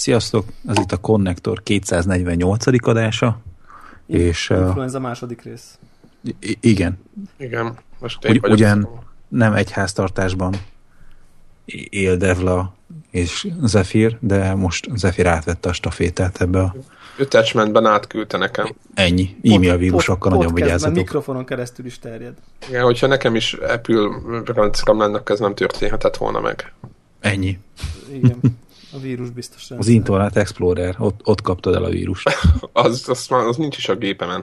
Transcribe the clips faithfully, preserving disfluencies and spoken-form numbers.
Sziasztok! Ez itt a Konnektor kétszáznegyvennyolcadik adása. Itt és Influenza második rész. I- igen. Igen. Most én Ugy, vagyok ugyan szóval. nem egy háztartásban él Devla és Zephyr, de most Zephyr átvette a stafétát ebbe a... Attachmentben átküldte nekem. Ennyi. E-mail vírusokkal nagyon vigyázzatok. Mikrofonon keresztül is terjed. Igen, hogyha nekem is Apple rendszerem lenne, ez nem történhetett volna meg. Ennyi. Igen. A vírus biztos rendszer. Az Internet Explorer, ott, ott kaptad el a vírust. az, az, már- az nincs is a gépemen.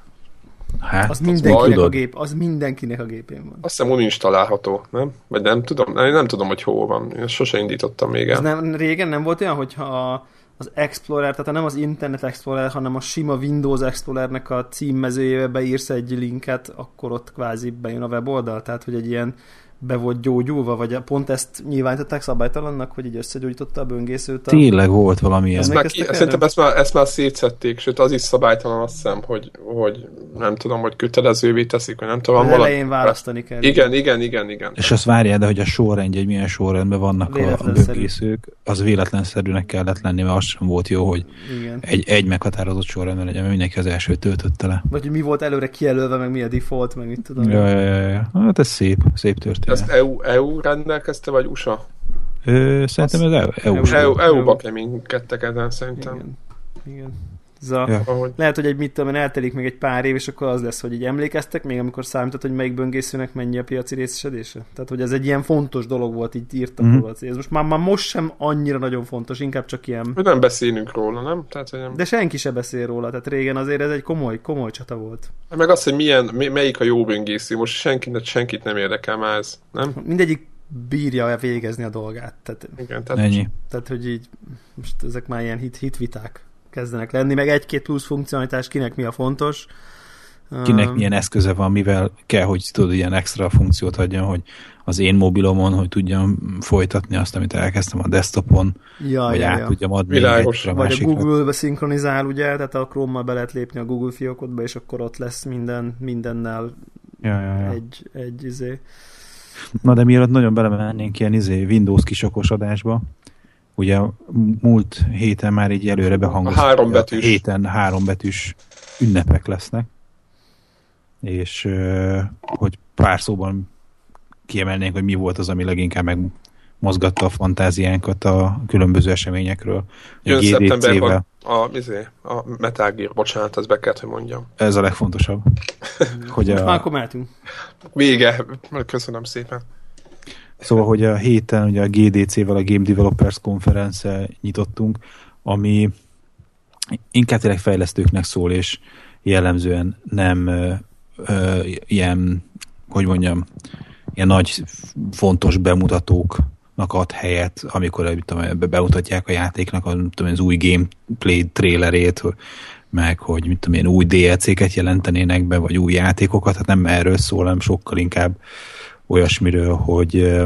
Hát, Az mindenkinek tudod. a gép, az mindenkinek a gépén van. Azt hiszem uninstalálható, nem? Vagy nem tudom, nem, nem tudom, hogy hol van. Én sose indítottam még Ez el. nem, régen nem volt olyan, hogyha az Explorer, tehát nem az Internet Explorer, hanem a sima Windows Explorernek a címmezőjébe beírsz egy linket, akkor ott kvázi bejön a weboldal, tehát hogy egy ilyen be volt gyógyulva, vagy pont ezt nyilvánították szabálytalannak, hogy így összegyógyította a böngészőt. A... Tényleg volt valami ilyen. Ezt már, ki, Emlékeztek szerintem erre? ezt már, ezt már szétszették, sőt az is szabálytalan, azt hiszem, hogy, hogy nem tudom, hogy kötelezővé teszik, vagy nem tudom. Az valami- elején választani kell. Igen, igen, igen, igen. És azt várjál, de hogy a sorrendje, hogy milyen sorrendben vannak a, a Véletlenszerű. böngészők, az véletlenszerűnek kellett lenni, mert az sem volt jó, hogy Igen. egy, egy meghatározott sorrendben legyen, mert mindenki az elsőt töltötte le. Vagy hogy mi volt előre kijelölve, meg mi a default, meg mit tudom. Ja, ja, ja, ja. Hát ez szép, szép történet. Ezt E U, E U rendelkezte, vagy U S A? Ö, szerintem ez E U-s. E U, E U. E U-ba keménykedtek ezen, szerintem. Igen. Igen. Ez a... Ja. Ahogy. Lehet, hogy egy mit tudom, én, eltelik még egy pár év, és akkor az lesz, hogy így emlékeztek még, amikor számított, hogy melyik böngészőnek mennyi a piaci részesedése. Tehát, hogy ez egy ilyen fontos dolog volt, így írtak Mhm. róla. Ez most már, már most sem annyira nagyon fontos, inkább csak ilyen... Hogy nem beszélünk róla, nem? Tehát, hogy nem. De senki se beszél róla, tehát régen azért ez egy komoly, komoly csata volt. Meg az, hogy milyen, mi- melyik a jó böngésző, most senkit, senkit nem érdekel már ez, nem? Mindegyik bírja végezni a dolgát. Tehát, Igen, tehát Ennyi. tehát hogy így most ezek már ilyen hit, hitviták kezdenek lenni, meg egy-két plusz funkcionalitás, kinek mi a fontos. Kinek Um, milyen eszköze van, mivel kell, hogy tudod, ilyen extra funkciót adjon, hogy az én mobilomon, hogy tudjam folytatni azt, amit elkezdtem a desktopon, ja, vagy ja, át ja. tudjam adni Világos. egyre Vagy a másikra. Google-be szinkronizál, ugye, tehát a Chrome-mal be lehet lépni a Google fiókodba, és akkor ott lesz minden, mindennel Ja, ja, ja. egy, egy izé. Na de mielőtt nagyon belemennénk ilyen izé Windows kisokos adásba, ugye múlt héten már így előre behangoztak, A három hogy betűs. héten három betűs ünnepek lesznek, és ö, hogy pár szóban kiemelnénk, hogy mi volt az, ami leginkább megmozgatta a fantáziánkat a különböző eseményekről. jön A gé dé cé-vel, szeptemberben a, izé, a Metal Gear, bocsánat, ezt be kellett, hogy mondjam. ez a legfontosabb. Hogy Most már a, akkor mehetünk. Vége, köszönöm szépen. Szóval, hogy a héten ugye a gé dé cé-vel a Game Developers Conference nyitottunk, ami inkább tényleg fejlesztőknek szól, és jellemzően nem ö, ö, ilyen, hogy mondjam, ilyen nagy, fontos bemutatóknak ad helyet, amikor mit tudom, bemutatják a játéknak a, mit tudom, az új gameplay trailerét, meg hogy mit tudom, ilyen új dé el cé-ket jelentenének be, vagy új játékokat, hát nem erről szól, hanem sokkal inkább olyasmiről, hogy ö,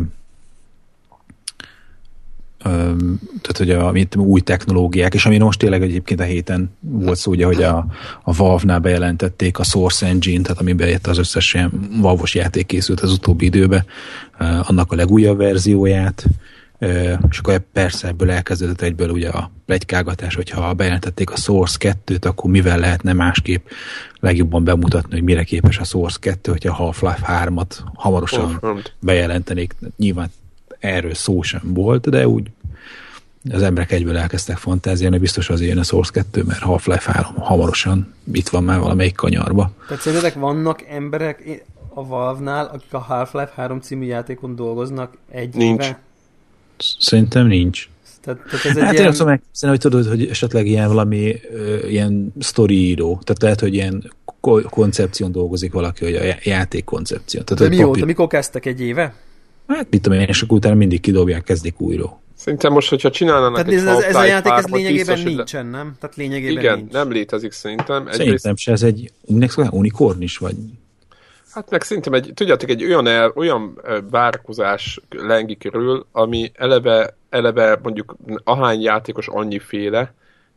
ö, tehát, hogy a, mint új technológiák, és ami most tényleg egyébként a héten volt szó, ugye, hogy a, a Valve-nál bejelentették a Source Engine, tehát amiben az összes ilyen Valve-os játék készült az utóbbi időben, ö, annak a legújabb verzióját, ö, és akkor persze ebből elkezdődött egyből ugye a pletykálgatás, hogyha bejelentették a Source kettőt, akkor mivel lehetne másképp legjobban bemutatni, hogy mire képes a Source kettő, hogyha a Half-Life hármat hamarosan Oh, bejelentenék. Nyilván erről szó sem volt, de úgy az emberek egyből elkezdtek fantáziálni, biztos azért jön a Source kettő, mert Half-Life három hamarosan itt van már valamelyik kanyarba. Tehát szerintetek vannak emberek a Valve-nál, akik a Half-Life három című játékon dolgoznak egy Nincs. éve? Szerintem nincs. Tehát, tehát ez egy Hát én ilyen... azt tudom, hogy tudod, hogy esetleg ilyen valami ö, ilyen sztori író, tehát lehet, hogy ilyen ko- koncepción dolgozik valaki, hogy a já- játék koncepció. Tehát, De hogy mióta? papi- Mikor kezdtek? Egy éve? Hát mit tudom én, és akkor utána mindig kidobják, kezdik újra. Szerintem most, hogyha csinálnának Tehát egy ez, ez, ez a Half-Life játék ez hármat, lényegében biztos, hogy le- nincsen, nem? Tehát lényegében Igen, nincs. nem létezik szerintem. Egyrészt, Szerintem se, ez egy unikorn is, vagy hát meg szerintem egy, tudjátok, egy olyan, el, olyan ö, várakozás lengi körül, ami eleve, eleve mondjuk ahány játékos annyiféle,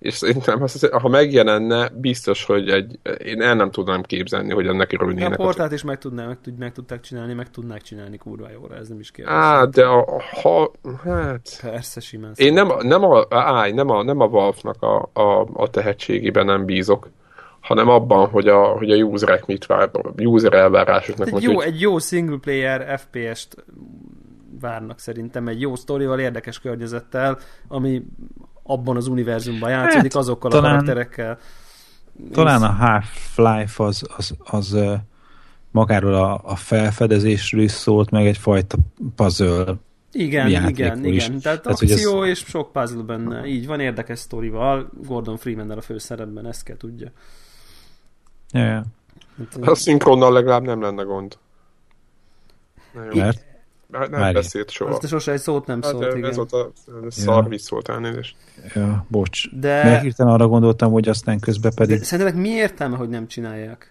és szerintem, ha megjelenne, biztos, hogy egy, én el nem tudnám képzelni, hogy ennek örülnének. A portát is meg, tudná, meg, tud, meg tudták csinálni, meg tudnák csinálni kurva jóra, ez nem is kérdés. Á, de a, ha, hát... Persze, simán. Én nem, nem, a, áj, nem, a, nem a Valve-nak a, a, a tehetségében nem bízok, hanem abban, hogy a, hogy a userek mit vár, user elvárásoknak. Egy jó, egy jó single player ef pé est várnak szerintem, egy jó sztorival, érdekes környezettel, ami abban az univerzumban játszódik, hát, azokkal talán, a karakterekkel. Talán a Half-Life az, az, az magáról a, a felfedezésről is szólt, meg egyfajta puzzle. Igen, igen, is. igen. Tehát, Tehát akció ez... és sok puzzle benne. Így van, érdekes sztorival. Gordon Freeman-nel a főszerepben, ezt kell tudja. Ja, ja. Hát, a szinkronnal legalább nem lenne gond. Mert? Nem Várj. beszélt soha. Azt sose egy szót nem hát, szólt, ez igen. Ez volt a szar visszolt elnézést. Ja, bocs. De... Mert hirtelen arra gondoltam, hogy aztán közben pedig... De szerintetek mi értelme, hogy nem csinálják?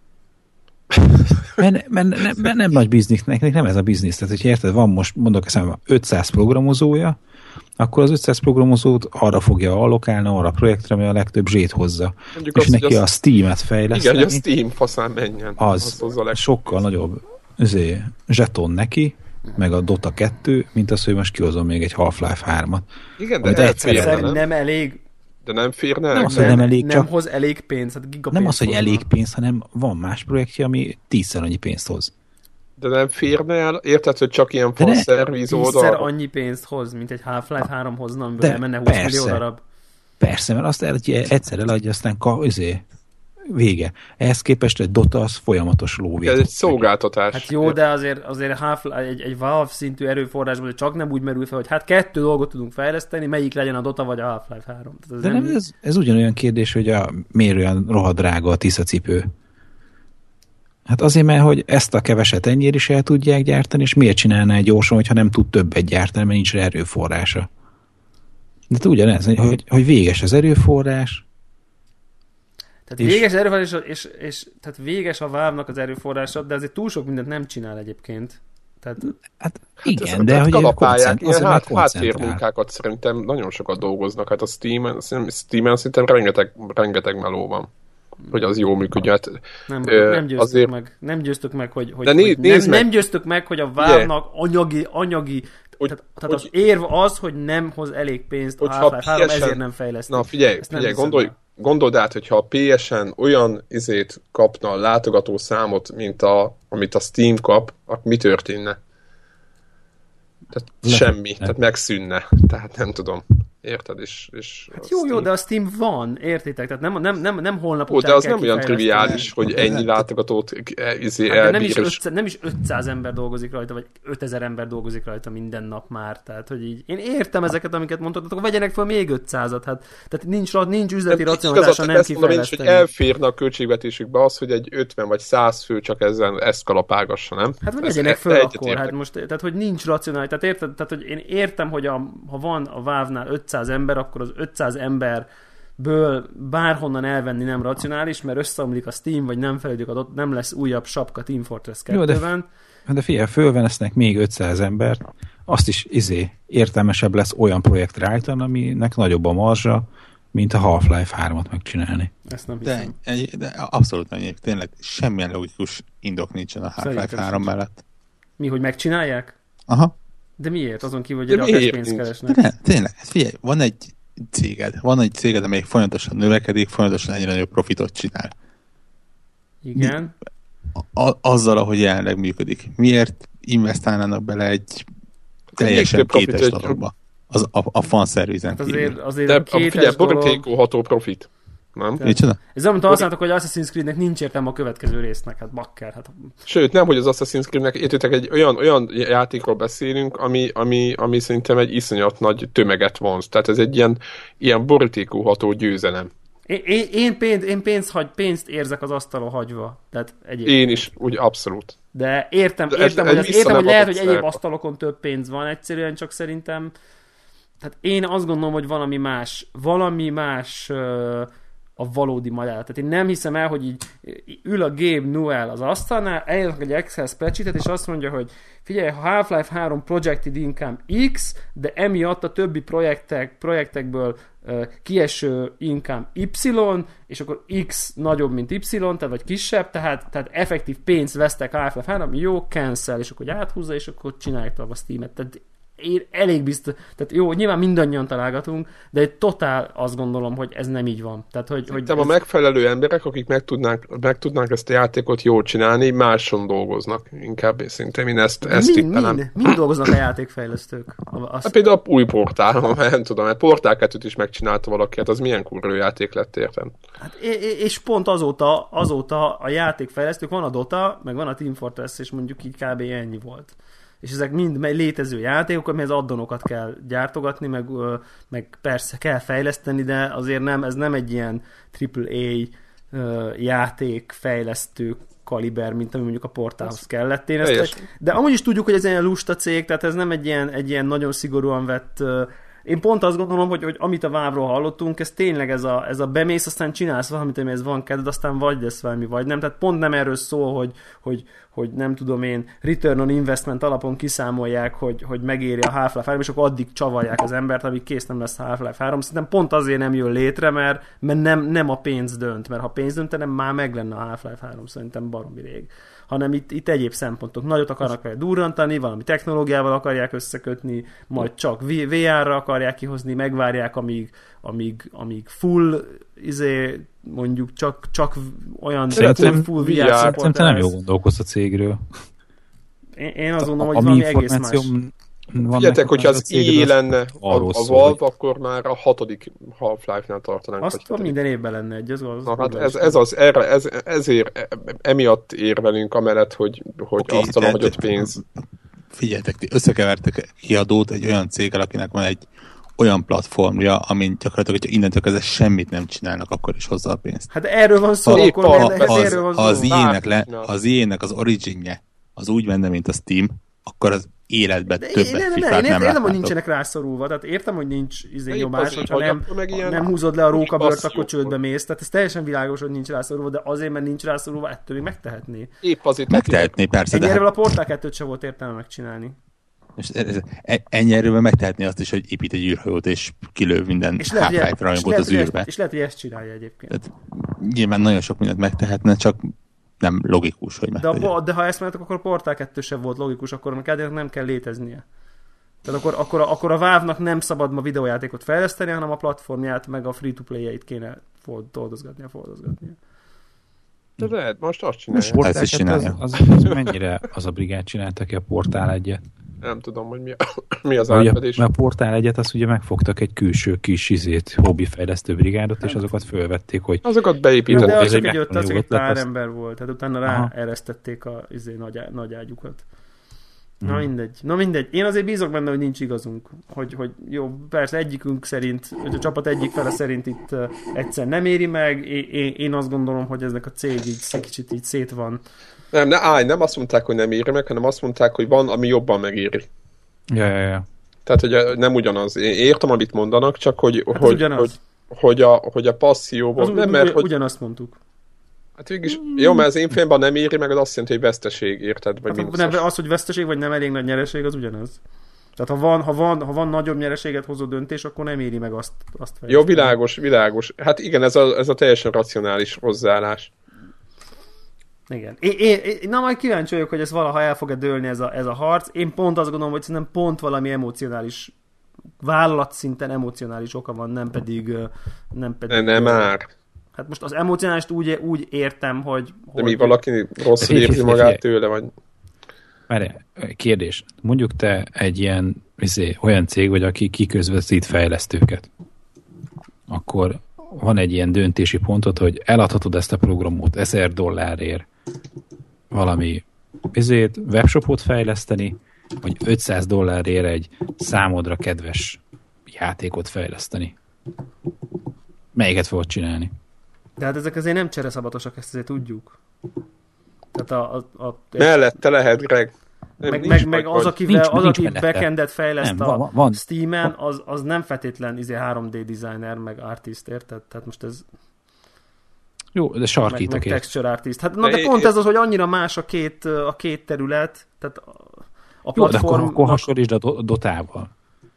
mert, mert, mert, mert nem nagy biznisznek, nem ez a biznisz. Tehát, hogy érted, van most, mondok eszembe, ötszáz programozója, akkor az ötszáz programozót arra fogja allokálni, arra a projektre, ami a legtöbb zsét hozza. Mondjuk és azt, neki a Steam-et fejleszteni. Igen, hogy a Steam faszán menjen. Az, az sokkal nagyobb azért, zseton neki, meg a Dota kettő, mint az, hogy most kihozom még egy Half-Life hármat. Igen, de egyszer nem? nem elég. De nem férne? Nem az, hogy nem elég, nem csak... hoz elég pénzt, hát gigapénzt. Nem az, hogy hozna. elég pénz, hanem van más projektje, ami tízszer annyi pénzt hoz. De nem férne el? Érted, hogy csak ilyen fanszerviz oldal? Tízszer annyi pénzt hoz, mint egy Half-Life három hozna, amiből elmenne húsz millió darab. Persze, mert azt el, egyszer eladja, aztán ka, azért, vége. Ehhez képest egy Dota az folyamatos lóvét. Ez egy szolgáltatás. Hát jó, de azért, azért Half, egy, egy Valve szintű erőforrásból csak nem úgy merül fel, hogy hát kettő dolgot tudunk fejleszteni, melyik legyen a Dota vagy a Half-Life három. Ez de nem, nem ez, ez ugyanolyan kérdés, hogy a, miért olyan rohadrága a tiszacipő. Hát azért, mert hogy ezt a keveset ennyire is el tudják gyártani, és miért csinálná egy gyorsan, hogyha nem tud többet gyártani, mert nincs erőforrása. De ugyanez, hogy, hogy véges az erőforrás. Tehát és... véges erőforrás, és, és, és tehát véges a Valve-nak az erőforrása, de azért túl sok mindent nem csinál egyébként. Tehát... Hát igen, hát de hogy kalapálják, ilyen hát, háttérmunkákat szerintem nagyon sokat dolgoznak. Hát a Steam-en, Steam-en szerintem rengeteg, rengeteg meló van. Hogy az jól működjön. Hát, nem, ö, nem győztük azért... meg, nem győztük meg, hogy, hogy, né, hogy nem, nem győztük meg, hogy a Valve-nak anyagi, anyagi hogy, tehát, tehát hogy, az érv az, hogy nem hoz elég pénzt a Half-Life három, ezért nem fejlesztik. Na figyelj, figyelj gondolj, gondold át, hogyha a pé es en olyan izét kapna a látogató számot, mint a, amit a Steam kap, akkor mi történne? Tehát ne, semmi, ne. Tehát megszűnne. Tehát nem tudom. Érted? És, és hát jó, Steam... jó, de a Steam van, értitek? Tehát nem, nem, nem, nem holnap után kell de az nem olyan triviális, hogy ennyi látogatót izé hát elbír. Nem is, ötszáz, nem is ötszáz ember dolgozik rajta, vagy ötezer ember dolgozik rajta minden nap már. Tehát, hogy így, én értem ezeket, amiket mondtatok, akkor vegyenek fel még ötszázat. Hát, tehát nincs, nincs üzleti racionalitása nem kifejleszteni. Hogy elférne a költségvetésükbe az, hogy egy ötven vagy száz fő csak ezzel ezt kalapálgassa, nem? Hát vagy vegyenek föl akkor. Hát most, tehát, hogy nincs racionalitás. Tehát, érted, tehát, hogy én értem, hogy a, ha van a Valve-nál ötszáz ember, akkor az ötszáz emberből bárhonnan elvenni nem racionális, mert összeomlik a Steam, vagy nem fejlődik adott, nem lesz újabb sapka Team Fortress kettőben. De, de figyelj, fölvenesznek még ötszáz embert, azt is izé értelmesebb lesz olyan projektre állítani, aminek nagyobb a marzsa, mint a Half-Life hármat megcsinálni. Ezt nem hiszem. De, de abszolút nem, tényleg semmilyen logikus indok nincsen a Half-Life három mellett. Mi, hogy megcsinálják? Aha. De miért? Azon kívül, hogy rakás pénzt keresnek. De tényleg, figyelj, van egy céged, van egy céged, amelyik folyamatosan növekedik, folyamatosan egyre nagyobb profitot csinál. Igen. A, azzal, ahogy jelenleg működik. Miért investálnának bele egy teljesen kétes dologba? Az, a, a fanszervizen hát azért, azért de a kétes figyelj, dolog... borítékolható profit. Nem? Ez olyan, mint azt mondtátok, hogy Assassin's Creed-nek nincs értelme a következő résznek, hát bakker. Hát... Sőt, nem, hogy az Assassin's Creed-nek, értitek, egy olyan, olyan játékról beszélünk, ami, ami, ami szerintem egy iszonyat nagy tömeget vonz. Tehát ez egy ilyen, ilyen borítékolható győzelem. Én, én, én, pénz, én pénzt, hagy, pénzt érzek az asztalon hagyva. Tehát én is, úgy abszolút. De értem, értem, ez, hogy, ez az, értem hogy lehet, hogy szerve. egyéb asztalokon több pénz van, egyszerűen csak szerintem tehát én azt gondolom, hogy valami más, valami más uh, a valódi magyarázat. Tehát én nem hiszem el, hogy így ül a Gabe Newell az asztalnál, eljönnek egy Excel spreadsheetet, és azt mondja, hogy figyelj, a Half-Life három projected income X, de emiatt a többi projektek, projektekből uh, kieső income Y, és akkor X nagyobb, mint Y, tehát vagy kisebb, tehát, tehát effektív pénzt vesztek Half-Life három, jó, cancel, és akkor áthúzza, és akkor csinálják tovább a Steam-et. Tehát én elég biztos, tehát jó, nyilván mindannyian találgatunk, de egy totál azt gondolom, hogy ez nem így van. Tehát, hogy, hogy ez... a megfelelő emberek, akik meg tudnánk, meg tudnánk ezt a játékot jól csinálni, máson dolgoznak. Inkább szerintem én ezt, ezt mind, mind, mind dolgoznak a játékfejlesztők? Azt... Hát például a új portálon, nem tudom, mert Portál kettőt is megcsinálta valaki, hát az milyen kurva játék lett, értem? Hát, és pont azóta, azóta a játékfejlesztők, van a Dota, meg van a Team Fortress, és mondjuk így kb. Ennyi volt. És ezek mind létező játékok, amihez addonokat kell gyártogatni, meg, meg persze kell fejleszteni, de azért nem, ez nem egy ilyen triple A játékfejlesztő kaliber, mint ami mondjuk a Portálhoz kellett. Én ezt, de amúgy is tudjuk, hogy ez egy lusta cég, tehát ez nem egy ilyen, egy ilyen nagyon szigorúan vett... Én pont azt gondolom, hogy, hogy amit a Valve-ról hallottunk, ez tényleg ez a, ez a bemész, aztán csinálsz valamit, amihez van kedved, aztán vagy lesz valami, vagy nem. Tehát pont nem erről szól, hogy, hogy, hogy nem tudom én, return on investment alapon kiszámolják, hogy, hogy megéri a Half-Life három, és akkor addig csavarják az embert, amíg kész nem lesz a Half-Life három. Szerintem pont azért nem jön létre, mert, mert nem, nem a pénz dönt, mert ha pénz döntene, már meg lenne a Half-Life három, szerintem baromi rég. Hanem itt, itt egyéb szempontok. Nagyot akarnak vele durrantani, valami technológiával akarják összekötni, majd csak vé er-ra akarják kihozni, megvárják, amíg, amíg, amíg full, izé, mondjuk csak, csak olyan szerintem, full vé er support. Szerintem nem jó gondolkozz a cégről. Én, én azt gondolom, hogy valami egész más. Figyeljetek, hogyha az i lenne a, a Valve, akkor már a hatodik Half-Life-nál tartanánk. Azt minden évben lenne egy, az az. Na, hát ez, ez az, erre, ez, ezért emiatt érvelünk amellett, hogy, hogy okay, azt tudom, hogy ott pénz. Figyeljetek, ti összekevertek kiadót egy olyan céggel, akinek van egy olyan platformja, amin gyakorlatilag, hogyha innentől kezdve semmit nem csinálnak, akkor is hozza a pénzt. Hát erről van szó, a, akkor a, az, az, erről van szó. Az ilyenek le, az ilyenek az originje, az úgy menne, mint a Steam, akkor az életben többet fifát nem, nem, nem értem, hogy nincsenek rászorulva, tehát értem, hogy nincs izé nyomás, hogyha nem, nem húzod le a rókabört, akkor csődbe mész, tehát ez teljesen világos, hogy nincs rászorulva, de azért, mert nincs rászorulva, ettől még megtehetné. Épp azért megtehetné, persze. Ennyi erről a Portál kettőt se volt értelme megcsinálni. És ennyi erőben megtehetné azt is, hogy épít egy űrhajót, és kilöv minden Half-Life rajongót az űrbe. És lehet, hogy ezt csinálja egyébként. Tehát, nyilván nagyon sok mindent megtehetne, csak nem logikus, hogy megtegye. De, de ha ezt mondjátok, akkor a Portál kettő sem volt logikus, akkor a nem kell léteznie. Tehát akkor, akkor, a, akkor a Valve-nak nem szabad ma videójátékot fejleszteni, hanem a platformját, meg a free-to-play-jeit kéne toldozgatnia, fordozgatnia. De lehet, most azt csinálja. Most ezt is csinálja. Az, az, az mennyire az a brigád csinálta ki a Portál egyet? Nem tudom, hogy mi, a, mi az átfedés. Mert a Portál egyet azt ugye megfogtak egy külső kis izét, hobbifejlesztő brigádot, és azokat fölvették, hogy... Azokat beépítették. De az csak egy, ott, az csak egy pár ember volt, tehát utána ráeresztették a izé, nagy, nagy ágyukat. Na hmm. mindegy. Na mindegy. Én azért bízok benne, hogy nincs igazunk. Hogy, hogy jó, persze egyikünk szerint, hogy a csapat egyik fele szerint itt uh, egyszer nem éri meg. Én, én azt gondolom, hogy eznek a cég így kicsit így szét van. Nem, ne állj, nem azt mondták, hogy nem éri meg, hanem azt mondták, hogy van, ami jobban megéri. Ja, ja, ja. Tehát, hogy nem ugyanaz. Én értem, amit mondanak, csak hogy, hát hogy, hogy, hogy, a, hogy a passzióból... Az nem, ugy, mert, hogy... Ugyanazt mondtuk. Hát végülis, mm. jó, mert az én filmben nem éri meg, az azt jelenti, hogy veszteség, érted? Vagy hát, nem, az, hogy veszteség, vagy nem elég nagy nyereség, az ugyanaz. Tehát ha van, ha van, ha van nagyobb nyereséget hozó döntés, akkor nem éri meg azt, azt fejleszteni. Jó, világos, világos. Hát igen, ez a, ez a teljesen racionális hozzáállás. Igen. Én, én, én, na majd kíváncsi vagyok, hogy ez valaha el fog-e dőlni ez a, ez a harc. Én pont azt gondolom, hogy szerintem pont valami emocionális, vállalatszinten emocionális oka van, nem pedig... Nem, pedig, ne, nem már. Hát most az emocionálist úgy, úgy értem, hogy... De hogy mi valaki rosszul érzi magát tőle, vagy... Várj, kérdés. Mondjuk te egy ilyen izé, olyan cég vagy, aki kiközvetít fejlesztőket. Akkor van egy ilyen döntési pontot, hogy eladhatod ezt a programot ezer dollárért valami izét, webshopot fejleszteni, vagy ötszáz dollárért egy számodra kedves játékot fejleszteni. Melyiket fogod csinálni? De hát ezek azért nem csereszabatosak, ezt azért tudjuk. Tehát a... a, a mellette lehet, Greg. Nem, meg, meg, meg az, akivel, nincs, az, nincs aki backendet fejleszt nem, a van, van. Steam-en, az, az nem feltétlen izé három dé designer, meg artist, érted? Tehát most ez... Jó, de sarkítok meg, meg ér. texture artist. Hát, na de, de pont ez az, hogy annyira más a két, a két terület, tehát a platform... Jó, de akkor, akkor hasonlítsd a Dotával.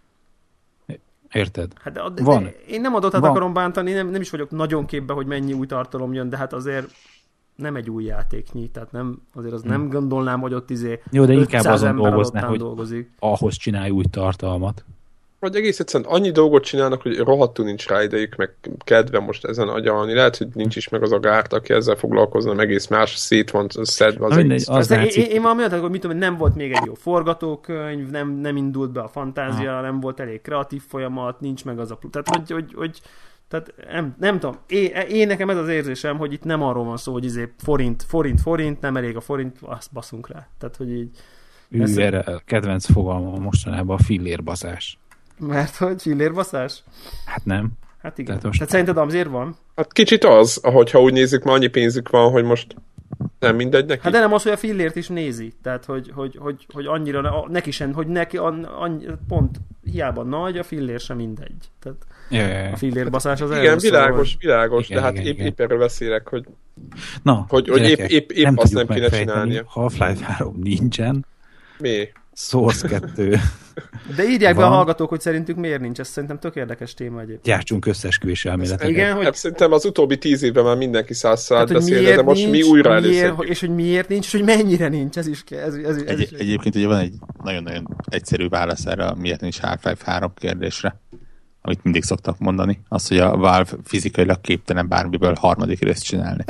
Érted? Hát de, de, van. De én nem a Dotát van. akarom bántani, nem, nem is vagyok nagyon képbe, hogy mennyi új tartalom jön, de hát azért nem egy új játéknyi, tehát nem, azért az hmm. nem gondolnám, hogy ott izé jó, de inkább azon dolgozná, hogy dolgozik. ahhoz csinálj új tartalmat. Vagy egész egyszerűen annyi dolgot csinálnak, hogy rohadtul nincs rá idejük, meg kedve most ezen agyalni. Lehet, hogy nincs is meg az a gárt, aki ezzel foglalkozna, meg egész más szét van szedve az mindegy, az én, én, én valami olyat, hogy mit tudom, nem volt még egy jó forgatókönyv, nem, nem indult be a fantázia, ah. nem volt elég kreatív folyamat, nincs meg az a... Tehát, hogy, hogy, hogy tehát nem, nem tudom, én, én nekem ez az érzésem, hogy itt nem arról van szó, hogy izé forint, forint, forint, nem elég a forint, azt baszunk rá. Tehát, hogy így... Ő ezt... erre kedvenc fogalma mostanában a fillérbaszás. Mert hogy fillérbaszás? Hát nem. Hát igen. Tehát, most... Tehát szerinted azért van? Hát kicsit az, ahogyha úgy nézzük, már annyi pénzük van, hogy most nem mindegy neki. Hát de nem az, hogy a fillért is nézi. Tehát, hogy, hogy, hogy, hogy annyira, neki sem, hogy neki annyi, pont hiába nagy, a fillér sem mindegy. Tehát ja, ja, ja. a fillérbaszás az igen, világos, szól, világos, igen, de hát igen, épp, igen. épp erről beszélek, hogy, Na, hogy, hogy épp, épp, épp nem azt nem kéne megfejteni. csinálnia. Half-Life három nincsen. Mi? Source kettő. De írják van. be a hallgatók, hogy szerintük miért nincs. Ez szerintem tök érdekes téma egyébként. Gyártsunk összeesküvés elméleteket. Igen, hogy... Szerintem az utóbbi tíz évben már mindenki százszor Tehát, beszélne, de most nincs, mi újra miért, először. és hogy miért nincs, és hogy mennyire nincs. Ez is, ez, ez, ez egy, is egyébként ugye van egy nagyon-nagyon egyszerű válasz erre a miért nincs Half-Life három kérdésre, amit mindig szoktak mondani. Az, hogy a Valve fizikailag képtelen bármiből harmadik részt csinálni.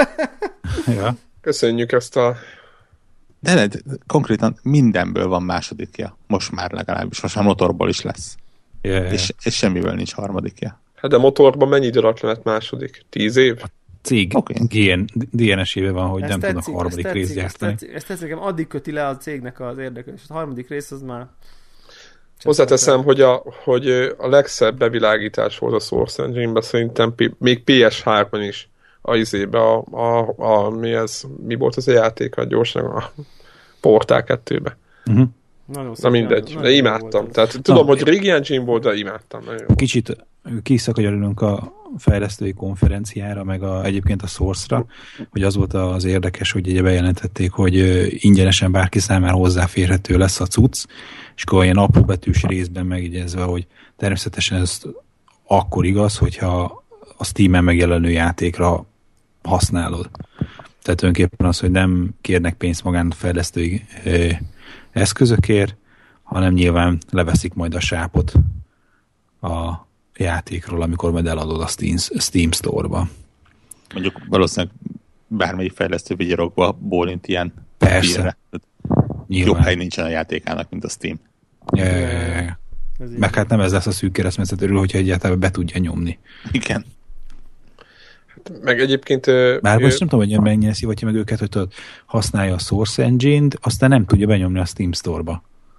Ja. Köszönjük ezt a... De, de konkrétan mindenből van másodikja. Most már legalábbis. Most már motorból is lesz. Ja, ja. És, és semmiből nincs harmadikja. Hát de motorban mennyi idő alatt lett második? Tíz év? A cég okay. dé en es-ével van, hogy ezt nem tetszik, tudnak harmadik részt gyártani. Ezt tetszik, ezt tetszik, addig köti le a cégnek az érdeklődés. A harmadik rész az már... Hozzáteszem, hogy a, hogy a legszebb bevilágítás volt a Source Engine-ben szerintem még pé es háromban is a izébe, a, a, a, mi, ez, mi volt az a játék, a gyorsan a Portál kettőbe. Uh-huh. Na mindegy, de imádtam. Tehát tudom, hogy régi engine volt, de imádtam. Kicsit kiszakadjunk a fejlesztői konferenciára, meg a, egyébként a Source-ra, hogy az volt az érdekes, hogy ugye bejelentették, hogy ingyenesen bárki számára hozzáférhető lesz a cucc, és akkor ilyen apróbetűs részben megjegyezve, hogy természetesen ez akkor igaz, hogyha a Steam-en megjelenő játékra használod. Tehát önképpen az, hogy nem kérnek pénzt magánfejlesztői eszközökért, hanem nyilván leveszik majd a sápot a játékról, amikor majd eladod a Steam, Steam Store-ba. Mondjuk valószínűleg bármelyik fejlesztő vigyarokba bólint ilyen Persze. Jobb hely nincsen a játékának, mint a Steam. Ja, ja, ja, ja. Meg hát nem ez lesz a szűk keresztmetszet örül, hogyha egyáltalán be tudja nyomni. Igen. Meg egyébként... Már ő... most nem tudom, hogy mennyire szívatja meg őket, hogy tudod, használja a Source Engine-t, aztán nem tudja benyomni a Steam Store-ba.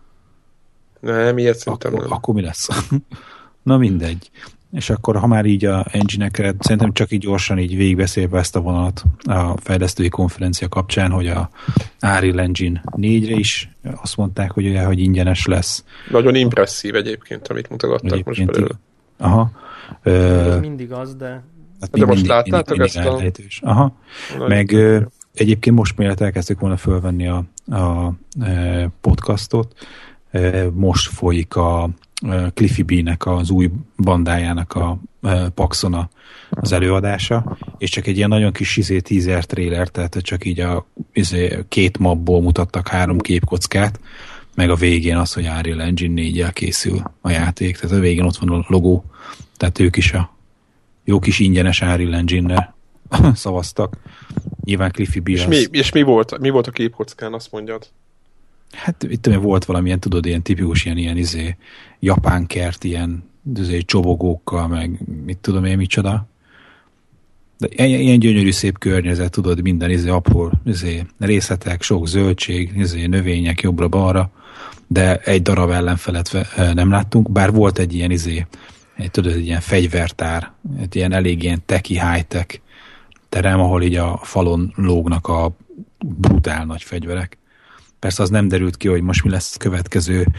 Nem, ilyet szerintem akkor, nem. Akkor mi lesz? Na mindegy. És akkor, ha már így a engine-ekre, szerintem csak így gyorsan így végigbeszélve ezt a vonalat a fejlesztői konferencia kapcsán, hogy a Unreal Engine négyre is azt mondták, hogy, ugye, hogy ingyenes lesz. Nagyon impresszív egyébként, amit mutatottak egyébként most belőle. Aha. Ez mindig az, de... Hát de most mindig, láttátok mindig, mindig ezt a... Aha. Nagyon meg ö, egyébként most mielőtt elkezdtük volna fölvenni a, a e, podcastot, e, most folyik a e, Cliffy B-nek az új bandájának a e, Paxona az előadása, és csak egy ilyen nagyon kis izé teaser trailer, tehát csak így a izé, két mapból mutattak három képkockát, meg a végén az, hogy Unreal Engine négyel készül a játék, tehát a végén ott van a logó, tehát ők is a jó kis ingyenes Unreal Engine-re szavaztak. Nyilván Cliffy B. És, az... mi, és mi, volt, mi volt a képkockán, azt mondjad? Hát itt volt valamilyen, tudod, ilyen tipikus ilyen, ilyen izé, japán kert, ilyen izé, csobogókkal, meg mit tudom én, micsoda. De ilyen, ilyen gyönyörű szép környezet, tudod, minden izé, apró izé, részletek, sok zöldség, izé, növények jobbra-balra, de egy darab ellenfelet nem láttunk, bár volt egy ilyen izé, egy, tudod, egy ilyen fegyvertár, egy ilyen elég ilyen teki, high-tech terem, ahol így a falon lógnak a brutál nagy fegyverek. Persze az nem derült ki, hogy most mi lesz a következő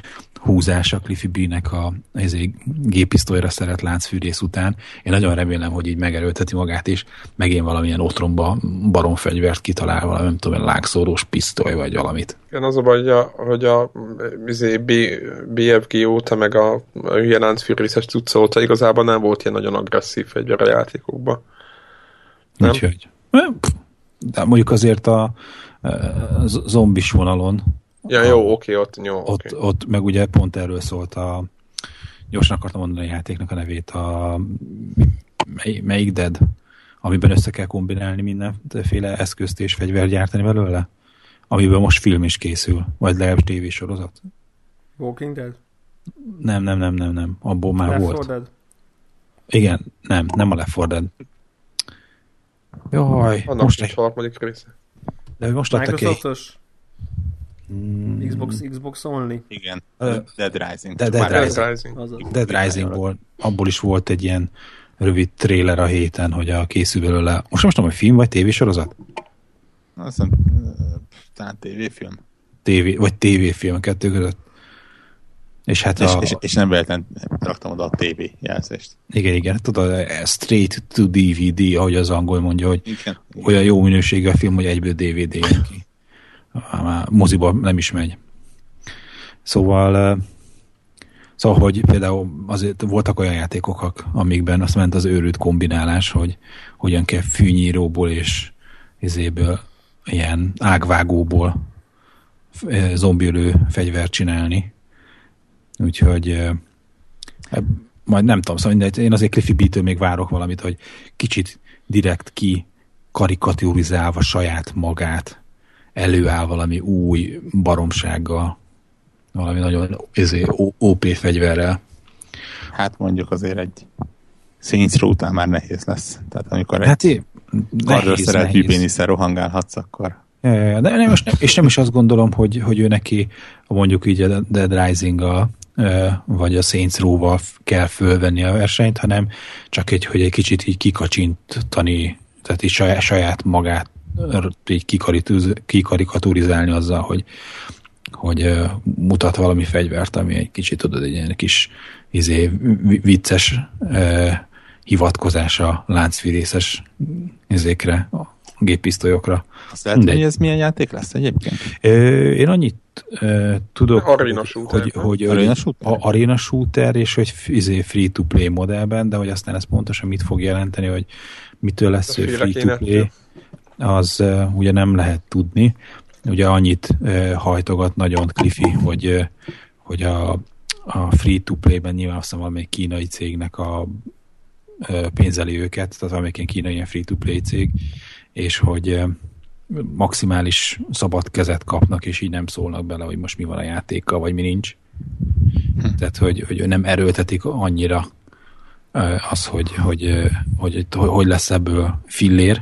húzása Cliffy B-nek a géppisztolyra szerelt láncfűrész után. Én nagyon remélem, hogy így megerőlteti magát, és megint valamilyen otromba baromfegyvert kitalál, valami, nem tudom, lágszórós pisztoly, vagy valamit. Igen, az a baj, hogy a, hogy a bé ef gé óta, meg a, a ilyen láncfűrészes cucca óta igazából nem volt ilyen nagyon agresszív fegyver a játékokban. Nem? Úgyhogy. De mondjuk azért a, a zombis vonalon ja, jó, oké, ott jó. Ott, okay. ott meg ugye pont erről szólt a gyorsan akartam mondani a játéknak a nevét, a mely, melyik Dead, amiben össze kell kombinálni mindenféle eszközt és fegyvert gyártani belőle, amiből most film is készül, vagy legalább tévésorozat. Walking Dead? Nem, nem, nem, nem, nem. Abból már Left volt. four Dead? Igen, nem, nem a Left four Dead. Jaj, annak most egy harmadik része. De most adtak egy... Microsoftos? Mm. Xbox, Xbox only? Igen. Uh, Dead Rising. Dead, Dead Dead Rising. Rising. Azaz. Dead Risingból, abból is volt egy ilyen rövid trailer a héten, hogy a készül belőle. Most most nem, hogy film vagy tévésorozat? Azt hiszem, talán tévéfilm. té vé, vagy tévéfilm a kettő között. És hát és, a... és, és nem véletlen raktam oda a tévé jelzést. Igen, igen. Tudod, straight to dé vé dé, ahogy az angol mondja, hogy Igen, igen. olyan jó minőségű a film, hogy egyből dé vé dé jön ki. Már moziba nem is megy. Szóval szóval, hogy például azért voltak olyan játékok, amikben azt ment az őrült kombinálás, hogy hogyan kell fűnyíróból és izéből ilyen ágvágóból zombiölő fegyvert csinálni. Úgyhogy majd nem tudom, szóval én azért Cliffy B-től még várok valamit, hogy kicsit direkt ki karikaturizálva saját magát előáll valami új baromsággal, valami nagyon ezért ó pé fegyverrel. Hát mondjuk azért egy Saints Row után már nehéz lesz. Tehát amikor hát egy nehéz, szerelt hűpéniszel rohangálhatsz, akkor... Ja, ja, ja. De nem, most nem, és nem is azt gondolom, hogy, hogy ő neki mondjuk így a Dead Rising-gal vagy a Saints Row-val kell fölvenni a versenyt, hanem csak egy, hogy egy kicsit így kikacsintani, tehát így saját, saját magát így kikarikaturizálni azzal, hogy, hogy mutat valami fegyvert, ami egy kicsit, tudod, egy ilyen kis izé, vicces eh, hivatkozása láncfűrészes izékre, a géppisztolyokra. Azt lehet, hogy ez milyen játék lesz egyébként? Ö, én annyit ö, tudok, Arena hogy, shooter, hogy, hogy Arena shooter? A, arena shooter, és hogy izé, free-to-play modellben, de hogy aztán ez pontosan mit fog jelenteni, hogy mitől lesz ő free-to-play, az uh, ugye nem lehet tudni. Ugye annyit uh, hajtogat nagyon Cliffy, hogy, uh, hogy a, a free-to-play-ben nyilván azt hiszem valamelyik kínai cégnek a uh, pénzeli őket, tehát valamelyik ilyen kínai ilyen free-to-play cég, és hogy uh, maximális szabad kezet kapnak, és így nem szólnak bele, hogy most mi van a játékkal, vagy mi nincs. Hm. Tehát, hogy, hogy nem erőltetik annyira uh, az, hogy hogy, uh, hogy, hogy hogy lesz ebből fillér.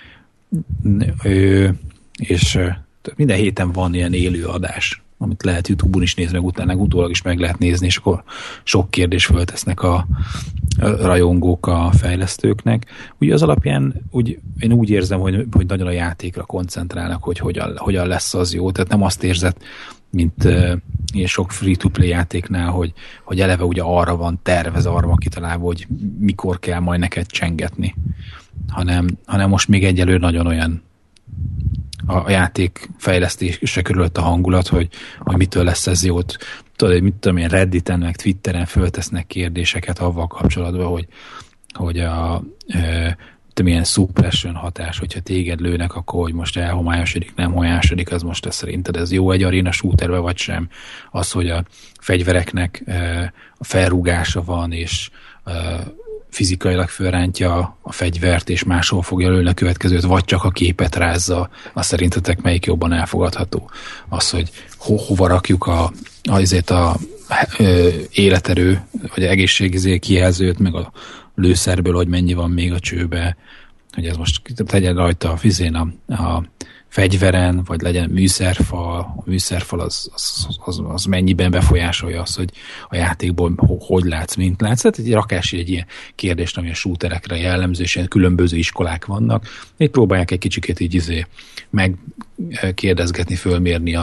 Ö, és uh, minden héten van ilyen élő adás, amit lehet YouTube-on is nézni, meg utána utólag is meg lehet nézni, és akkor sok kérdést föltesznek a, a rajongók a fejlesztőknek. Ugye az alapján úgy, én úgy érzem, hogy, hogy nagyon a játékra koncentrálnak, hogy hogyan, hogyan lesz az jó. Tehát nem azt érzed, mint uh, ilyen sok free-to-play játéknál, hogy, hogy eleve ugye arra van tervez, arra van kitalálva, hogy mikor kell majd neked csengetni. Hanem, hanem most még egyelőre nagyon olyan a, a játék fejlesztése körülött a hangulat, hogy, hogy mitől lesz ez jó. Tudod, mit tudom én, Redditen, meg Twitteren föltesznek kérdéseket avval kapcsolatban, hogy, hogy a e, tudom, ilyen suppression hatás, hogyha téged lőnek, akkor hogy most elhomályosodik, nem homályosodik, az most ez szerinted ez jó egy arena shooterbe, vagy sem? Az, hogy a fegyvereknek e, a felrúgása van, és e, fizikailag fölrántja a fegyvert, és máshol fogja lőni a következőt, vagy csak a képet rázza, azt szerintetek melyik jobban elfogadható? Az, hogy ho- hova rakjuk a, azért a ö, életerő, vagy egészségizé kijelzőt, meg a lőszerből, hogy mennyi van még a csőbe, hogy ez most tegyen rajta a fizén a, a fegyveren, vagy legyen műszerfal, a műszerfal az, az, az, az mennyiben befolyásolja azt, hogy a játékból hogy látsz, mint látsz. Tehát egy rakási egy ilyen kérdést, ami a shooterekre jellemző, és ilyen különböző iskolák vannak. Így próbálják egy kicsikét így izé megkérdezgetni, fölmérni a,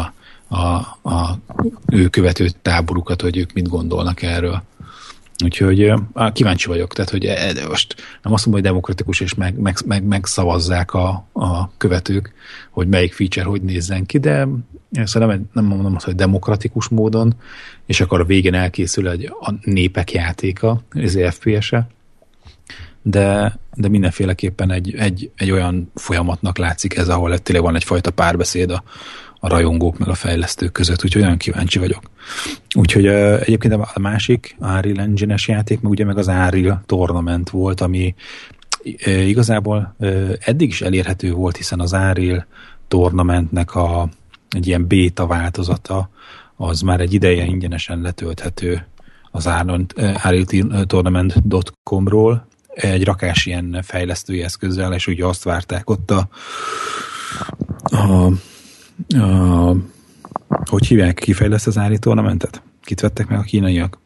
a, a ő követő táborukat, hogy ők mit gondolnak erről. Úgyhogy á, kíváncsi vagyok, tehát hogy most nem azt mondom, hogy demokratikus és meg, meg, meg, megszavazzák a, a követők, hogy melyik feature hogy nézzen ki, de szóval nem, nem mondom azt, hogy demokratikus módon, és akkor a végén elkészül egy a népek játéka, ez ef pé es-e, de, de mindenféleképpen egy, egy, egy olyan folyamatnak látszik ez, ahol tényleg van egyfajta párbeszéd a, a rajongók meg a fejlesztők között, úgyhogy olyan kíváncsi vagyok. Úgyhogy uh, egyébként a másik Unreal Engine-es játék, meg ugye meg az Unreal Tournament volt, ami uh, igazából uh, eddig is elérhető volt, hiszen az Unreal Tournamentnek a, egy ilyen béta változata, az már egy ideje ingyenesen letölthető az unreal tournament dot com-ról, egy rakás ilyen fejlesztői eszközzel, és ugye azt várták ott a, a A, hogy hívják, kifejleszt az Unreal Tournamentet? Kit vettek meg a kínaiak?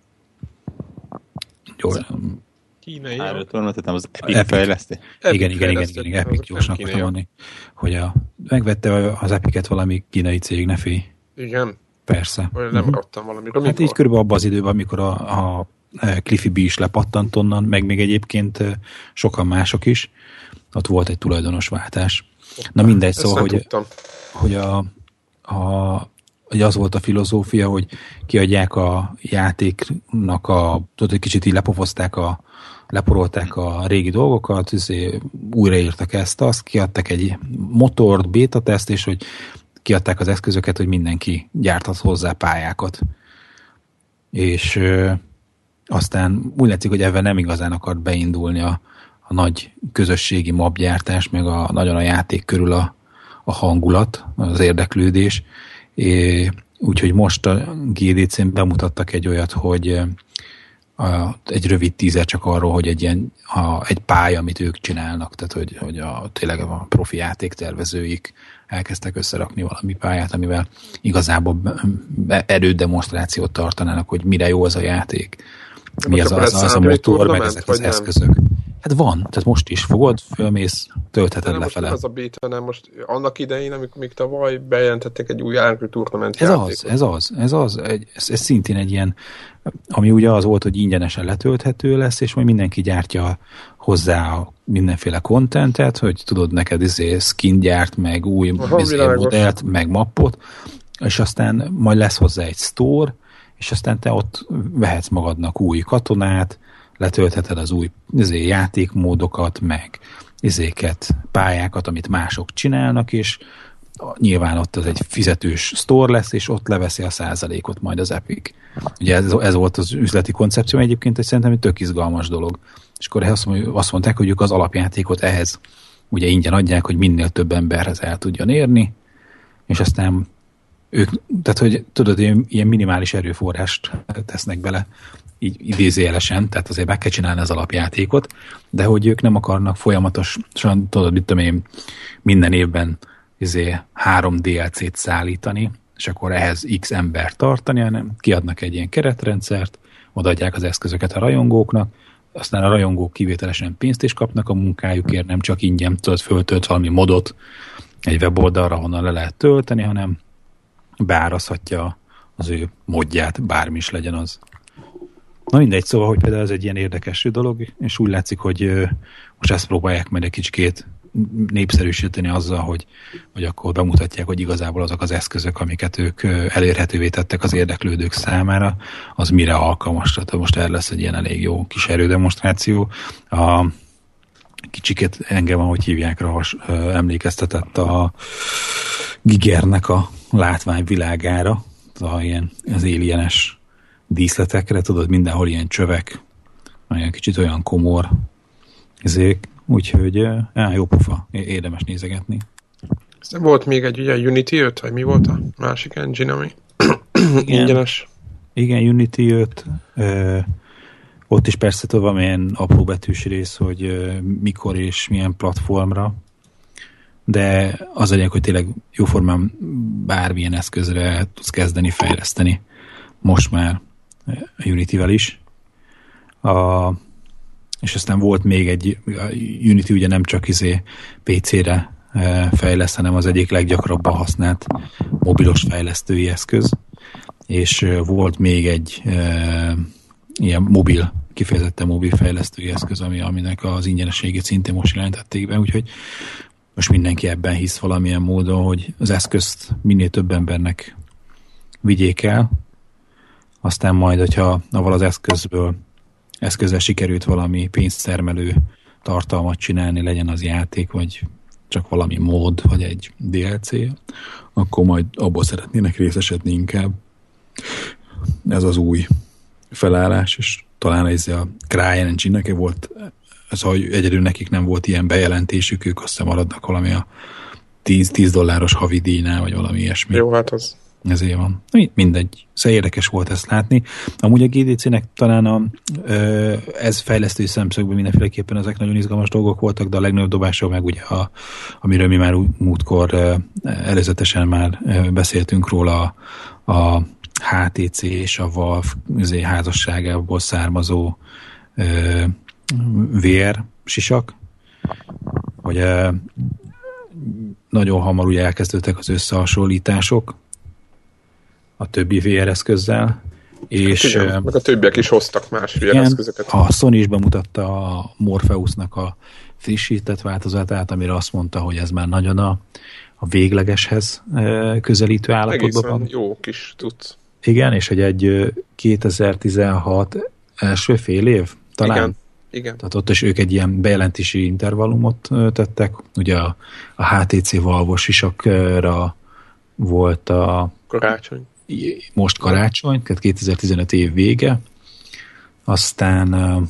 Jó. Kínai. Unreal Tournamentet nem az Epic, Epic. fejleszti? Igen, igen, igen, igen, igen, Epic gyorsnak akartam mondani, hogy a, megvette az Epicet valami kínai cég, ne félj. Igen. Persze. Olyan nem uh-huh. adtam valamiről. Hát így körülbelül abban az időben, amikor a, a Cliffy B is lepattant onnan, meg még egyébként sokan mások is, ott volt egy tulajdonosváltás. Na mindegy, szóval, hogy, tudtam. hogy a, a, hogy az volt a filozófia, hogy kiadják a játéknak a, tudod, egy kicsit így lepofozták a, leporolták a régi dolgokat, újraírtak ezt, azt, kiadtak egy motort, beta teszt, és hogy kiadták az eszközöket, hogy mindenki gyárthat hozzá pályákat. És ö, aztán úgy látszik, hogy ebben nem igazán akart beindulni a, a nagy közösségi mapgyártás, meg a, nagyon a játék körül a, a hangulat, az érdeklődés. É, úgyhogy most a gé dé cén bemutattak egy olyat, hogy a, egy rövid tízer csak arról, hogy egy ilyen a, egy pálya, amit ők csinálnak, tehát hogy, hogy a, tényleg a profi játéktervezőik elkezdtek összerakni valami pályát, amivel igazából erődemonstrációt tartanának, hogy mire jó az a játék. Mi az, az, az a motor, meg ezek az eszközök. Hát van, tehát most is fogod, fölmész, töltheted lefele. Most az a beta, nem most annak idején, amikor még tavaly bejelentettek egy új Unreal Tournament ez játékot. Az, ez az, ez az, egy, ez, ez szintén egy ilyen, ami ugye az volt, hogy ingyenesen letölthető lesz, és majd mindenki gyártja hozzá a mindenféle contentet, hogy tudod, neked izé skin gyárt, meg új izé modellt, meg mappot, és aztán majd lesz hozzá egy store, és aztán te ott vehetsz magadnak új katonát, letöltheted az új izé, játékmódokat, meg izéket, pályákat, amit mások csinálnak, és nyilván ott az egy fizetős store lesz, és ott leveszi a százalékot majd az Epic. Ugye ez, ez volt az üzleti koncepció, egyébként, hogy szerintem egy tök izgalmas dolog. És akkor azt mondták, hogy ők az alapjátékot ehhez ugye ingyen adják, hogy minél több emberhez el tudjon érni, és aztán ők, tehát hogy tudod, ilyen minimális erőforrást tesznek bele, így idézőjelesen, tehát azért meg kell csinálni az alapjátékot, de hogy ők nem akarnak folyamatosan, tudod, mit tudom én, minden évben izé három dé el cét szállítani, és akkor ehhez X embert tartani, hanem kiadnak egy ilyen keretrendszert, odaadják az eszközöket a rajongóknak, aztán a rajongók kivételesen pénzt is kapnak a munkájukért, nem csak ingyen tudod, föltölt valami modot egy weboldalra, honnan le lehet tölteni, hanem beárazhatja az ő modját, bármi is legyen az. Na mindegy, szóval, hogy például ez egy ilyen érdekes dolog, és úgy látszik, hogy most ezt próbálják majd egy kicsikét népszerűsíteni azzal, hogy, hogy akkor bemutatják, hogy igazából azok az eszközök, amiket ők elérhetővé tettek az érdeklődők számára, az mire alkalmas. Tehát most erre lesz egy ilyen elég jó kis erődemonstráció. A kicsiket engem, ahogy hívják rá, emlékeztetett a Gigernek a látványvilágára, a ilyen, az alienes díszletekre, tudod, mindenhol ilyen csövek, olyan kicsit olyan komor ezek, úgyhogy á, jó pofa, érdemes nézegetni. Aztán volt még egy ugye Unity öt, vagy mi volt a másik engine, ami igen. ingyenes? Igen, Unity öt, ö, ott is persze tudod valamilyen apró betűs rész, hogy ö, mikor és milyen platformra, de az a lényeg, hogy tényleg jóformán bármilyen eszközre tudsz kezdeni fejleszteni most már Unity-vel is. A, és aztán volt még egy, Unity ugye nem csak izé pé cére fejleszt, hanem az egyik leggyakrabban használt mobilos fejlesztői eszköz, és volt még egy e, ilyen mobil, kifejezetten mobil fejlesztői eszköz, ami, aminek az ingyenességét szintén most jelentették be, úgyhogy most mindenki ebben hisz valamilyen módon, hogy az eszközt minél több embernek vigyék el, aztán majd, hogyha avval az eszközből eszközzel sikerült valami pénztermelő tartalmat csinálni, legyen az játék, vagy csak valami mód, vagy egy dé el cé, akkor majd abból szeretnének részesedni inkább. Ez az új felállás, és talán ez a CryEngine-nek volt, ez, hogy egyedül nekik nem volt ilyen bejelentésük, ők azt hiszem maradnak valami a tíz dolláros havidíjnál, vagy valami ilyesmi. Jó, hát az. Ezért van. Mindegy. Szóval érdekes volt ezt látni. Amúgy a gé dé cé-nek talán a, ez fejlesztői szemszögből mindenféleképpen ezek nagyon izgalmas dolgok voltak, de a legnagyobb dobása meg ugye, a, amiről mi már múltkor előzetesen már beszéltünk róla, a há té cé és a Valve házasságából származó vé er sisak, hogy nagyon hamar ugye elkezdődtek az összehasonlítások a többi vé er eszközzel, és igen, meg a többiek is hoztak más vé er igen, eszközöket. A Sony is bemutatta a Morpheusnak a frissített változatát, amire azt mondta, hogy ez már nagyon a, a véglegeshez közelítő állapotban van. Jó kis tudsz. Igen, és hogy egy kétezer-tizenhat első fél év talán. Igen. Igen. Tehát ott is ők egy ilyen bejelentési intervallumot tettek. Ugye a, a há té cé Valve-os sisakra volt a karácsony. Most karácsony, tehát kétezer-tizenöt év vége. Aztán uh,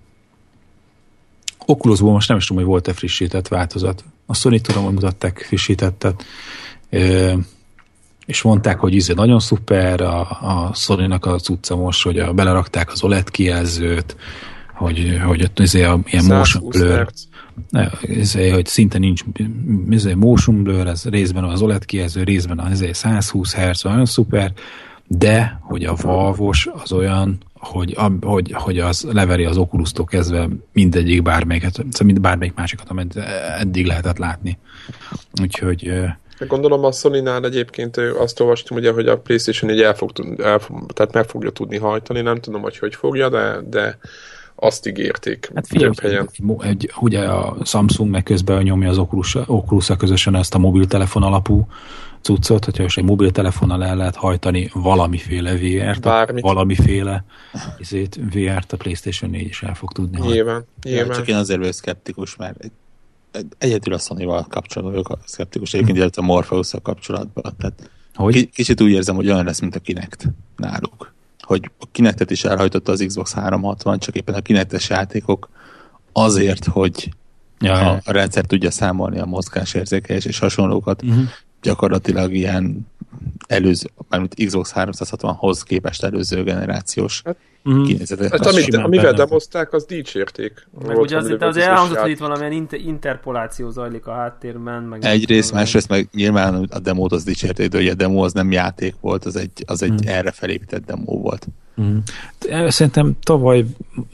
Oculusból most nem is tudom, hogy volt-e frissített változat. A Sony tudom, hogy mutatták frissítettet. Uh, és mondták, hogy ez nagyon szuper, a, a Sony-nak az utca most, hogy a, belerakták az o el é dé kijelzőt, hogy, hogy ott izé a, ilyen motion blur, izé, hogy szinte nincs izé motion blur, ez részben az o el é dé kijelző, részben az izé százhúsz hertz, nagyon szuper, de hogy a Valve-os az olyan, hogy, hogy, hogy az leveri az Oculus-tól kezdve mindegyik bármelyiket, szóval bármelyik másikat, amit eddig lehetett látni. Úgyhogy gondolom a Sony-nál egyébként azt olvastam, ugye, hogy a PlayStation így el fog, el fog, tehát meg fogja tudni hajtani, nem tudom, hogy hogy fogja, de, de azt ígérték hát figyelj, több helyen. Egy, ugye a Samsung meg közben nyomja az Oculus-a közösen ezt a mobiltelefon alapú cuccot, hogyha most egy mobiltelefonnal el lehet hajtani valamiféle vé er-t, valamiféle izét, vé er-t a PlayStation négy is el fog tudni hajtani. Nyilván, nyilván. Ja, csak én azért vagyok szkeptikus, mert egyedül a Sony-val kapcsolatban vagyok a szkeptikus, egyébként hmm. a Morpheus-szal kapcsolatban. Tehát hogy? Kicsit úgy érzem, hogy olyan lesz, mint a Kinect náluk. Hogy a Kinectet is elhajtotta az Xbox háromszázhatvan, csak éppen a Kinectes játékok azért, hogy ja, a, a rendszer tudja számolni a mozgásérzékelés és hasonlókat, uh-huh. gyakorlatilag ilyen előző, mármint Xbox háromszázhatvanhoz képest előző generációs hát, kinézetet. Hát amit, amivel demozták, az dicsérték. Meg ugye az itt az elhangzott, hogy itt valamilyen inter- interpoláció zajlik a háttérben. Meg egyrészt, másrészt meg nyilván a demót az dicsérték, de ugye a demo az nem játék volt, az egy, az egy hmm. erre felépített demo volt. Hmm. Szerintem tavaly,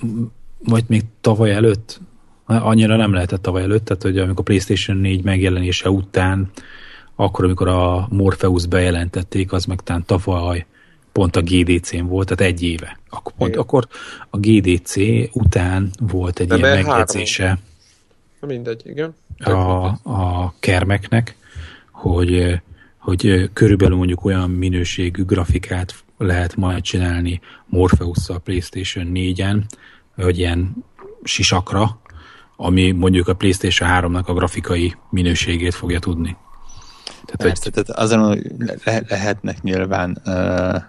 vagy még tavaly előtt, annyira nem lehetett tavaly előtt, tehát hogy amikor a PlayStation négy megjelenése után, akkor, amikor a Morpheus bejelentették, az meg talán tavaly pont a gé dé cén volt, tehát egy éve. Akkor, pont, akkor a gé dé cé után volt egy de ilyen megjegyzése mindegy, igen. A, a Kermeknek, hogy, hogy körülbelül mondjuk olyan minőségű grafikát lehet majd csinálni Morpheus-szal PlayStation négyen, hogy ilyen sisakra, ami mondjuk a PlayStation háromnak a grafikai minőségét fogja tudni. Tehát, Persze, hogy... tehát azon le- lehetnek nyilván uh,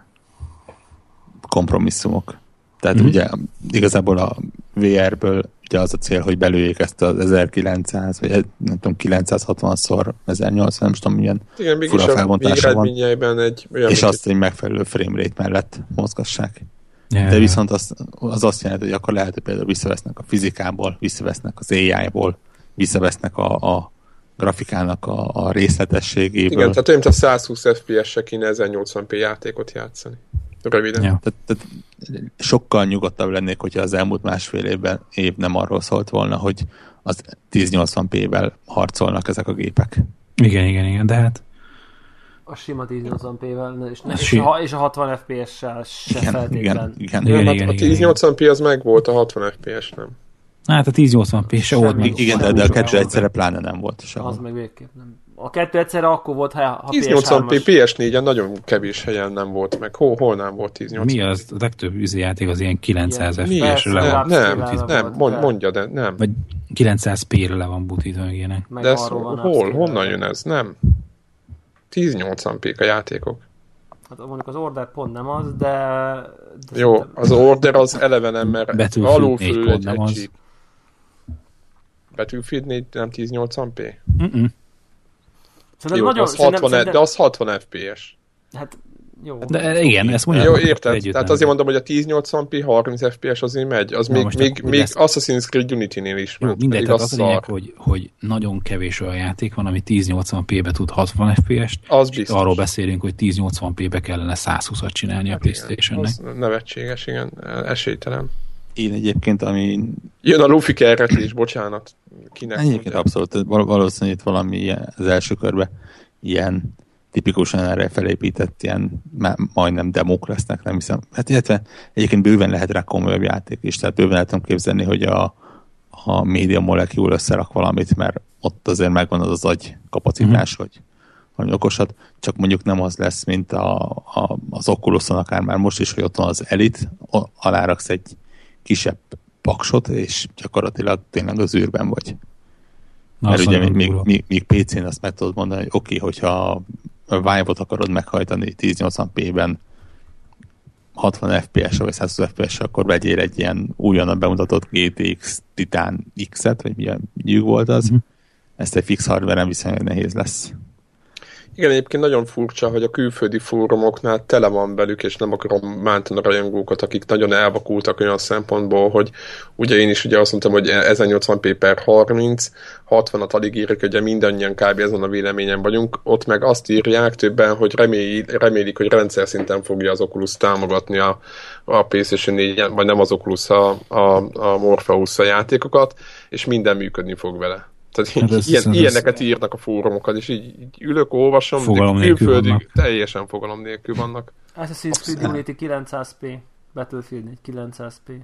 kompromisszumok. Tehát mm-hmm. ugye igazából a vé er-ből ugye az a cél, hogy belőjék ezt az ezerkilencszáz, vagy nem tudom, kilencszázhatvanszor ezernyolcvan, nem tudom, milyen igen, fura felbontása van. Egy és azt, hogy megfelelő framerate mellett mozgassák. Yeah. De viszont az, az azt jelenti, hogy akkor lehet, hogy például visszavesznek a fizikából, visszavesznek az á í-ból, visszavesznek a, a grafikának a, a részletességéből. Igen, tehát olyan, mint a százhúsz ef pé es-se kéne ezernyolcvan pé játékot játszani. Röviden. Ja. Tehát, tehát sokkal nyugodtabb lennék, hogyha az elmúlt másfél évben év nem arról szólt volna, hogy az ezernyolcvan pé-vel harcolnak ezek a gépek. Igen, igen, igen, de hát a sima ezernyolcvan pé-vel, és, ne, és, a, és a hatvan ef pé es-sel se igen, feltétlen. Igen, igen, igen, igen, igen, hát a ezernyolcvan pé az meg volt, a hatvan ef pé es nem. Hát a ezernyolcvan pé se old meg. Igen, de, de a kettő egyszerre pláne nem volt sehol. Az meg végképp nem. A kettő egyszerre akkor volt, ha, ha ezernyolcvan pé pé es négyen nagyon kevés helyen nem volt meg. Hol, hol nem volt ezernyolcvan pé? Mi az? A legtöbb játék az ilyen kilencszáz ef pé es-re le van. Nem, nem, nem volt, mondja, de nem. Vagy kilencszáz pé-re le van butítva meg ilyenek. De ez hol? Honnan jön ez? Nem. ezernyolcvan pé a játékok. Hát mondjuk az Order pont nem az, de... de jó, az Order az eleve nem, mert alulfölül egy, egy az. Chip. Battlefield négy nem ezernyolcvan pé? Mm-mm. Jó, nagyon, az hatvan, szerintem... de az hatvan ef pé es. Hát jó. De igen, ezt mondják. Jó, érted? Tehát azért mondom, hogy a ezernyolcvan pé harminc ef pé es azért megy. Az na még, még, még lesz... Assassin's Creed Unity-nél is. Jó, mindegy, tehát az a lényeg, hogy, hogy nagyon kevés olyan játék van, ami ezernyolcvan pé-be tud hatvan ef pé es-t. Az biztos. Arról beszélünk, hogy ezernyolcvan pé-be kellene száz húszat csinálni hát a PlayStation-nek. Az nevetséges, igen. Esélytelen. Én egyébként, ami... Jön a Luffy kerretés, bocsánat. Kinek egyébként mondja? Abszolút, valószínűleg itt valami ilyen, az első körben ilyen tipikusan erre felépített ilyen majdnem demók lesznek, nem hiszem. Hát illetve egyébként bőven lehet rá komolyabb játék is, tehát bőven el tudom képzelni, hogy a, a Media Molecule összerak valamit, mert ott azért megvan az az agy kapacitás, mm-hmm. hogy valami okosat, csak mondjuk nem az lesz, mint a, a, az Oculuson akár már most is, hogy ott van az Elite, aláraksz egy kisebb paksot, és gyakorlatilag tényleg az űrben vagy. Na, mert ugye még, még, még, még pé cén azt meg tudod mondani, hogy oké, okay, hogyha a Vive-ot akarod meghajtani ezernyolcvan pé-ben hatvan ef pé es-re vagy száz húsz ef pé es-re, akkor vegyél egy ilyen újonnan bemutatott gé té iksz Titan X-et, vagy milyen nyűg volt az. Mm-hmm. Ezt egy fix hardware-en viszonylag nehéz lesz. Igen, egyébként nagyon furcsa, hogy a külföldi fórumoknál tele van velük, és nem akarom bántani a rajongókat, akik nagyon elvakultak olyan szempontból, hogy ugye én is ugye azt mondtam, hogy ezernyolcvan pé per harminc, hatvanat alig írjuk, ugye mindannyian kb. Ezen a véleményen vagyunk, ott meg azt írják többen, hogy reméli, remélik, hogy rendszer szinten fogja az Oculus támogatni a, a PlayStation négy, vagy nem az Oculus, a, a, a Morpheus játékokat, és minden működni fog vele. Tehát hát ez, ilyen, ez, ilyeneket ez írnak a fórumokat, és így, így ülök, olvasom, fogalom de külföldi teljesen fogalom nélkül vannak. Assassin's Creed Unity kilencszáz pé, Battlefield négy kilencszáz pé.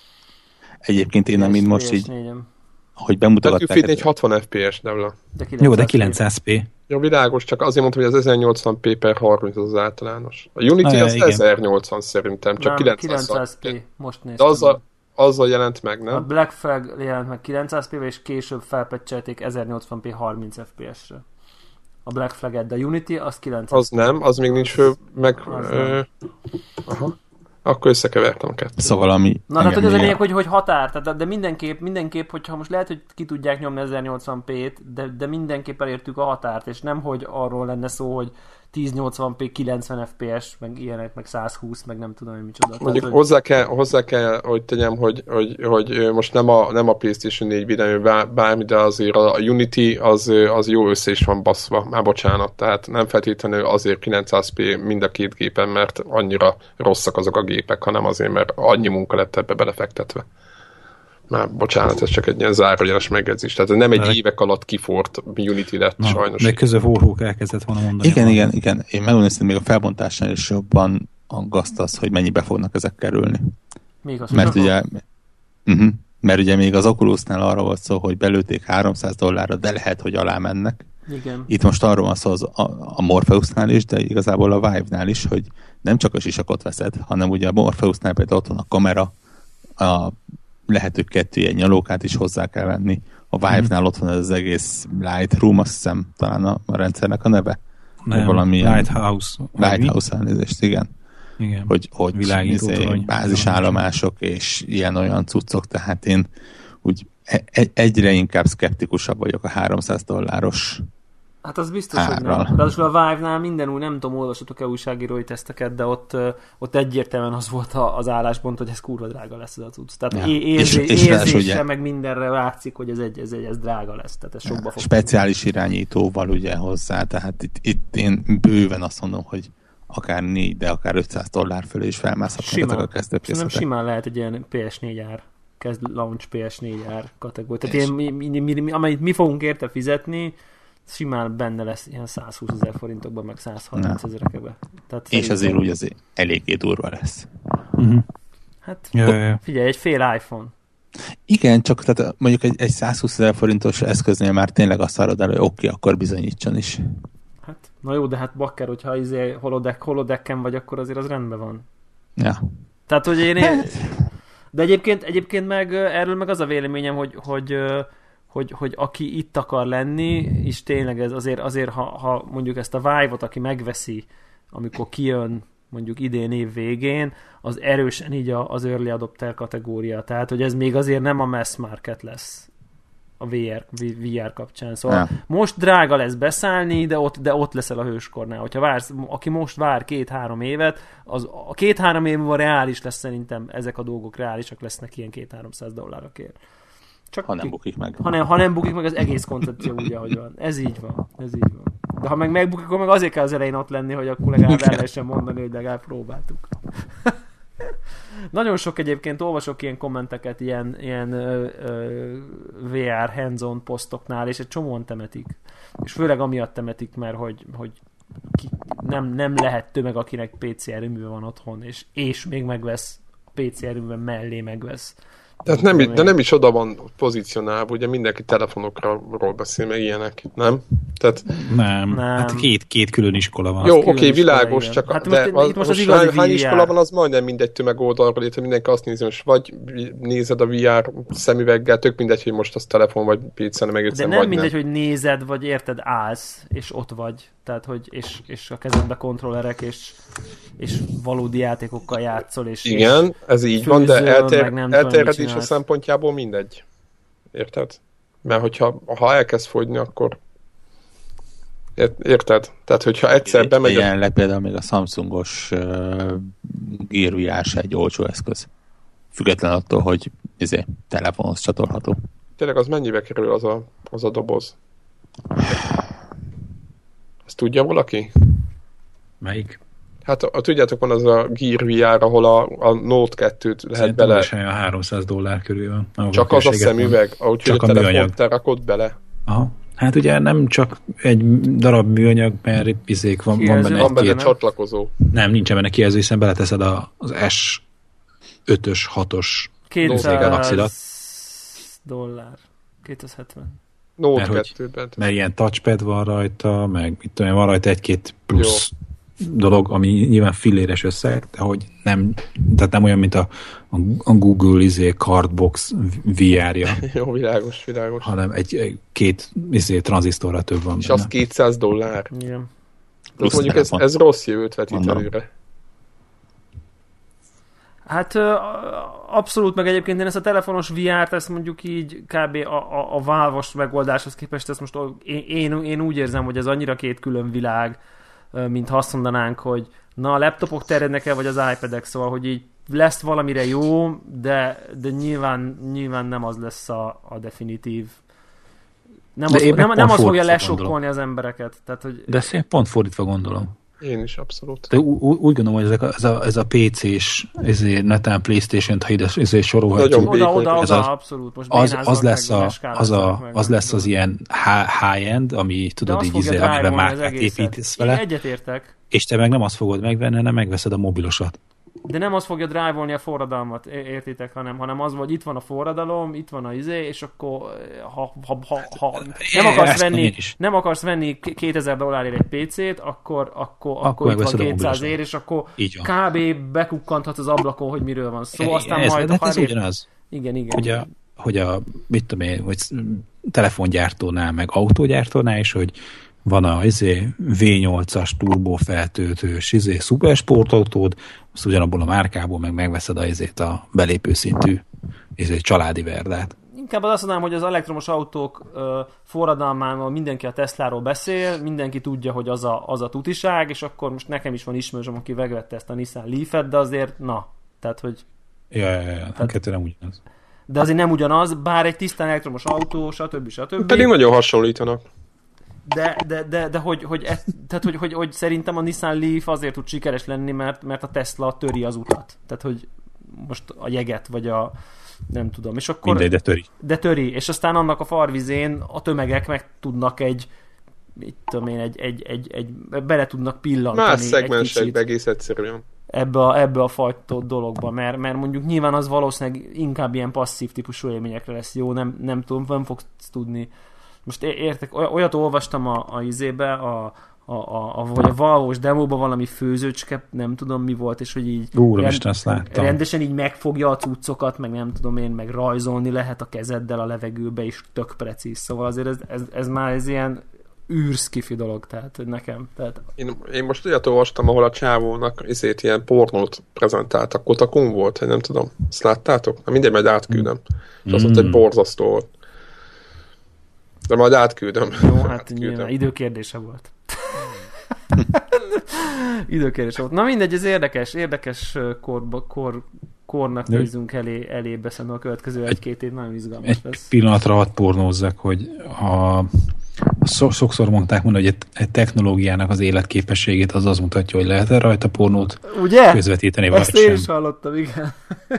Egyébként én, amint most így, hogy bemutatták... Battlefield négy hatvan ef pé es, Devla. Jó, de kilencszáz pé. Jó, világos, csak azért mondtam, hogy az ezernyolcvan pé per harminc az, az általános. A Unity ah, az igen. ezernyolcvan szerintem, csak nem, kilencszáz pé, most néztem. De azzal, azzal jelent meg, nem? A Black Flag jelent meg kilencszáz pé-be, és később felpecselték ezernyolcvan pé harminc ef pé es-re. A Black Flag-et, de Unity az kilencszáz. Az nem, az még nincs fő, meg... Ö, aha. Akkor összekevertem a kettőt. Szóval ami... Na, tehát hogy az a lényeg, hogy, hogy határ, tehát, de mindenképp, mindenképp, hogyha most lehet, hogy ki tudják nyomni ezernyolcvan pét, de, de mindenképp elértük a határt, és nem, hogy arról lenne szó, hogy ezernyolcvan pé kilencven ef pé es, meg ilyenek, meg száz húsz, meg nem tudom, hogy micsoda. Mondjuk tehát, hozzá, kell, hozzá kell, hogy tegyem, hogy, hogy, hogy most nem a, nem a PlayStation négy videó bármi, de azért a Unity az, az jó össze is van baszva, már bocsánat, tehát nem feltétlenül azért kilencszáz pé mind a két gépen, mert annyira rosszak azok a gépek, hanem azért, mert annyi munka lett ebbe belefektetve. Már bocsánat, ez csak egy ilyen zárójeles megjegyzés. Tehát nem egy de évek alatt kifort Unity lett, na, sajnos. De közben Warhawk elkezdett volna mondani. Igen, igen, igen. Én megmondom, még a felbontásnál is jobban aggaszt az, hogy mennyibe fognak ezek kerülni. Még az mert ugye, uh-huh, mert ugye még az Oculusnál arra volt szó, hogy belőtték háromszáz dollárra, de lehet, hogy alá mennek. Igen. Itt most arról van szó az, a, a Morpheusnál is, de igazából a Vive-nál is, hogy nem csak a sisakot veszed, hanem ugye a Morpheusnál például ott van a kamera, a lehet, hogy kettő ilyen nyalókát is hozzá kell venni. A Vive-nál ott van az egész Lightroom, azt hiszem talán a, a rendszernek a neve. Nem, valami Lighthouse. Lighthouse elnézést, igen. igen. Hogy, hogy izé, bázisállomások és ilyen-olyan cuccok, tehát én úgy egy, egyre inkább szkeptikusabb vagyok a háromszáz dolláros hát az biztos, árral. Hogy nem. Ráadásul a Vive-nál minden új, nem tudom, olvassatok-e újságírói teszteket, de ott, ott egyértelműen az volt az álláspont, hogy ez kurva drága lesz ez a cucc. Tehát ja. érzé, és, és érzésre, meg mindenre látszik, hogy ez, egy, ez, egy, ez drága lesz. Tehát ez sokba ja. fog. Speciális irányítóval ugye hozzá, tehát itt, itt én bőven azt mondom, hogy akár négy, de akár ötszáz dollár fölé is felmászhatnak ezek a kezdőkészletek. Szerintem simán lehet egy ilyen pé es négy ár. kezd launch pé es négy ár kategória. Tehát ilyen, mi, mi, mi, mi, amelyet mi fogunk érte fizetni, simán benne lesz ilyen százhúszezer forintokban, meg százharmincezerekbe. És azért úgy azért eléggé durva lesz. Uh-huh. Hát ja, ja, ja. Figyelj, egy fél iPhone. Igen, csak tehát mondjuk egy, egy százhúszezer forintos eszköznél már tényleg azt várod el, hogy oké, okay, akkor bizonyítson is. Hát, na jó, de hát bakker, hogyha izé holodeck, holodecken vagy, akkor azért az rendben van. Ja. Tehát, hogy én... én... De egyébként, egyébként meg erről meg az a véleményem, hogy, hogy, hogy, hogy aki itt akar lenni, és tényleg ez azért, azért ha, ha mondjuk ezt a Vive-ot, aki megveszi, amikor kijön mondjuk idén év végén, az erősen így az early adopter kategória. Tehát, hogy ez még azért nem a mass market lesz a vé er, vé er kapcsán. Szóval ja. Most drága lesz beszállni, de ott, de ott leszel a hőskornál. Hogyha vársz, aki most vár két-három évet, az a két-három év múlva reális lesz szerintem, ezek a dolgok reálisak lesznek ilyen két-háromszáz dollárakért. Csak ha nem bukik meg. Ha nem, ha nem bukik meg, az egész koncepció úgy, ahogy van. Ez így van. Ez így van. De ha meg megbukik, akkor meg azért kell az elején ott lenni, hogy akkor legalább el lehessen mondani, hogy legalább próbáltuk. Nagyon sok egyébként olvasok ilyen kommenteket ilyen, ilyen ö, ö, vé er hands-on posztoknál, és egy csomóan temetik. És főleg amiatt temetik, mert hogy, hogy ki, nem, nem lehet tömeg, akinek pé cé erőmű van otthon, és, és még megvesz, pé cé erőműben mellé megvesz. Tehát nem, de nem is oda van pozícionálva, ugye mindenki telefonokról beszél, meg ilyenek, nem? Tehát... Nem, nem. Hát két, két külön iskola van. Jó, oké, okay, világos, igen. Csak hát de most, az, most, most hány, hány iskola van, az majdnem mindegy tömegoldalról, illetve mindenki azt nézi, most vagy nézed a vé er szemüveggel, tök mindegy, hogy most az telefon vagy pé cén megértszem, de nem vagy mindegy, nem. hogy nézed, vagy érted, állsz, és ott vagy. Tehát, hogy és, és a kezedbe kontrollerek, és, és valódi játékokkal játszol, és igen, és ez így főzöl, van, de eltér, tudom, elterjedés a szempontjából mindegy. Érted? Mert hogyha ha elkezd fogyni, akkor érted? Tehát, hogyha egyszer bemegy... Jelenleg például még a Samsungos uh, Gear vé er se egy olcsó eszköz. Független attól, hogy izé, telefonhoz csatolható. Tényleg az mennyibe kerül az a, az a doboz? Ezt tudja valaki? Melyik? Hát a, a, tudjátok, van az a Gear vé er, ahol a, a Note kettőt lehet szerintem bele... Szerintem a háromszáz dollár körül van. Csak az a szemüveg, ahogy csak a telefont te rakod bele. Aha. Hát ugye nem csak egy darab műanyag, mert itt izék van, van benne van benne két... csatlakozó. Nem, nincsen benne kijelző, hiszen beleteszed a, az es ötös, hatos kétszáz dollár. kétszázhetven. Note mert, kettőben. Hogy, mert ilyen touchpad van rajta, meg mit tudom, van rajta egy-két plusz jó dolog, ami nyilván filléres összeg, de hogy nem, tehát nem olyan, mint a, a Google izé Cardbox vé er-ja. Jó, világos, világos. Hanem egy, egy két izé tranzisztorra több van és benne. az kétszáz dollár. Igen. Plusz mondjuk ez, ez rossz jövőt vetít előre. Hát abszolút, meg egyébként én ezt a telefonos vé er-t, ezt mondjuk így kb. a, a, a Valve-os megoldáshoz képest, ezt most én, én, én úgy érzem, hogy ez annyira két külön világ, mint ha azt mondanánk, hogy na a laptopok terjednek el, vagy az iPad-ek, szóval, hogy így lesz valamire jó, de, de nyilván, nyilván nem az lesz a, a definitív. Nem az, nem, nem az fogja lesokkolni az embereket. Tehát, hogy... De ezt én pont fordítva gondolom. Én is, abszolút. De ú- úgy gondolom, hogy ezek a, ez, a, ez a pé cés, ezért netán PlayStation-t, ha ide ezért sorolhatjuk. Oda, oda, oda, az, abszolút. Most az, az, lesz a, az, a, az lesz az ilyen high-end, ami tudod így, izé, amiben márkát építesz vele. Egyetértek. És te meg nem azt fogod megvenni, hanem megveszed a mobilosat. De nem az fogja drive-olni a forradalmat, értitek, hanem, hanem az, hogy itt van a forradalom, itt van a izé, és akkor ha, ha, ha, ha nem, akarsz venni, nem akarsz venni kétezer dollárért egy pé cét, akkor, akkor, akkor, akkor itt van kétszáz ér, és akkor kb. Bekukkanthat az ablakon, hogy miről van szó, aztán ez, majd... Ez, ez ugyanaz. Igen, igen. Hogy a, hogy a mit tudom én, hogy telefongyártónál, meg autógyártónál is, hogy van a izé, vé nyolcas turbófeltöltős izé, szupersportautód, azt ugyanabból a márkából meg megveszed a, izét, a belépő szintű izé, családi verdát. Inkább azt mondanám, hogy az elektromos autók uh, forradalmán mindenki a Tesláról beszél, mindenki tudja, hogy az a, az a tutiság, és akkor most nekem is van ismerősöm, aki megvette ezt a Nissan Leaf-et, de azért, na, tehát, hogy... Ja, ja, ja, tehát, kettő nem ugyanaz. De azért nem ugyanaz, bár egy tisztán elektromos autó, stb. stb. Pedig nagyon hasonlítanak. De, de, de, de hogy, hogy, ez, tehát, hogy, hogy, hogy szerintem a Nissan Leaf azért tud sikeres lenni, mert, mert a Tesla töri az utat. Tehát, hogy most a jeget, vagy a nem tudom, és akkor... Mindegy, de töri. De töri, és aztán annak a farvizén a tömegek meg tudnak egy mit tudom én, egy, egy, egy, egy bele tudnak pillantani. Más szegmensekbe egész egyszerűen. Ebbe a, ebbe a fajta dologba, mert, mert mondjuk nyilván az valószínűleg inkább ilyen passzív típusú élményekre lesz jó, nem, nem tudom, nem fogsz tudni. Most értek, olyat olvastam a, a izébe, a A, a, a, vagy a Valve-os demóban valami főzőcske, nem tudom mi volt, és hogy így rend, azt láttam. rendesen így megfogja a cuccokat, meg nem tudom én, meg rajzolni lehet a kezeddel a levegőbe, és tök precíz. Szóval azért ez, ez, ez már ez ilyen űrszkifi dolog, tehát nekem. Tehát... Én, én most olyat olvastam, ahol a csávónak ezért ilyen pornót prezentáltak. Kotakun volt, hogy nem tudom. Ezt láttátok? Na mindegy, majd átküldöm. Mm. És az ott egy borzasztó volt. De majd átküldöm. Jó, hát átküldöm. Nyilván időkérdése volt. Időkérdése volt. Na mindegy, ez érdekes, érdekes korba, kor, kornak nézzünk elé, elébe, szerintem a következő egy-két év nagyon izgalmas egy lesz. Pillanatra hadd pornózzak, hogy a, a sokszor mondták mondani, hogy egy technológiának az életképességét az az mutatja, hogy lehet-e rajta pornót ugye? közvetíteni, vagy ezt sem. Ezt én is hallottam, igen.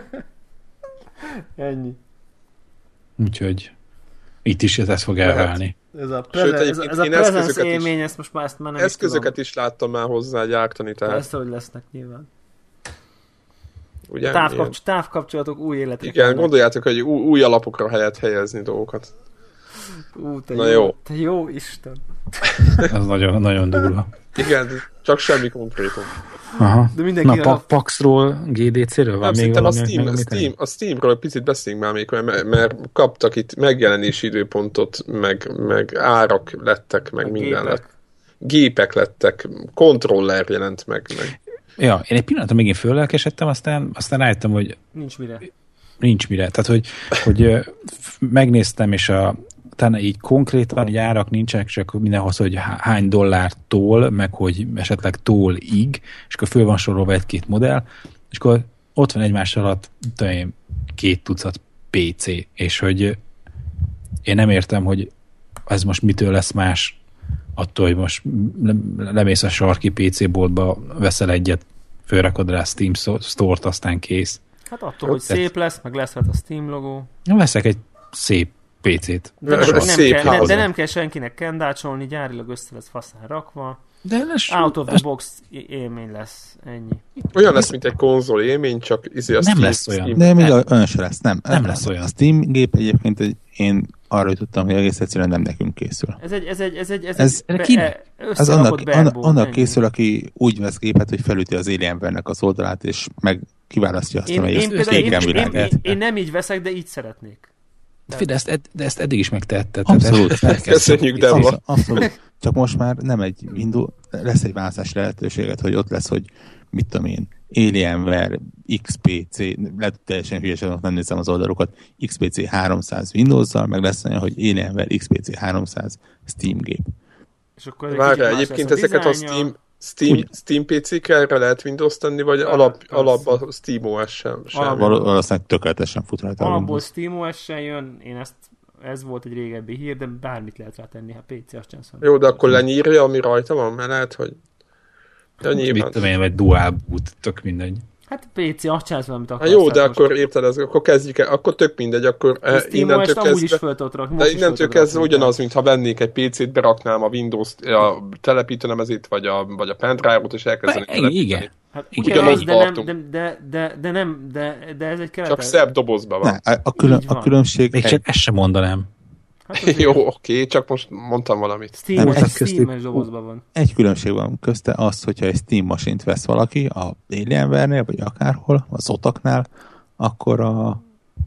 Ennyi. Úgyhogy itt is ez fog elválni. Ez a, preze- Sőt, ez, ez a presence élmény, ezt most már ezt már nem eszközöket is, is láttam már hozzá gyártani. Tehát... Persze, hogy lesznek nyilván. Ugye, Távkapcs- távkapcsolatok új életre. Igen, kellene. Gondoljátok, hogy új, új alapokra helyett helyezni dolgokat. Ú, te Na jó, jó. Te jó Isten. Ez nagyon, nagyon durva. Igen, csak semmi konkrétum. Aha. De mindenki Na, a Paxról, gé dé cé-ről van nem, még valami? A, Steam, a, Steam, a Steamről picit beszéljünk már még, mert, mert kaptak itt megjelenési időpontot, meg, meg árak lettek, meg a minden gépek. lett. Gépek lettek, kontroller jelent meg. meg. Ja, én egy pillanatra megint föllelkesedtem, aztán, aztán rájöttem, hogy nincs mire. Nincs mire. Tehát, hogy, hogy megnéztem, és a utána így konkrétan így árak nincsenek, csak mindenhoz, hogy hány dollártól, meg hogy esetleg tól-ig, és akkor föl van sorolva egy-két modell, és akkor ott van egymás alatt tudom, két tucat pé cé, és hogy én nem értem, hogy ez most mitől lesz más attól, hogy most lemész a sarki pé cé boltba, veszel egyet, fölrakod rá Steam Store-t, aztán kész. Hát attól, hogy szép lesz, meg lesz hát a Steam logó. Veszek egy szép pé cét. De, de, nem, kell, de, de nem kell senkinek kendácsolni, gyárilag össze lesz faszán rakva. De lesz, out of the box élmény lesz, ennyi. Olyan lesz, mint egy konzol élmény, csak izé a nem Steam, lesz olyan. Steam. De még nem. olyan se lesz, nem. Nem lesz olyan. A Steam gép egyébként egy, én arra jutottam, hogy egész egyszerűen nem nekünk készül. Ez egy, ez egy, ez egy, ez, ez egy be, az annak, annak, annak készül, aki úgy vesz gépet, hogy felüti az Alienware-nek az oldalát, és meg kiválasztja azt, amely én, én, én, én, én, én nem így veszek, de így szeretnék. De ezt, ed, de ezt eddig is megtehetted. Abszolút. Köszönjük, Debla. Abszolút. Csak most már nem egy Windows, lesz egy választási lehetőséget, hogy ott lesz, hogy mit tudom én, Alienware, iksz pé cé, lehet teljesen hülyesen, nem nézem az oldalokat, iksz pé cé háromszáz Windows-zal, meg lesz olyan, hogy Alienware iksz pé cé háromszáz Steam gép. És akkor várjál, egyébként ezeket a Steam, Steam, Steam pé cé-kre lehet Windows tenni, vagy alap, alap a SteamOS-sel? Valószínűleg tökéletesen fut rajta. Alapból SteamOS-sel jön, én ezt ez volt egy régebbi hír, de bármit lehet rá tenni, ha pé cé azt sem szól. Jó, de akkor lenyírja, ami rajta van, mert lehet, hogy de nyilván. Mit tudom én, vagy dual boot, tök mindegy. Hát pé cé azt csinálsz valamit akarsz. Hát jó, de akkor érted, ez, akkor kezdjük el, akkor tök mindegy, akkor innentől kezdve, de innentől kezdve ugyanaz, mintha vennék egy pé cét, beraknám a Windows-t, a telepítőnemezét, vagy a, vagy a pendrive-ot, és elkezdenék telepíteni. Igen. Hát ugyanaz, de, nem, de, de, de, de, nem, de, de ez egy kelet. Csak szebb dobozban van. Ne, a, külön, a különbség... Még csak ezt sem mondanám. Hát jó, oké, csak most mondtam valamit. Steam-es Steam dobozban van. Egy különbség van közte az, hogyha egy Steam masint vesz valaki, a Alienware-nél, vagy akárhol, az otaknál, akkor a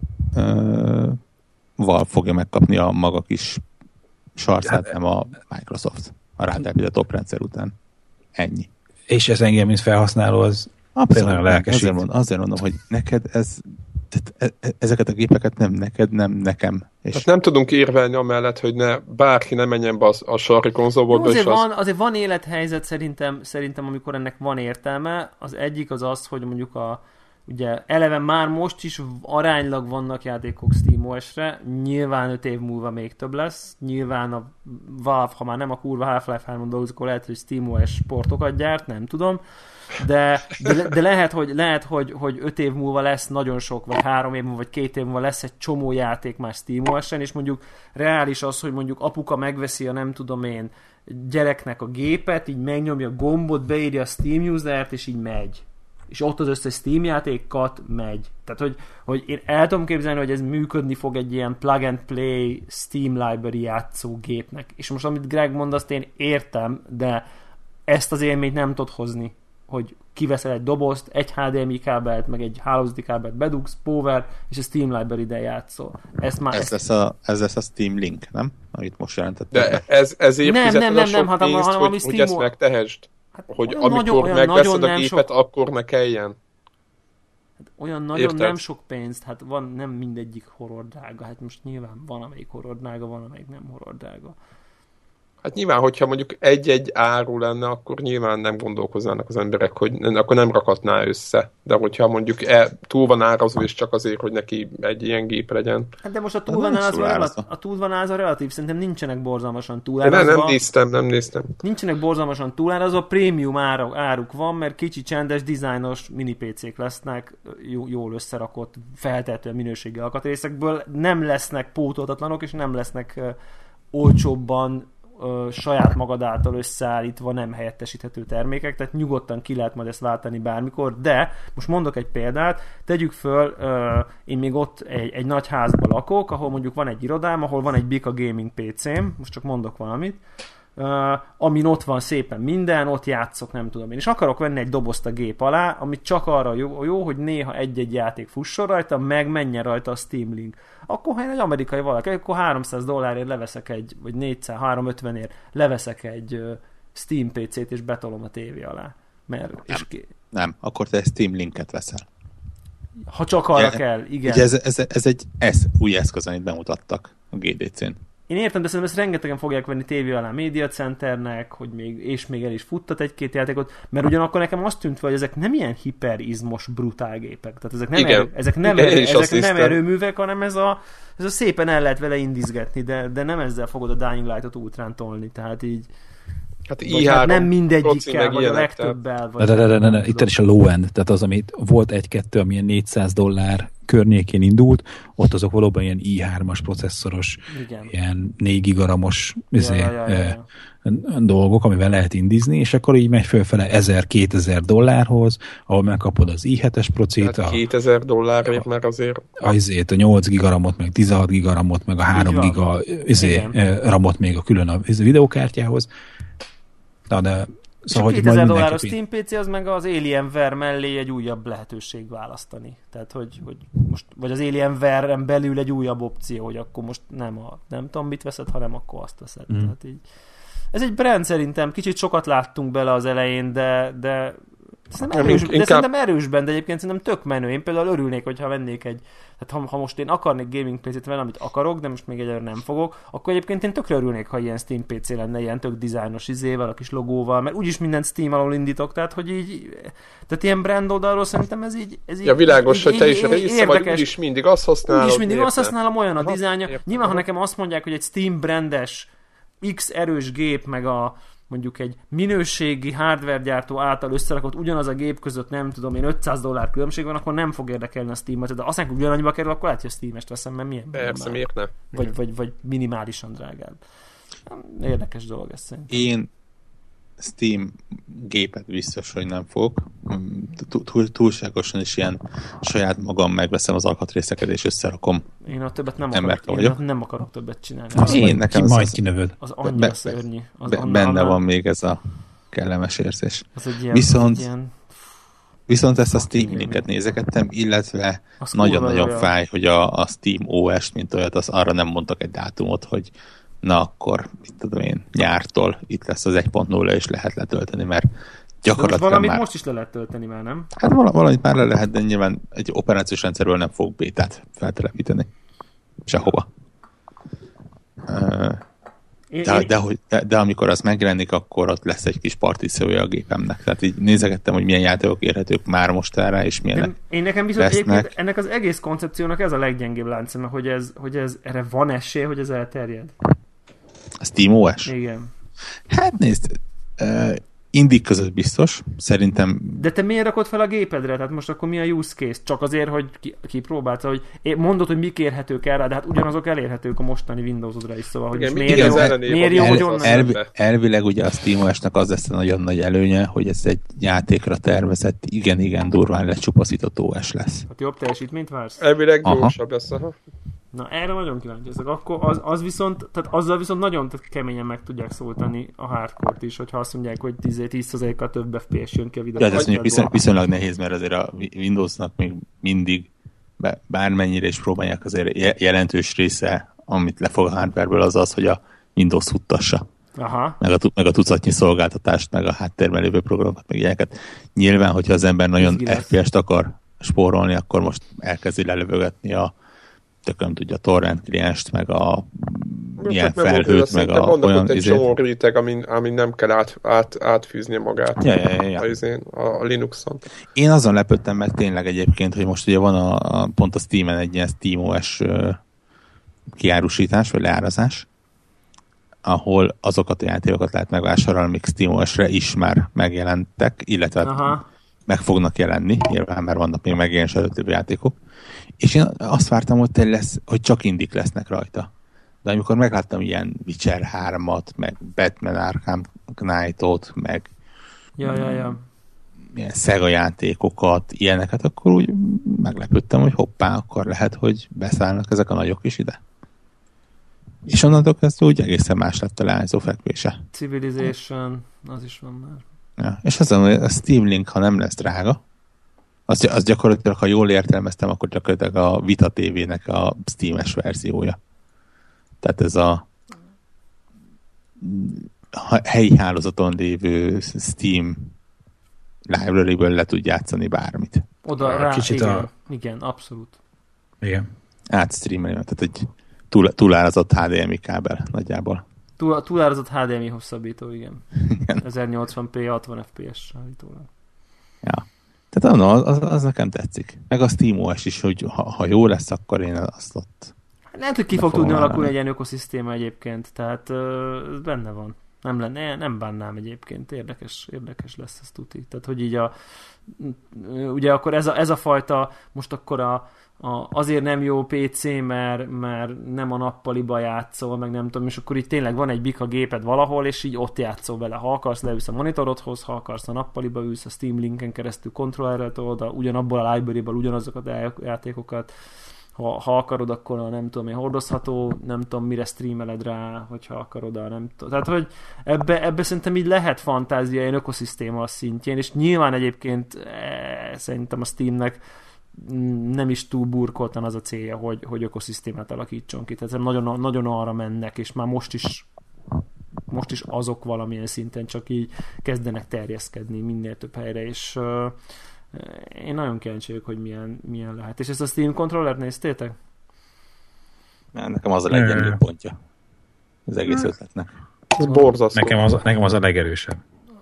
ö, Valve fogja megkapni a maga kis sarszát, nem a Microsoft. A rátelepített oprendszer után. Ennyi. És ez engem, mint felhasználó, az nagyon lelkesít. Azért, azért mondom, hogy neked ez tehát ezeket a gépeket nem neked, nem nekem. És hát nem tudunk érvelni amellett, hogy ne, bárki ne menjen be a, a sarki konzolból. Azért, van, az... azért van élethelyzet szerintem, szerintem, amikor ennek van értelme. Az egyik az az, hogy mondjuk a ugye eleve már most is aránylag vannak játékok SteamOS-re, nyilván öt év múlva még több lesz, nyilván a Valve, ha már nem a kurva Half-Life hármon dolgozik, akkor lehet, hogy SteamOS portokat gyárt, nem tudom, de, de, de lehet, hogy, lehet hogy, hogy öt év múlva lesz nagyon sok, vagy három év múlva, vagy két év múlva lesz egy csomó játék már SteamOS-en, és mondjuk reális az, hogy mondjuk apuka megveszi a nem tudom én gyereknek a gépet, így megnyomja a gombot, beírja a Steam usert, és így megy. És ott az összes Steam játékat megy. Tehát, hogy, hogy én el tudom képzelni, hogy ez működni fog egy ilyen plug and play Steam library játszó gépnek. És most amit Greg mond, azt én értem, de ezt az élményt nem tudod hozni, hogy kiveszel egy dobozt, egy há dé em i kábelt, meg egy hálózati kábelt bedugsz, power, és a Steam library-de játszol. Ezt már ez, ezt... lesz a, ez lesz a Steam Link, nem? Amit most jelentettek. De ez, ezért nem, fizeted nem, nem, a sok nem, hanem, pénzt, hanem, hogy, ami hogy Steam... ezt megtehesd? Hát hogy amikor nagyon, megveszed a gépet, sok... akkor ne kelljen? Hát olyan nagyon Érted? nem sok pénzt, hát van nem mindegyik horror drága. Hát most nyilván van, amelyik horror drága, van, amelyik nem horror drága. Hát nyilván, hogyha mondjuk egy-egy áru lenne, akkor nyilván nem gondolkoznának az emberek, hogy akkor nem rakatná össze. De hogyha mondjuk e, túl van árazva, és csak azért, hogy neki egy ilyen gép legyen. Hát de most a túl van árazva, a túl van árazva relatív, szerintem nincsenek borzalmasan túlárazva. Nem, nem néztem, nem néztem. Nincsenek borzalmasan túlárazva, prémium áru, áruk van, mert kicsi, csendes, dizájnos mini pé cék lesznek, jó, jól összerakott, feltehetően minőségi alkatrészekből, nem lesznek pótoltatlanok, és nem lesznek uh, olcsóbban Ö, saját magad által összeállítva nem helyettesíthető termékek, tehát nyugodtan ki lehet majd ezt váltani bármikor, de most mondok egy példát, tegyük föl, ö, én még ott egy, egy nagy házban lakok, ahol mondjuk van egy irodám, ahol van egy Bika Gaming pé cém, most csak mondok valamit, Uh, amin ott van szépen minden, ott játszok, nem tudom én, és akarok venni egy dobozt a gép alá, amit csak arra jó, jó hogy néha egy-egy játék fusson rajta, meg menjen rajta a Steam Link. Akkor, ha én egy amerikai valaki, akkor háromszáz dollárért leveszek egy, vagy négyszáz háromszázötvenért leveszek egy uh, Steam pé cét, és betolom a tévé alá. Mert, nem, és ki... nem, akkor te Steam Linket veszel. Ha csak arra ugye, kell, igen. Ugye ez, ez, ez egy ez új eszköz, amit bemutattak a gé dé cén. Én értem, de szerintem ezt rengetegen fogják venni tévé alá Media Centernek, hogy még, és még el is futtat egy-két játékot, mert ugyanakkor nekem azt tűnt, hogy ezek nem ilyen hiperizmos, brutál gépek. Tehát ezek nem, erő, ezek nem, erő, ezek nem erőművek, hanem ez a, ez a szépen el lehet vele indizgetni, de, de nem ezzel fogod a Dying Light-ot ultrán tolni, tehát így hát hát nem mindegyikkel, vagy a legtöbbel. Vagy de, de, de, de, de, itt is a low end, tehát az, amit volt egy-kettő, ami ilyen négyszáz dollár környékén indult, ott azok valóban ilyen i hármas processzoros, igen. Ilyen négy gigaramos izé, ja, ja, ja, ja. E, dolgok, amivel lehet indizni, és akkor így megy fölfele ezer-kétezer dollárhoz, ahol megkapod az i hetes procit. Tehát kétezer dollárért már azért. Azért a nyolc gigaramot, meg tizenhat gigaramot, meg a három giga izé, ramot még a külön a videókártyához. Na, de szóval, és a kétezer dolláros Steam pé cé az meg az Alienware mellé egy újabb lehetőség választani. Tehát, hogy, hogy most, vagy az Alienware-en belül egy újabb opció, hogy akkor most nem a nem tudom mit veszed, hanem akkor azt veszed. Mm. Tehát így. Ez egy brand szerintem, kicsit sokat láttunk bele az elején, de, de Szerintem erős, inkább... de szerintem erősben, de egyébként szerintem tök menő. Én például örülnék, hogyha vennék egy, tehát ha, ha most én akarnék gaming pé cét venni, amit akarok, de most még egyelőre nem fogok, akkor egyébként én tökre örülnék, ha ilyen Steam pé cé lenne, ilyen tök dizájnos izével, a kis logóval, mert úgyis mindent Steam alól indítok, tehát hogy így, tehát ilyen brand oldalról szerintem ez így, ez így ja, világos, így, hogy te is része vagy, úgyis mindig azt használod. Úgyis mindig azt használom, olyan a dizájnja. Nyilván, ha nekem azt mondják, hogy egy Steam brandes X erős gép, meg a mondjuk egy minőségi hardware gyártó által összerakott ugyanaz a gép között, nem tudom én, ötszáz dollár különbség van, akkor nem fog érdekelni a Steam-et, de azt mondjuk, hogy ugyanannyiba kerül, akkor lehet, hogy a Steam-est veszem, mert milyen persze, miért ne? Vagy, vagy, vagy minimálisan drágább. Érdekes dolog ez szerintem. Én Steam gépet biztos, hogy nem fogok. Túl, túlságosan is ilyen saját magam megveszem az alkatrészeket és összerakom. Én a többet nem akarok, én nem akarok többet csinálni. Az én nekem majd kinövöd. Az annyira be, szörnyű. Az be, annál, benne annál... van még ez a kellemes érzés. Az egy ilyen, viszont, egy ilyen... viszont ezt a Steam linket nézegettem, illetve nagyon-nagyon fáj, hogy a, a Steam o es-t, mint olyat, az arra nem mondtak egy dátumot, hogy na akkor, mit tudom én, nyártól itt lesz az egy pont nulla és lehet letölteni, mert gyakorlatilag most valamit már... most is le lehet tölteni már, nem? Hát valamit már le lehet, de nyilván egy operációs rendszerről nem fog bétát feltelepíteni. Sehova. Uh, De, de, de, de amikor az megjelenik, akkor ott lesz egy kis partíciója a gépemnek. Tehát így nézegettem, hogy milyen játékok érhetők már most erre, és milyenek. Én nekem viszont ennek az egész koncepciónak ez a leggyengébb láncszeme, hogy ez, hogy ez erre van esély, hogy ez elterjed. A SteamOS? Igen. Hát nézd, uh, indik között biztos, szerintem... De te miért rakod fel a gépedre? Tehát most akkor mi a use case? Csak azért, hogy kipróbálta, ki hogy mondod, hogy mik érhetők el rá, de hát ugyanazok elérhetők a mostani Windowsodra is, szóval, hogy igen, miért jó, miért jó, hogy onnan... Elv, elvileg ugye a SteamOS-nak az lesz a nagyon nagy előnye, hogy ez egy játékra tervezett, igen-igen durván lecsupaszított ó es lesz. Hát jobb teljesítményt vársz? Elvileg gyorsabb lesz, aha. Na, erre nagyon kíváncsi ezek. Akkor az, az viszont, tehát azzal viszont nagyon tehát keményen meg tudják szóltani a hardcore-t is, hogyha azt mondják, hogy tíz százalékkal több ef pé es jön ki a videó. De ez mondjuk viszony, viszonylag nehéz, mert azért a Windowsnak még mindig bármennyire is próbálják, azért jelentős része, amit lefog a hardwareből, az az, hogy a Windows futtassa. Aha. Meg, a, meg a tucatnyi szolgáltatást, meg a háttérben lévő programokat, meg ilyeneket. Nyilván, hogyha az ember nagyon ef pé est akar spórolni, akkor most elkezdi lelövögetni a tököm tudja, torrent klienst, meg a ilyen felhőt, meg a olyan... egy csomó réteg, amin, amin nem kell át, át, átfűzni magát ja, ja, ja, ja. A, a Linuxon. Én azon lepődtem meg tényleg egyébként, hogy most ugye van a, a pont a Steamen egy ilyen SteamOS kiárusítás, vagy leárazás, ahol azokat a játékokat lehet megvásárolni, amik SteamOS-re is már megjelentek, illetve aha, meg fognak jelenni, nyilván már vannak még megjelenés előtt játékok. És én azt vártam, hogy, lesz, hogy csak indik lesznek rajta. De amikor megláttam ilyen Witcher hármat, meg Batman Arkham Knight-ot, meg ja, ja, ja. ilyen Sega játékokat, ilyeneket, akkor úgy meglepődtem, hogy hoppá, akkor lehet, hogy beszállnak ezek a nagyok is ide. És onnantól kezdve úgy egészen más lett a leányzó fekvése. Civilization, az is van már. Ja, és azon, hogy a Steam Link, ha nem lesz drága, az, az gyakorlatilag, ha jól értelmeztem, akkor gyakorlatilag a Vita té vének a Steam-es verziója. Tehát ez a helyi hálózaton lévő Steam library-ből le tud játszani bármit. Oda rá, kicsit igen, a... igen, abszolút. Igen. Átstreamelni, tehát egy túl, túlárazott há dé em i kábel nagyjából. Túl, túlárazott há dé em i hosszabbító, igen. igen. ezernyolcvan pé hatvan ef pé es állítólag. Ja. Tehát no, az, az nekem tetszik. Meg a SteamOS is, hogy ha, ha jó lesz, akkor én azt ott... Lehet, hogy ki fog tudni alakulni egy ilyen ökoszisztéma egyébként, tehát uh, benne van. Nem lenne, nem bánnám egyébként. Érdekes, érdekes lesz ez tuti. Tehát, hogy így a... Ugye akkor ez a, ez a fajta, most akkor a, a, azért nem jó pé cé, mert, mert nem a nappaliba játszol, meg nem tudom, és akkor így tényleg van egy bika géped valahol, és így ott játszol vele. Ha akarsz, leülsz a monitorodhoz, ha akarsz, a nappaliba ülsz, a Steam Linken keresztül kontrollerrel tolod, ugyanabból a library-ból ugyanazokat a játékokat. Ha, ha akarod, akkor a nem tudom én hordozható, nem tudom mire streameled rá, hogyha akarod, a nem tudom. Tehát, hogy ebbe, ebbe szerintem így lehet fantázia ilyen ökoszisztéma szintjén, és nyilván egyébként e, szerintem a Steamnek nem is túl burkoltan az a célja, hogy, hogy ökoszisztémát alakítson ki. Tehát nagyon, nagyon arra mennek, és már most is most is azok valamilyen szinten csak így kezdenek terjeszkedni minél több helyre, és uh, én nagyon kíváncsi vagyok, hogy milyen, milyen lehet. És ezt a Steam controllert néztétek? Nekem az a leggyengébb pontja az egész ötletnek. Ez borzasztó. Nekem az, nekem az a legerősebb.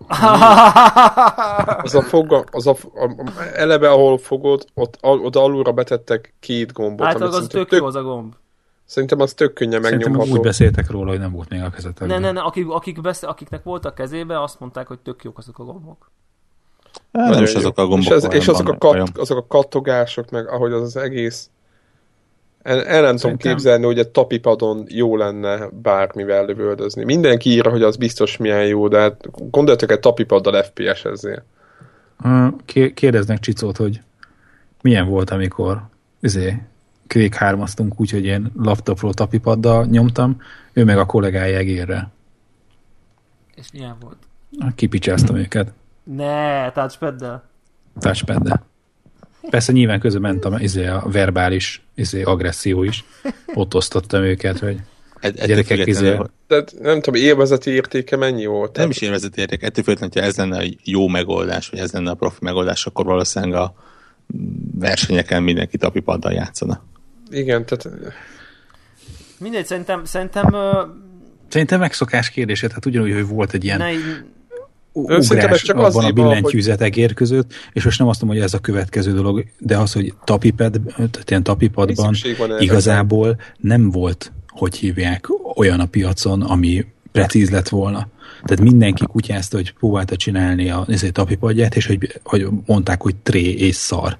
az a foga, az a, a, eleve ahol fogod, ott, oda alulra betettek két gombot. Hát az tök, tök jó az a gomb. Szerintem az tök könnyen megnyomható. Szerintem úgy beszéltek róla, hogy nem volt még a kezetekben. Ne, ne, ne, akik, akik beszél, akiknek volt a kezébe, azt mondták, hogy tök jók azok a gombok. Hát, nem is azok a gombok. És, ez, és azok, a kat, azok a kattogások, meg ahogy az az egész... El, el nem tudom képzelni, hogy egy tapipadon jó lenne bármivel lövöldözni. Mindenki írja, hogy az biztos milyen jó, de hát gondoljatok egy tapipaddal ef pé es-ezzél. Kérdeznek Csicót, hogy milyen volt, amikor izé, Quake hármaztunk úgy, hogy én laptopról tapipaddal nyomtam, ő meg a kollégája egérre. És milyen volt? Kipicsáztam őket. Ne, touchpaddel. Touchpaddel. Persze nyilván közben ment a, izé, a verbális izé, agresszió is. Ott osztottam őket, hogy Ed, gyerekek izé... De nem tudom, élvezeti értéke mennyi volt? Nem is élvezeti értéke. Ettől függetlenül, hogyha ez lenne a jó megoldás, vagy ez lenne a profi megoldás, akkor valószínűleg a versenyeken mindenki tapipaddal játszana. Igen, tehát... Mindegy, szerintem, szerintem Szerintem megszokás kérdése, tehát ugyanúgy, hogy volt egy ilyen ne, ugrás csak abban a billentyűzetegér között, és most nem azt mondom, hogy ez a következő dolog, de az, hogy tapipad, tehát ilyen tapipadban igazából nem volt, hogy hívják, olyan a piacon, ami precíz lett volna. Tehát mindenki kutyázta, hogy próbálta csinálni a tapipadját, és hogy, hogy mondták, hogy tré és szar.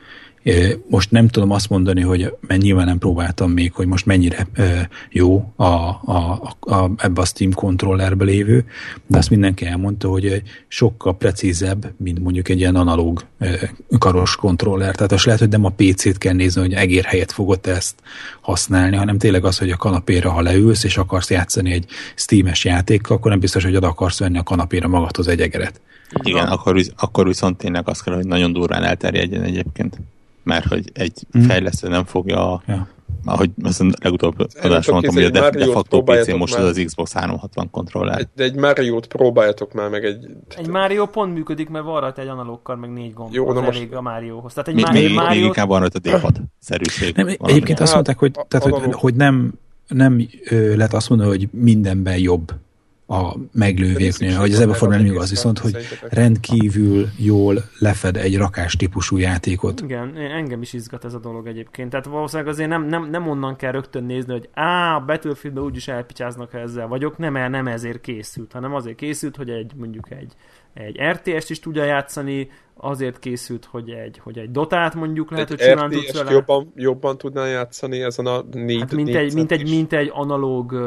Most nem tudom azt mondani, hogy nyilván nem próbáltam még, hogy most mennyire jó a, a, a, ebbe a Steam controllerbe lévő, de azt mindenki elmondta, hogy sokkal precízebb, mint mondjuk egy ilyen analóg karos kontroller. Tehát azt lehet, hogy nem a pé cét kell nézni, hogy egér helyett fogod ezt használni, hanem tényleg az, hogy a kanapéra, ha leülsz, és akarsz játszani egy Steam-es játékkal, akkor nem biztos, hogy oda akarsz venni a kanapéra magadhoz egy egeret. Igen, akkor, akkor viszont tényleg azt kell, hogy nagyon durván elterjedjen egyébként. Mert hogy egy hmm. fejlesztő nem fogja, ja. ahogy azt legutóbb adásban mondtam, hogy a de, de facto pé cé most az, az Xbox háromszázhatvan kontroller. De egy Mario-t próbáljatok már meg egy... Egy Mario pont működik, mert van rajta egy analógkal, meg négy gomb. Jó, az elég most... a Mariohoz. Tehát egy még, Mario... Még, Mario... még inkább van rajta D-pad-szerűség. Nem, egyébként azt mondták, hogy, tehát, hogy, hogy nem, nem ö, lehet azt mondani, hogy mindenben jobb a meglővéknél, hogy az ebben a formában nem igaz, viszont, hogy rendkívül jól lefed egy rakás típusú játékot. Igen, engem is izgat ez a dolog egyébként. Tehát valószínűleg azért nem, nem, nem onnan kell rögtön nézni, hogy á, a Battlefieldben úgyis elpicsáznak, ha ezzel vagyok, nem, nem ezért készült, hanem azért készült, hogy egy mondjuk egy, egy er té est is tudja játszani, azért készült, hogy egy, hogy egy dotát mondjuk lehet, egy hogy simán tudsz vele. Jobban, jobban tudná játszani ezen a négy, hát mint, négy egy, mint, egy, mint egy analóg uh,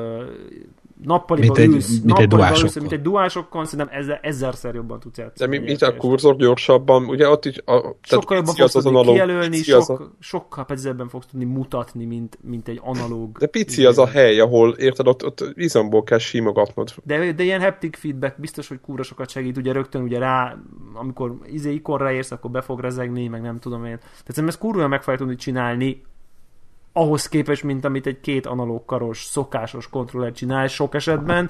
nappaliba ülsz, mint egy duásokkal, mint egy duásokkal, szerintem ezzel, ezerszer jobban tudsz játszani. De mi, mint a kurzor gyorsabban, ugye ott is... A, sokkal jobban fogsz tudni analóg, kijelölni, sok, a... sokkal precízebben fogsz tudni mutatni, mint, mint egy analóg. De pici az a hely, ahol érted, ott, ott izomból kell simogatnod. De, de ilyen haptic feedback biztos, hogy kúra sokat segít, ugye rögtön ugye rá, amikor izé ikonra érsz, akkor be fog rezegni, meg nem tudom én. Tehát szerintem ezt kurva meg fogja tudni csinálni, ahhoz képest, mint amit egy két analóg karos, szokásos kontroller csinál sok esetben.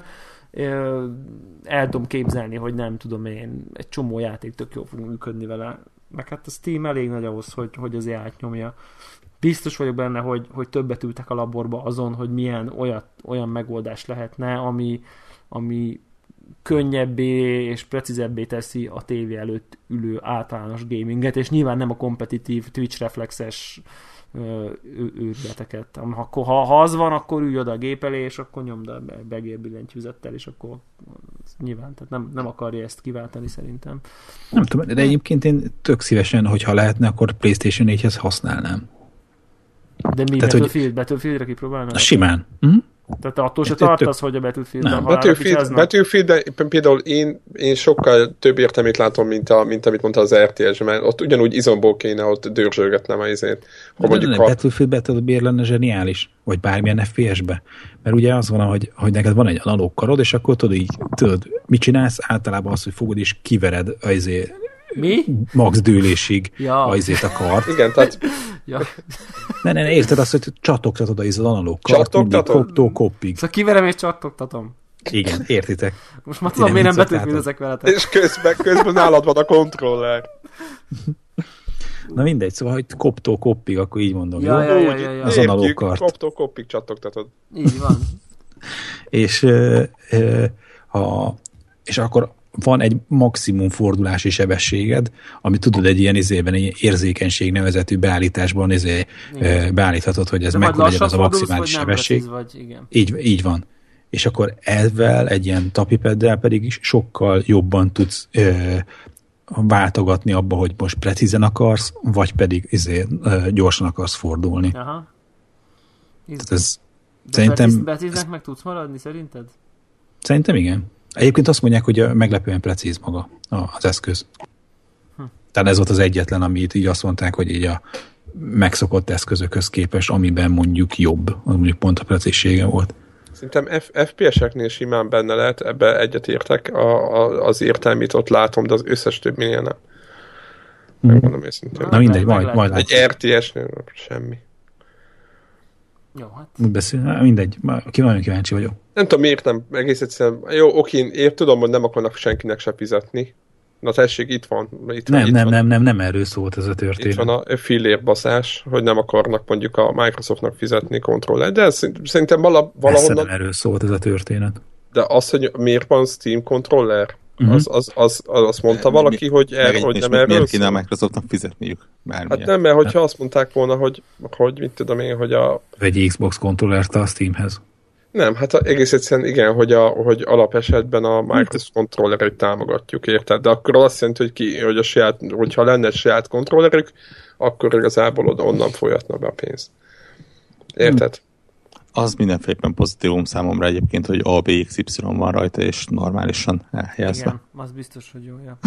El tudom képzelni, hogy nem tudom én, egy csomó játék tök jól fog működni vele. Meg hát a Steam elég nagy ahhoz, hogy, hogy azért átnyomja. Biztos vagyok benne, hogy, hogy többet ültek a laborba azon, hogy milyen olyat, olyan megoldás lehetne, ami, ami könnyebbé és precízebbé teszi a tévé előtt ülő általános gaminget, és nyilván nem a kompetitív Twitch reflexes őrületeket. Ha, ha, ha az van, akkor ülj oda a gép elé, és akkor nyomd a begérbillentyűzettel, és akkor nyilván, tehát nem, nem akarja ezt kiváltani szerintem. Nem tudom, de egyébként én tök szívesen, hogyha lehetne, akkor PlayStation négyhez használnám. De mi Battlefield? Hogy... Battlefieldre kipróbálnál? Simán. Hm? Tehát attól se tartasz, hogy a Battlefield-ben Battlefield, Battlefield például én, én sokkal több értelmét látom, mint, a, mint amit mondta az er té es, mert ott ugyanúgy izomból kéne ott dörzsölgetnem azért. De mondjuk ne, a... Battlefield-ben tudod, miért lenne zseniális? Vagy bármilyen ef pé es-be? Mert ugye az van, hogy, hogy neked van egy analóg karod, és akkor tudod, így, tudod, mit csinálsz? Általában az, hogy fogod és kivered azért mi? Max dőlésig ja. azért a kart. Igen, tehát... ja. Ne, ne, ne, érted azt, hogy csattogtatod az analóg kart, mindig koptól koppig. Szóval kiverem és csattogtatom. Igen, értitek. Most már tudom, miért nem betűfűzek veletek. És közben, közben nálad van a kontroller. Na mindegy, szóval, hogy koptól koppig, akkor így mondom. Ja, jó? Ja, ja, ja, ja. Az analóg kart. Koptól koppig csattogtatod. Így van. és, uh, uh, a, és akkor van egy maximum fordulási sebességed, ami tudod egy ilyen izében, egy érzékenység nevezetű beállításban izé, beállíthatod, hogy ez mekkora legyen az a maximális sebesség. Vagy, igen. Így, így van. És akkor ezzel egy ilyen tapipeddel pedig sokkal jobban tudsz ö, váltogatni abba, hogy most precízen akarsz, vagy pedig izé, ö, gyorsan akarsz fordulni. Aha. Tehát ez, de szerintem... precíznek meg tudsz maradni, szerinted? Szerintem igen. Egyébként azt mondják, hogy meglepően precíz maga az eszköz. Hm. Tehát ez volt az egyetlen, amit így azt mondták, hogy így a megszokott eszközökhöz képest, amiben mondjuk jobb, az mondjuk pont a precízsége volt. Szerintem ef pé es-eknél simán benne lehet, ebbe egyetértek, a, a, az értelmét ott látom, de az összes többinél nem. Mm. Megmondom őszintén. Na mindegy, majd, majd egy er té es-nél semmi. Jó, hát. Úgy beszél, mindegy, ki nagyon kíváncsi vagyok. Nem tudom, miért nem, egész egyszerűen, jó, oké, én tudom, hogy nem akarnak senkinek se fizetni, Na tessék, itt van. Itt nem, van, nem, itt nem, nem, nem erről szólt ez a történet. Itt van a fillérbaszás, hogy nem akarnak mondjuk a Microsoftnak fizetni kontroller, de ez, szerintem vala, valahonnan... nem erről szólt ez a történet. De az, hogy miért van Steam kontroller, uh-huh. az, az, az, az, azt mondta valaki, mi, hogy, er, hogy nem erről miért kéne a Microsoftnak fizetniük bármilyen? Hát nem, mert hogyha azt mondták volna, hogy, hogy mit tudom én, hogy a... Vagy Xbox kontrollert a Steamhez. Nem, hát egész egyszerűen igen, hogy, a, hogy alapesetben a Microsoft kontrollereit támogatjuk, érted? De akkor azt jelenti, hogy, ki, hogy a saját, hogyha lenne egy saját kontrollerük, akkor igazából onnan folyatna be a pénz. Érted? Hmm. Az mindenféleképpen pozitívum számomra egyébként, hogy A B X Y van rajta, és normálisan elhelyezve. Igen, az biztos, hogy jó. Ja.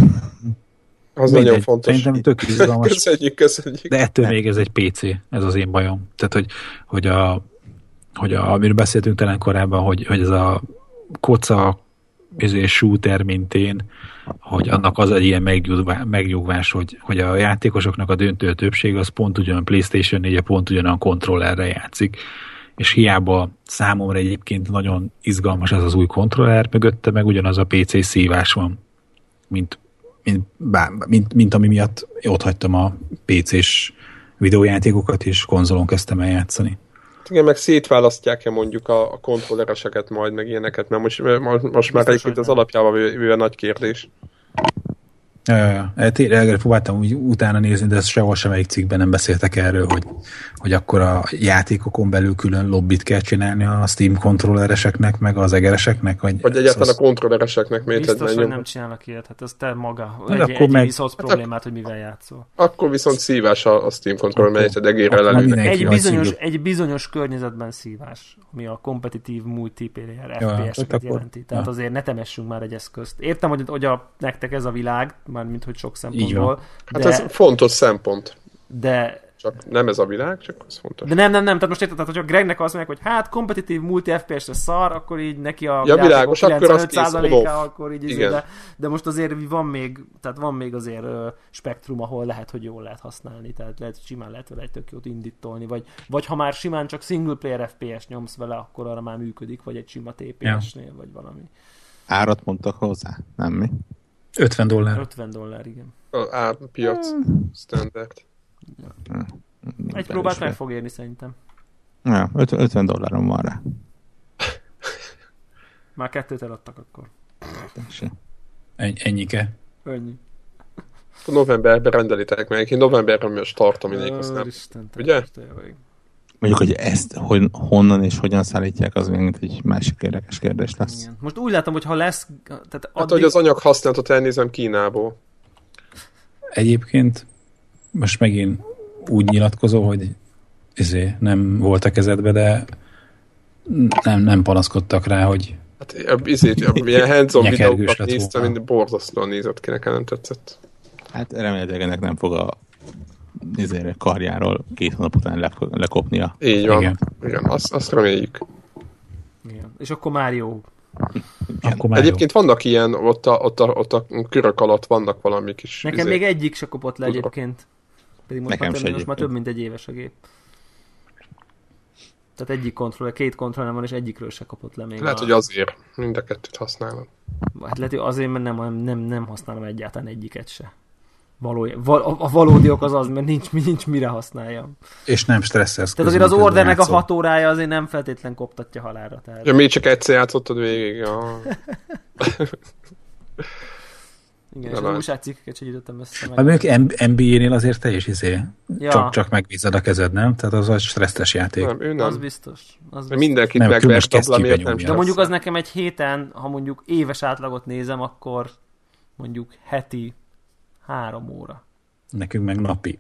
Az Mindegy, nagyon fontos. Szerintem tök izgalmas. Köszönjük, köszönjük. De ettől még ez egy pé cé, ez az én bajom. Tehát, hogy, hogy a hogy a, amiről beszéltünk talán korábban, hogy, hogy ez a koca és shooter mintén, hogy annak az egy ilyen megnyugvás, hogy, hogy a játékosoknak a döntő többség az pont ugyan PlayStation négy, pont ugyanan kontrollerre játszik, és hiába számomra egyébként nagyon izgalmas ez az új kontroller, mögötte meg ugyanaz a pé cé szívás van, mint, mint, mint, mint, mint ami miatt ott hagytam a pé cés videójátékokat, és konzolon kezdtem el játszani. Igen, meg szétválasztják-e mondjuk a, a kontrollereseket majd, meg ilyeneket, mert most, most már egyébként az alapjában véve nagy kérdés. Ja, ja, ja. Tényleg próbáltam úgy utána nézni, de sehol semmelyik cikkben nem beszéltek erről, hogy, hogy akkor a játékokon belül külön lobbit kell csinálni a Steam kontrollereseknek, meg az egereseknek. Vagy, vagy egyáltalán az... a kontrollereseknek miért biztos, menjünk. hogy nem csinálnak ilyet, hát ez te maga. Hát egy, akkor egy meg... viszont problémát, hogy mivel játszol. Akkor viszont szívás a, a Steam kontroller, melyet egy egérrel lelőnek. Egy bizonyos, egy bizonyos környezetben szívás, ami a kompetitív multiplayer ef pé es-eket jelenti. Tehát ja. azért ne temessünk már egy eszközt. Értem, hogy, hogy a, nektek ez a világ, mármint hogy sok szempontból. Hát ez fontos szempont. De... Csak nem ez a világ, csak az fontos. De nem, nem, nem. Tehát most érted, hogy a Gregnek azt mondják, hogy hát kompetitív multi ef pé es-re szar, akkor így neki a ja, világos, kilencvenöt százaléka, akkor így izé, de, de most azért van még, tehát van még azért uh, spektrum, ahol lehet, hogy jól lehet használni, tehát lehet, simán lehet vele egy tök jót indítolni, vagy, vagy ha már simán csak single player ef pé es nyomsz vele, akkor arra már működik, vagy egy sima té pé es-nél, ja. vagy valami. Árat mondtak hozzá, nem mi? ötven dollár. ötven dollár, igen. A árpiac standard. Ja. Egy próbát meg fog érni szerintem. Ja, ötven dolláron van rá. Már kettőt eladtak akkor. Ennyi, ennyike. Ennyi. Novemberben rendelitek meg. Én novemberben most tartom mindig, azt nem. Ugye? Mondjuk, hogy ezt hogy, honnan és hogyan szállítják, az még egy másik érdekes kérdés lesz. Igen. Most úgy látom, hogy ha lesz... Tehát addig... Hát, hogy az anyag használatot elnézem Kínából. Egyébként most megint úgy nyilatkozol, hogy ezért nem volt a kezedbe, de nem, nem panaszkodtak rá, hogy hát ezért, ilyen hands-on videókat néztem, mint borzasztóan nézett ki, nekem nem tetszett. Hát remélhetőleg ennek nem fog a nézére karjáról két hónap után le, lekopnia. Így van. Igen, Igen azt, azt reméljük. Igen. És akkor már jó. Akkor már egyébként jó. Vannak ilyen, ott a, ott, a, ott a körök alatt vannak valami kis... Nekem izé... még egyik se kopott le egyébként. Pedig most, már több, most már több, mint egy éves a gép. Tehát egyik kontroller, két kontroller van, és egyikről se kapott le még. Lehet, a... hogy azért mind a kettőt használom. Hát lehet, hogy azért, mert nem, nem, nem használom egyáltalán egyiket se. Valója, val, a, a valódi ok az az, mert nincs, nincs mire használjam. És nem stresszesz. Tehát azért az ordernek a hat órája azért nem feltétlen koptatja halálra. Tehát... Ja, még csak egyszer játszottad végig. Ja. Igen, és az újságcikkeket se gyűjtöttem össze. Hát mondjuk en bé á-nél azért te is izé, ja. csak, csak megbízod a kezed, nem? Tehát az egy stresszes játék. Nem, ő nem. Az biztos. Az biztos. Mindenkit megvert abla, miért nem. De mondjuk az nekem egy héten, ha mondjuk éves átlagot nézem, akkor mondjuk heti három óra. Nekünk meg napi.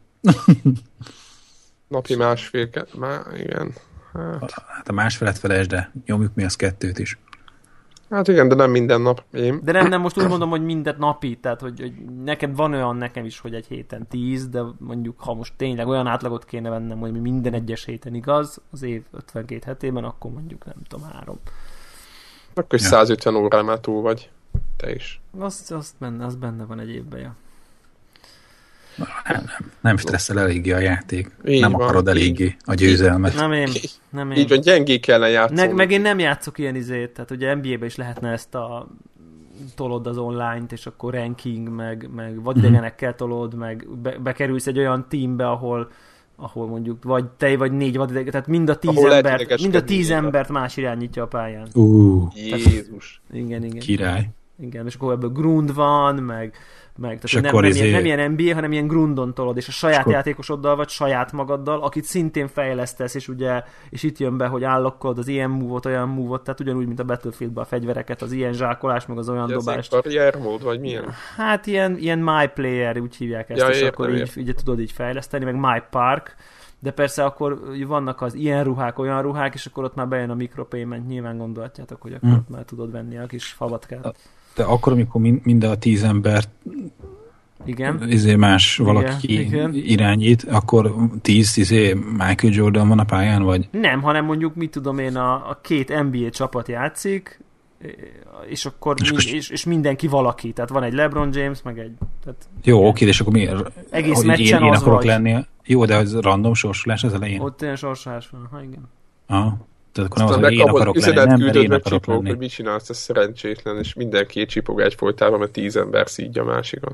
Napi másfél, már igen. Hát. hát a másfelet felesd, de nyomjuk mi az kettőt is. Hát igen, de nem minden nap. Én. De nem, nem, most úgy mondom, hogy minden napi, tehát hogy, hogy nekem van olyan nekem is, hogy egy héten tíz, de mondjuk ha most tényleg olyan átlagot kéne vennem, hogy minden egyes héten igaz, az év ötvenkét hetében, akkor mondjuk nem tudom, három. Akkor is ja. százötven órán már túl vagy. Te is. Azt, azt benne, az benne van egy évben, ja. Nem, nem, nem stresszel eléggé a játék. Így nem van, akarod eléggé így. A győzelmet. Nem én. Nem én. Így van, gyengé kellene játszani. Ne, meg én nem játszok ilyen izét, tehát ugye en bé á-ben is lehetne ezt a tolod az online-t, és akkor ranking, meg, meg vadidegenekkel tolod, meg be, bekerülsz egy olyan teambe, ahol ahol mondjuk vagy te, vagy négy vadidegen, tehát mind a tíz ahol embert, mind a tíz embert más irányítja a pályán. Uh, Jézus. Tehát, igen, igen. Király. Igen, és akkor ebből grund van, meg, meg tehát nem, nem, izé... ilyen, nem ilyen en bé á, hanem ilyen grundon tolod, és a saját akkor... játékosoddal, vagy saját magaddal, akit szintén fejlesztesz, és ugye, és itt jön be, hogy állokkolod az ilyen move-ot, olyan move-ot, tehát ugyanúgy, mint a Battlefieldben a fegyvereket, az ilyen zsákolás, meg az olyan ja, dobást. Ez egy mód, vagy milyen? Hát ilyen, ilyen My Player, úgy hívják ezt, ja, és értem, akkor így, így tudod így fejleszteni, meg My Park, de persze akkor vannak az ilyen ruhák, olyan ruhák, és akkor ott már bejön a micropayment, nyilván gondolhatjátok, hogy akkor hmm. ott már tudod venni a kis fabatkát. De akkor, amikor mind a tíz embert igen. izé más valaki igen, irányít, igen. akkor tíz izé Michael Jordan van a pályán, vagy? Nem, hanem mondjuk, mit tudom én, a, a két en bé á csapat játszik, és akkor és, mind, és, és mindenki valaki. Tehát van egy LeBron James, meg egy... Tehát, jó, oké, és akkor miért? Egész meccsen én, én az akarok vagy. lenni. Jó, de az random sorsolás az elején? Ott ilyen sorsolás van, ha igen. Aha. Tehát akkor nem az, hogy én akarok lenni, nem, mert én akarok lenni. Hogy mit csinálsz, ez szerencsétlen, és mindenki csipog egyfolytában, mert tíz ember szídja a másikat.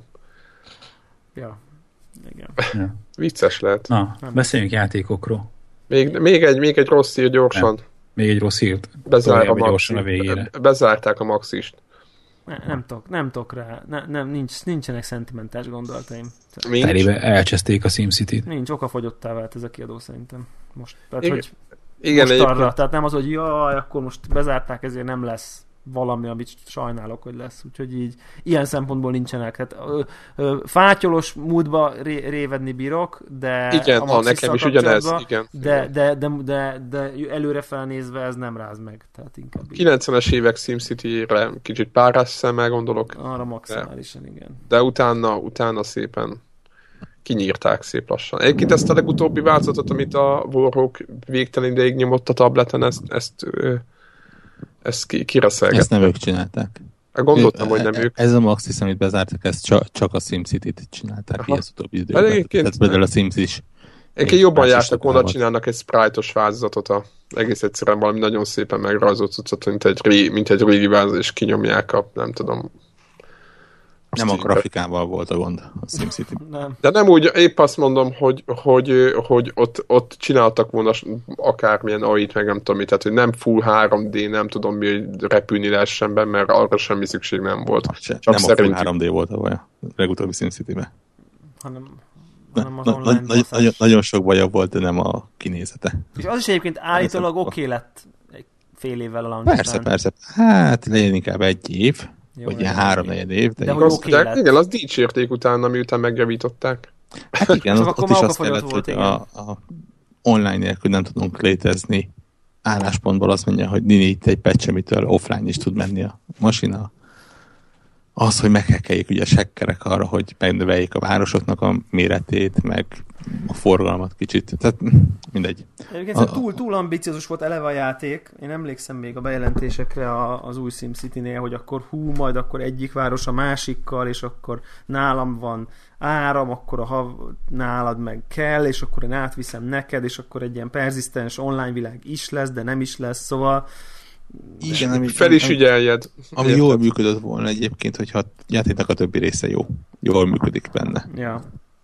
Ja, igen. Ja. Vicces lehet. Na, beszéljünk játékokról. Még, még, egy, még egy rossz hír gyorsan. Nem. Még egy rossz hírt. Bezár a Maxi. A végére. Bezárták a Maxist. Ne, nem tudok, nem tudok rá. Ne, nem, nincs, nincsenek szentimentális gondolataim. Telébe elcseszték a SimCity-t. Nincs, okafogyottá vált ez a kiadó szerintem. Most, tehát, igen, hogy igen, most arra, tehát nem az, hogy jaj, akkor most bezárták, ezért nem lesz valami, amit sajnálok, hogy lesz. Úgyhogy így ilyen szempontból nincsenek. Hát, ö, ö, fátyolos múltba ré, révedni bírok, de igen, a ha nekem is ugyanez. Igen, de, igen. De, de, de, de, de előre felnézve ez nem ráz meg. Tehát inkább kilencvenes évek SimCity-re kicsit párás szemmel gondolok. Arra maximálisan, de, igen. De utána, utána szépen kinyírták szép lassan. Egyébként ezt a legutóbbi változatot, amit a Warhawk végtelen ideig nyomott a tableten, ezt, ezt ezt ki, kireszelgettek. Ezt nem ők csinálták. Gondoltam, ő, hogy nem ők. Ez a Maxis, amit bezártak, ezt csak, csak a SimCity-t csinálták ki az utóbbi időben. Tehát például a Sims is. Egyébként jobban jártak volna, csinálnak egy sprite-os változatot, a, egész egyszerűen valami nagyon szépen megrajzolt cuccot, mint egy, ré, mint egy régi változat, és kinyomják a, nem tudom. Nem a grafikával volt a gond a SimCity. Nem. De nem úgy, épp azt mondom, hogy, hogy, hogy ott, ott csináltak volna akármilyen á í-t, meg nem tudom mit, tehát hogy nem full három dé, nem tudom mi, hogy repülni lehessen be, mert arra semmi szükség nem volt. Se, nem szerint... a full három dé volt a baj a legutóbbi SimCity-ben. Hanem, hanem az na, online na, nagyon, nagyon sok baja volt, de nem a kinézete. És az is egyébként állítólag oké okay lett egy fél évvel a launch. Persze, persze. Hát legyen inkább egy év. Jó, vagy ilyen három-negyed év. De, de hogy az, de, igen, az dicsérték utána, miután megjavították. Hát igen, ott, ott is azt kellett, volt, hogy a, a online nélkül nem tudunk létezni álláspontból azt mondja, hogy nincs itt egy patch, amitől offline is tud menni a masina. Az, hogy meghekkeljék ugye sekkerek arra, hogy megnöveljék a városoknak a méretét, meg a forgalmat kicsit. Tehát mindegy. Egyébként a, túl, túl ambiciózus volt eleve a játék. Én emlékszem még a bejelentésekre a, az új SimCity-nél, hogy akkor hú, majd akkor egyik város a másikkal, és akkor nálam van áram, akkor a ha nálad meg kell, és akkor én átviszem neked, és akkor egy ilyen perzisztens online világ is lesz, de nem is lesz, szóval igen, ami, fel is ügyeljed. Ami érted? Jól működött volna egyébként, hogyha a játéknak a többi része jó. Jól működik benne. Ja.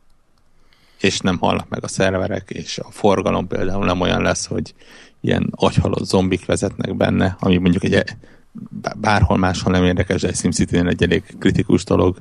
És nem halnak meg a szerverek, és a forgalom például nem olyan lesz, hogy ilyen agyhalott zombik vezetnek benne, ami mondjuk egy bárhol máshol nem érdekes, de egy SimCity-nél egy elég kritikus dolog.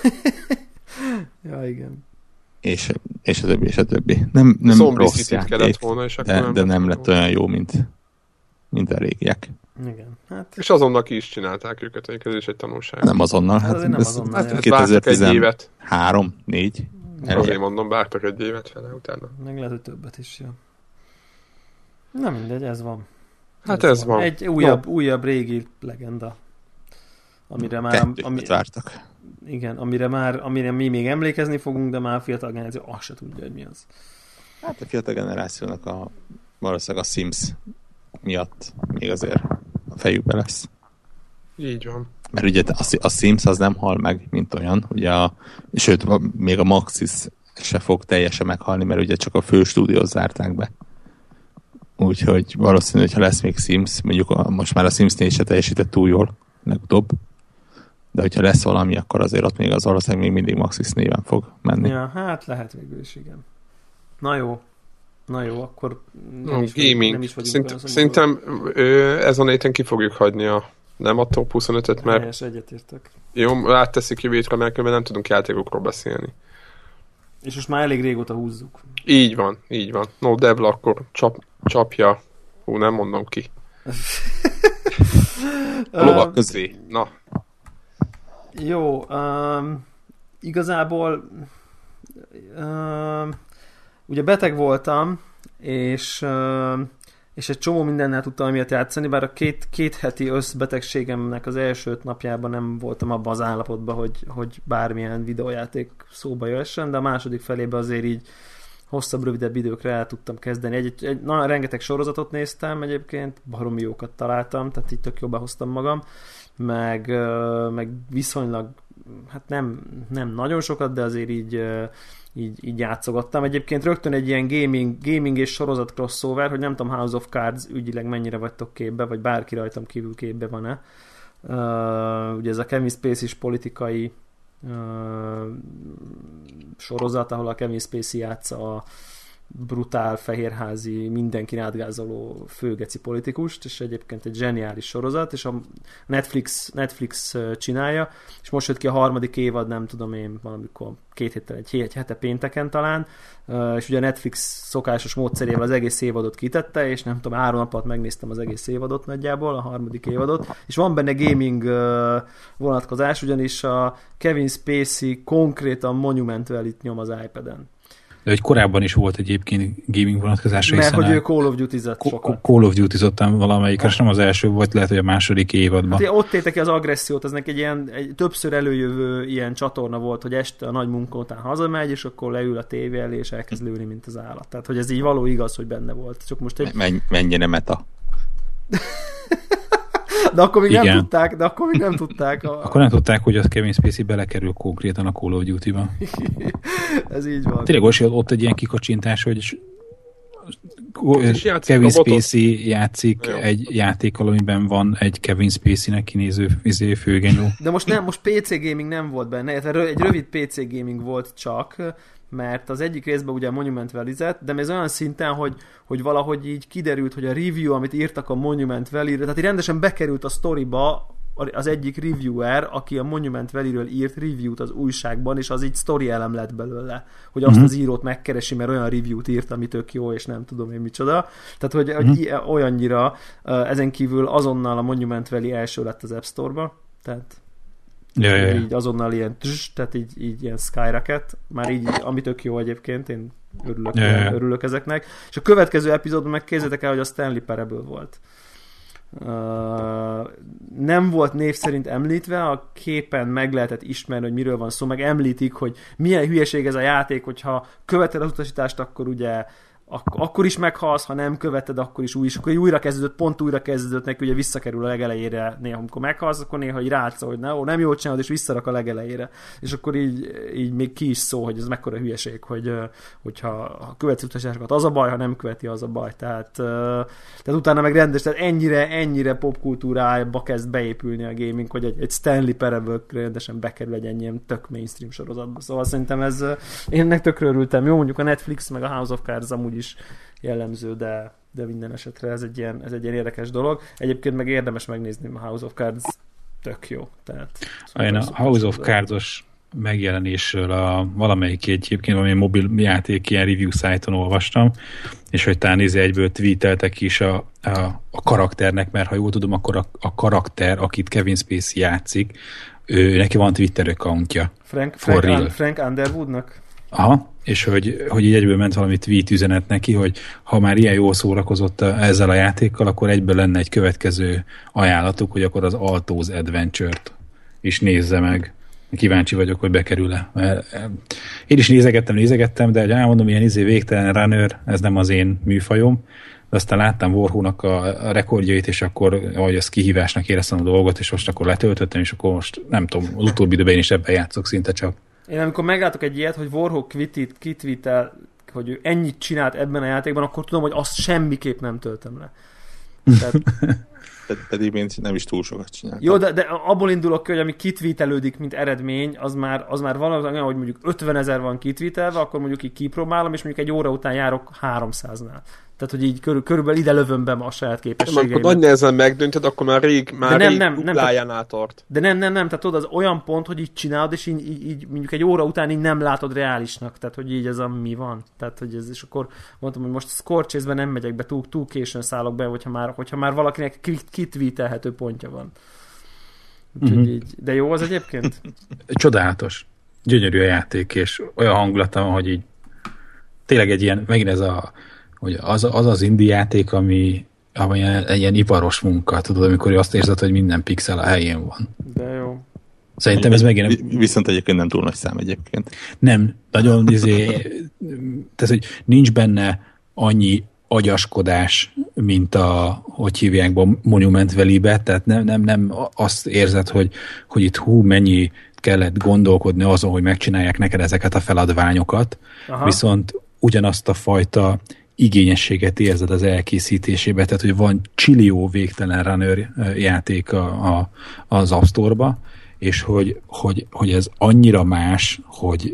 Ja, igen. És, és a többi, és a többi. Nem, nem Zombi rossz játék, volna, és de, nem, de nem lett olyan jó, mint, mint a régiek. Igen. Hát... És azonnal ki is csinálták őket, ez is egy tanulság. Nem azonnal. Hát, hát nem azonnal. Hát kétezer-tizenhárom négy Azért mondom, vártak egy évet fele utána. Meg lehet, hogy többet is, ja. Na mindegy, ez van. Hát ez, ez van. van. Egy újabb, no. újabb régi legenda. Amire már... Ami, vártak. Igen, amire már, amire mi még emlékezni fogunk, de már a fiatal generáció azt se tudja, hogy mi az. Hát a fiatal generációnak a valószínűleg a Sims miatt még azért a fejükbe lesz. Így van. Mert ugye a, a Sims az nem hal meg, mint olyan, ugye a, sőt, a, még a Maxis se fog teljesen meghalni, mert ugye csak a fő stúdiót zárták be. Úgyhogy valószínű, hogyha lesz még Sims, mondjuk a, most már a Sims négy se teljesített túl jól, legutóbb, de hogyha lesz valami, akkor azért ott még az valószínűleg még mindig Maxis néven fog menni. Ja, hát lehet végül is, igen. Na jó. Na jó, akkor nem no, is gaming. Vagyunk, nem is Szint, szerintem ez a néten ki fogjuk hagyni a nem a top huszonötöt, mert helyes, egyetértek. Jó, átteszik jövő hétre, mert nem tudunk játékokról beszélni. És most már elég régóta húzzuk. Így van, így van. No, Debla akkor csap, csapja. Hú, nem mondom ki. A lovak közé. Na. Jó, um, igazából um, ugye beteg voltam, és, um, és egy csomó mindennel tudtam emiatt játszani, bár a két, két heti összbetegségemnek az első öt napjában nem voltam abban az állapotban, hogy, hogy bármilyen videójáték szóba jöhessen, de a második felében azért így hosszabb, rövidebb időkre el tudtam kezdeni. Egy, egy, na, rengeteg sorozatot néztem egyébként, baromi jókat találtam, tehát így tök jobban hoztam magam, meg, meg viszonylag, hát nem, nem nagyon sokat, de azért így, így, így játszogattam. Egyébként rögtön egy ilyen gaming, gaming és sorozat crossover, hogy nem tudom House of Cards ügyileg mennyire vagytok képbe, vagy bárki rajtam kívül képbe van-e. Uh, ugye ez a Kevin Spacey-s politikai uh, sorozat, ahol a Kevin Spacey játsza a brutál, fehérházi, mindenkin átgázoló főgeci politikust, és egyébként egy zseniális sorozat, és a Netflix, Netflix csinálja, és most jött ki a harmadik évad, nem tudom én, valamikor két héttel, egy, egy hete pénteken talán, és ugye a Netflix szokásos módszerével az egész évadot kitette, és nem tudom, három nap alatt megnéztem az egész évadot nagyjából, a harmadik évadot, és van benne gaming vonatkozás, ugyanis a Kevin Spacey konkrétan Monument Valley-t nyom az iPad-en. De hogy korábban is volt egyébként gaming vonatkozás. Mert hogy ő Call of Duty-zett sokat. Call of Duty-zottam valamelyik, és nem az első volt, lehet, hogy a második évadban. Hát ott tétek ki az agressziót, ez neki egy ilyen egy többször előjövő ilyen csatorna volt, hogy este a nagy munka után hazamegy, és akkor leül a tévé elé, és elkezd lőni, mint az állat. Tehát, hogy ez így való igaz, hogy benne volt. Csak most egy... Men- mennyire meta. De akkor még Igen. nem tudták, de akkor még nem tudták. A... Akkor nem tudták, hogy az Kevin Spacey belekerül konkrétan a Call of Duty-ba. Ez így van. Tényleg most ott egy ilyen kikacsintás, hogy Kevin Spacey játszik Jó. egy játékkal, amiben van egy Kevin Spacey-nek kinéző izé, főgenyó. De most nem, most pé cé gaming nem volt benne, egy rövid pé cé gaming volt csak, mert az egyik részben ugye a Monument Valley-zett, de ez olyan szinten, hogy, hogy valahogy így kiderült, hogy a review, amit írtak a Monument Valley-re, tehát így rendesen bekerült a sztoriba az egyik reviewer, aki a Monument Valley-ről írt review-t az újságban, és az így sztori elem lett belőle, hogy azt mm-hmm. az írót megkeresi, mert olyan review-t írt, ami tök jó, és nem tudom én micsoda. Tehát, hogy, mm-hmm. hogy olyannyira, ezen kívül azonnal a Monument Valley első lett az App Store-ba, tehát Ja, ja, ja. így azonnal ilyen tss, tehát így, így ilyen skyrocket, már így, ami tök jó egyébként, én örülök, ja, ja. örülök ezeknek. És a következő epizódban meg képzeljétek el, hogy a Stanley Parable volt. Uh, nem volt név szerint említve, a képen meg lehetett ismerni, hogy miről van szó, meg említik, hogy milyen hülyeség ez a játék, hogyha követed az utasítást, akkor ugye Ak- akkor is meghalsz, ha nem követed, akkor is új, és akkor újra kezdődött, pont újra kezdődött neki, ugye visszakerül a legelejére néha, amikor meghalsz, akkor néha így rátszol, hogy ne, ó, nem jól csinálod, és visszarak a legelejére. És akkor így, így még ki is szó, hogy ez mekkora hülyeség, hogy hogyha ha követsz utasásokat, az a baj, ha nem követi, az a baj. Tehát, tehát utána meg rendes, tehát ennyire, ennyire popkultúrába kezd beépülni a gaming, hogy egy, egy Stanley Parable rendesen bekerül egy ennyien tök mainstream sorozatba. Szóval szerintem ez, én ennek tökre örültem. Jó, mondjuk a Netflix meg a House of Cards amúgy is jellemző, de, de minden esetre ez egy, ilyen, ez egy ilyen érdekes dolog. Egyébként meg érdemes megnézni, a House of Cards tök jó. Tehát, Én a House of Cards-os megjelenésről a valamelyik egyébként valami mobil játék ilyen review szájton olvastam, és hogy talán nézi egyből tweeteltek is a, a, a karakternek, mert ha jól tudom, akkor a, a karakter, akit Kevin Spacey játszik, ő, neki van Twitter accountja. Frank, Frank, Un- Frank Underwoodnak? Aha, és hogy, hogy így egyből ment valami tweet üzenet neki, hogy ha már ilyen jól szórakozott ezzel a játékkal, akkor egyből lenne egy következő ajánlatuk, hogy akkor az Alto's Adventure-t is nézze meg. Kíváncsi vagyok, hogy bekerül-e. Én is nézegettem, nézegettem, de elmondom, ilyen izé végtelen runner, ez nem az én műfajom. De aztán láttam Warhol-nak a rekordjait, és akkor, ahogy az kihívásnak éreztem a dolgot, és most akkor letöltöttem, és akkor most nem tudom, az utóbbi időben én is ebben játszok szinte csak. Én amikor meglátok egy ilyet, hogy Warhol kitvítel, hogy ő ennyit csinált ebben a játékban, akkor tudom, hogy azt semmiképp nem töltöm le. Tehát... pedig én nem is túl sokat csináltam. Jó, de, de abból indulok ki, hogy ami kitvítelődik, mint eredmény, az már, az már van, olyan, hogy mondjuk ötvenezer van kitvítelve, akkor mondjuk így kipróbálom, és mondjuk egy óra után járok háromszáznál. Tehát, hogy így körül, körülbelül ide lövöm be a saját képességeimet. Akkor nagy nehezen megdöntöd, akkor már rég, már nem, rég nem, duplájánál tart. De nem, nem, nem, tehát tudod, az olyan pont, hogy így csinálod, és így, így, így mondjuk egy óra után így nem látod reálisnak, tehát, hogy így ez a mi van. Tehát, hogy ez, és akkor mondtam, hogy most Scorchase-ben nem megyek be, túl, túl későn szállok be, hogyha már, hogyha már valakinek kitvítelhető pontja van. Úgyhogy mm-hmm. így, de jó az egyébként? Csodálatos. Gyönyörű a játék, és olyan hangulata van, hogy így tényleg egy ilyen, megint ez a hogy az az, az indie játék, ami, ami ilyen, ilyen iparos munka, tudod, amikor azt érzed, hogy minden pixel a helyén van. De jó. Szerintem ez megint... Viszont egyébként nem túl nagy szám egyébként. Nem, nagyon izé, tehát, hogy nincs benne annyi agyaskodás, mint a, hogy hívják be, Monument Valley-be, tehát nem, nem, nem azt érzed, hogy, hogy itt hú, mennyi kellett gondolkodni azon, hogy megcsinálják neked ezeket a feladványokat, aha. Viszont ugyanazt a fajta igényességet érzed az elkészítésébe, tehát hogy van csillió végtelen runner játék a, a, az App Store-ba, és hogy, hogy, hogy ez annyira más, hogy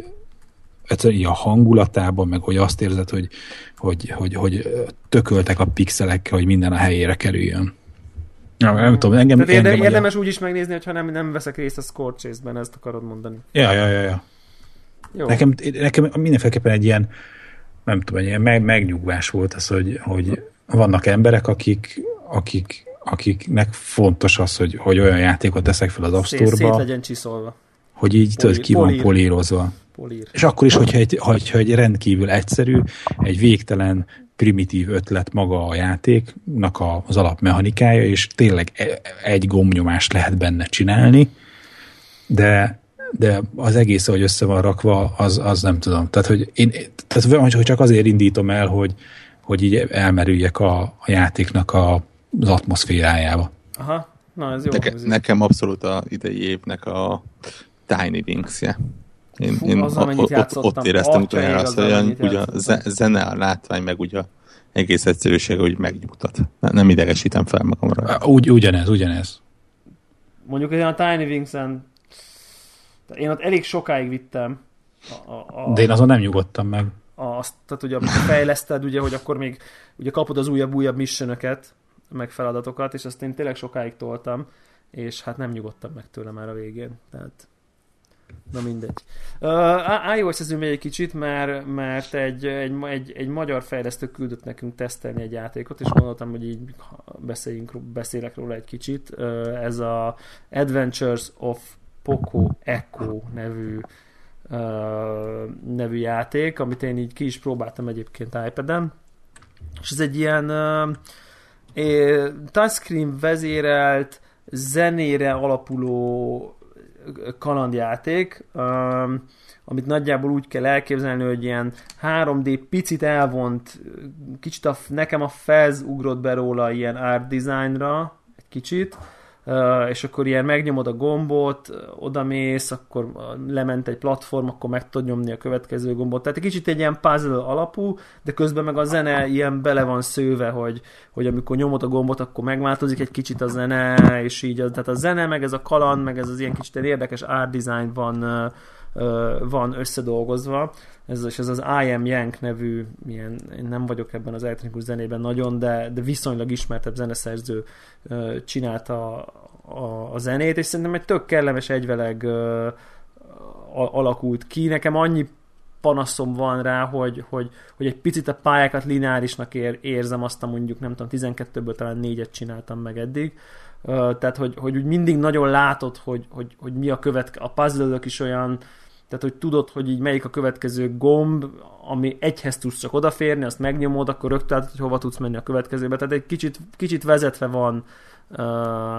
a hangulatában, meg hogy azt érzed, hogy, hogy, hogy, hogy tököltek a pixelekkel, hogy minden a helyére kerüljön. Na, nem tudom, engem, Tehát érde, engem érdemes a... úgy is megnézni, hogyha nem, nem veszek részt a Scorchase-ben, ezt akarod mondani. Ja, ja, ja, ja. Jó. Nekem, nekem mindenféleképpen egy ilyen nem tudom, egy ilyen meg, megnyugvás volt az, hogy, hogy vannak emberek, akik, akik, akiknek fontos az, hogy, hogy olyan játékot teszek fel az App Store-ba. Szét legyen csiszolva. Hogy így Polír, tudod, ki polír. Van polírozva. Polír. És akkor is, hogyha egy, hogyha egy rendkívül egyszerű, egy végtelen primitív ötlet maga a játéknak az alapmechanikája, és tényleg egy gombnyomást lehet benne csinálni, de de az egész, ahogy össze van rakva, az, az nem tudom. Tehát, hogy én tehát, hogy csak azért indítom el, hogy, hogy így elmerüljek a, a játéknak a, az atmoszférájába. Aha, na ez jó. Neke, nekem abszolút a idei évnek a Tiny Wings-je. Én, Fú, én azzal, ott, ott, ott éreztem utoljára azt, hogy ugye a zene, a látvány, meg ugye egész egyszerűség, hogy megnyugtat. Nem idegesítem fel magamra. Úgy, ugyanez, ugyanez. Mondjuk olyan a Tiny Wings-en én ott elég sokáig vittem. A, a, a, De én azon nem nyugodtam meg. Azt, tehát ugye amikor fejleszted, ugye, hogy akkor még ugye kapod az újabb-újabb missionöket, meg feladatokat, és azt én tényleg sokáig toltam, és hát nem nyugodtam meg tőle már a végén. Tehát, na mindegy. Uh, iOS-ezünk még egy kicsit, mert, mert egy, egy, egy, egy magyar fejlesztő küldött nekünk tesztelni egy játékot, és gondoltam, hogy így beszéljünk, beszélek róla egy kicsit. Uh, ez a Adventures of Poco Echo nevű, uh, nevű játék, amit én így ki is próbáltam egyébként iPad-en. És ez egy ilyen uh, touchscreen vezérelt, zenére alapuló kalandjáték, um, amit nagyjából úgy kell elképzelni, hogy ilyen három dé picit elvont, kicsit a, nekem a Fez ugrott be róla ilyen art designra, egy kicsit, Uh, és akkor ilyen megnyomod a gombot, odamész, akkor lement egy platform, akkor meg tudod nyomni a következő gombot. Tehát egy kicsit egy ilyen puzzle alapú, de közben meg a zene ilyen bele van szőve, hogy, hogy amikor nyomod a gombot, akkor megváltozik egy kicsit a zene, és így, tehát a zene, meg ez a kaland, meg ez az ilyen kicsit érdekes art design van, uh, uh, van összedolgozva. Ez, és ez az I Am Yank nevű, ilyen, én nem vagyok ebben az elektronikus zenében nagyon, de, de viszonylag ismertebb zeneszerző uh, csinálta a, a, a zenét, és szerintem egy tök kellemes egyveleg uh, alakult ki. Nekem annyi panaszom van rá, hogy, hogy, hogy egy picit a pályákat lineárisnak ér, érzem, azt a mondjuk, nem tudom, tizenkettőből talán négyet csináltam meg eddig. Uh, tehát, hogy, hogy úgy mindig nagyon látod, hogy, hogy, hogy mi a következő, a puzzle-ök is olyan, tehát, hogy tudod, hogy így melyik a következő gomb, ami egyhez tudsz csak odaférni, azt megnyomod, akkor rögtön látod, hogy hova tudsz menni a következőbe. Tehát egy kicsit, kicsit vezetve van uh,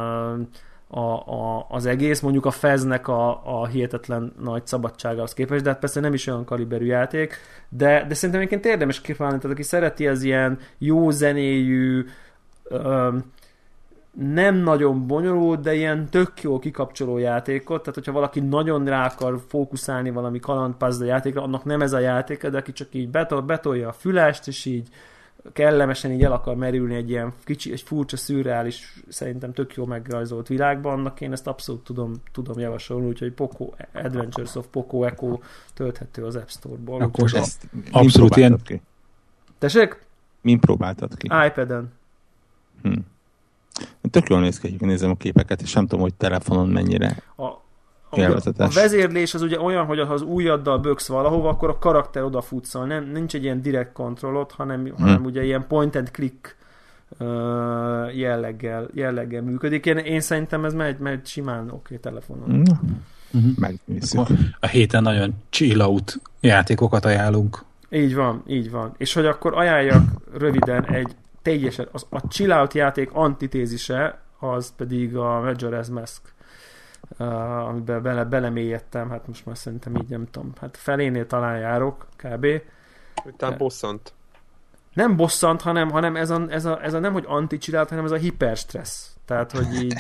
a, a, az egész, mondjuk a Feznek a, a hihetetlen nagy szabadságához képest, de hát persze nem is olyan kaliberű játék, de, de szerintem egyébként érdemes kipróbálni, tehát aki szereti az ilyen jó zenéjű, uh, nem nagyon bonyolult, de ilyen tök jó kikapcsoló játékot, tehát hogyha valaki nagyon rá akar fókuszálni valami kaland puzzle játékra, annak nem ez a játék, de aki csak így betol, betolja a fülest, és így kellemesen így el akar merülni egy ilyen kicsi, egy furcsa, szürreális, szerintem tök jó megrajzolt világban, annak én ezt abszolút tudom, tudom javasolni, úgyhogy Poco, Adventures of Poco Echo tölthető az App Store-ból. Akkor ezt abszolút ilyen... Ki? Tessék? Min próbáltad ki? iPad-en. Hm. Tök jól néz ki, hogy nézem a képeket, és nem tudom, hogy telefonon mennyire a, a, a vezérlés az ugye olyan, hogy ha az ujjaddal böksz valahova, akkor a karakter odafutsz, szóval nem, nincs egy ilyen direkt kontrollot, hanem, hm. hanem ugye ilyen point and click uh, jelleggel, jelleggel működik. Én, én szerintem ez megy, megy simán oké okay, telefonon. Hm. Uh-huh. Megnézzük. A héten nagyon chill out játékokat ajánlunk. Így van, így van. És hogy akkor ajánljak röviden egy teljesen, az, a chill out játék antitézise, az pedig a Majora's Mask, uh, amiben bele, belemélyedtem, hát most már szerintem így nem tudom, hát felénél talán járok, kb. Utána bosszant. Nem bosszant, hanem, hanem ez, a, ez, a, ez a nem, hogy anti-chill out, hanem ez a hiperstressz. Tehát, hogy így...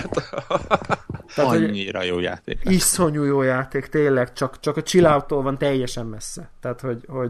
Tehát, annyira hogy jó játék. Iszonyú jó játék, tényleg, csak, csak a chill out-tól van teljesen messze. Tehát, hogy, hogy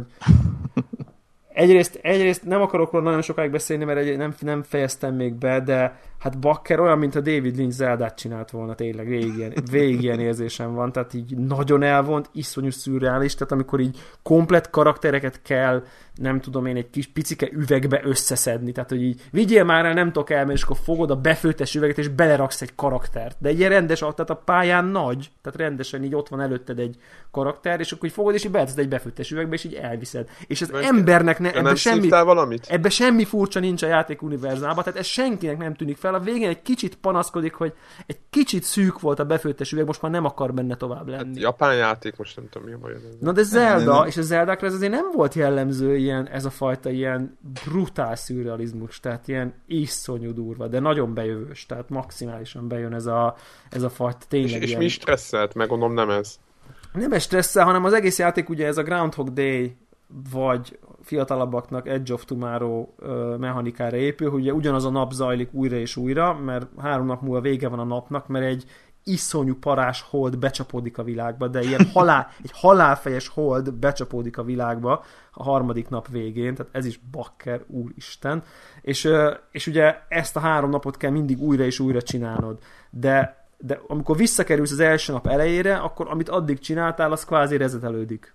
egyrészt, egyrészt nem akarok róla nagyon sokáig beszélni, mert egy, nem, nem fejeztem még be, de hát Bakker olyan, mint a David Lynch Zeldát csinált volna, tényleg végig ilyen, végig ilyen érzésem van, tehát így nagyon elvont, iszonyú szürreális, tehát amikor így komplett karaktereket kell, nem tudom én, egy kis picike üvegbe összeszedni, tehát hogy így vigyél már el, nem tudok elmenni, és akkor fogod a befőttes üveget, és beleraksz egy karaktert, de egy ilyen rendes, tehát a pályán nagy, tehát rendesen így ott van előtted egy karakter, és akkor így fogod, és így beleteszed egy befőttes üvegbe, és így elviszed. És az meg embernek ne, ebbe, semmi, ebbe semmi furcsa nincs a játék univerzumában, tehát ez senkinek nem tűnik fel. A végén egy kicsit panaszkodik, hogy egy kicsit szűk volt a befőttes üveg, most már nem akar benne tovább lenni. Hát japán játék, most nem tudom, mi a baj. Na de Zelda, és a Zeldákra ez azért nem volt jellemző ilyen, ez a fajta ilyen brutál szürrealizmus, tehát ilyen iszonyú durva, de nagyon bejövős, tehát maximálisan bejön ez a, ez a fajta tényleg. És, és ilyen... mi stresszelt? Meg gondolom nem ez. Nem ez stresszel, hanem az egész játék ugye ez a Groundhog Day vagy fiatalabbaknak Edge of Tomorrow uh, mechanikára épül, hogy ugye ugyanaz a nap zajlik újra és újra, mert három nap múlva vége van a napnak, mert egy iszonyú parás hold becsapódik a világba, de ilyen halál, egy halálfejes hold becsapódik a világba a harmadik nap végén, tehát ez is bakker, úristen. És, uh, és ugye ezt a három napot kell mindig újra és újra csinálnod, de, de amikor visszakerülsz az első nap elejére, akkor amit addig csináltál, az kvázi rezetelődik.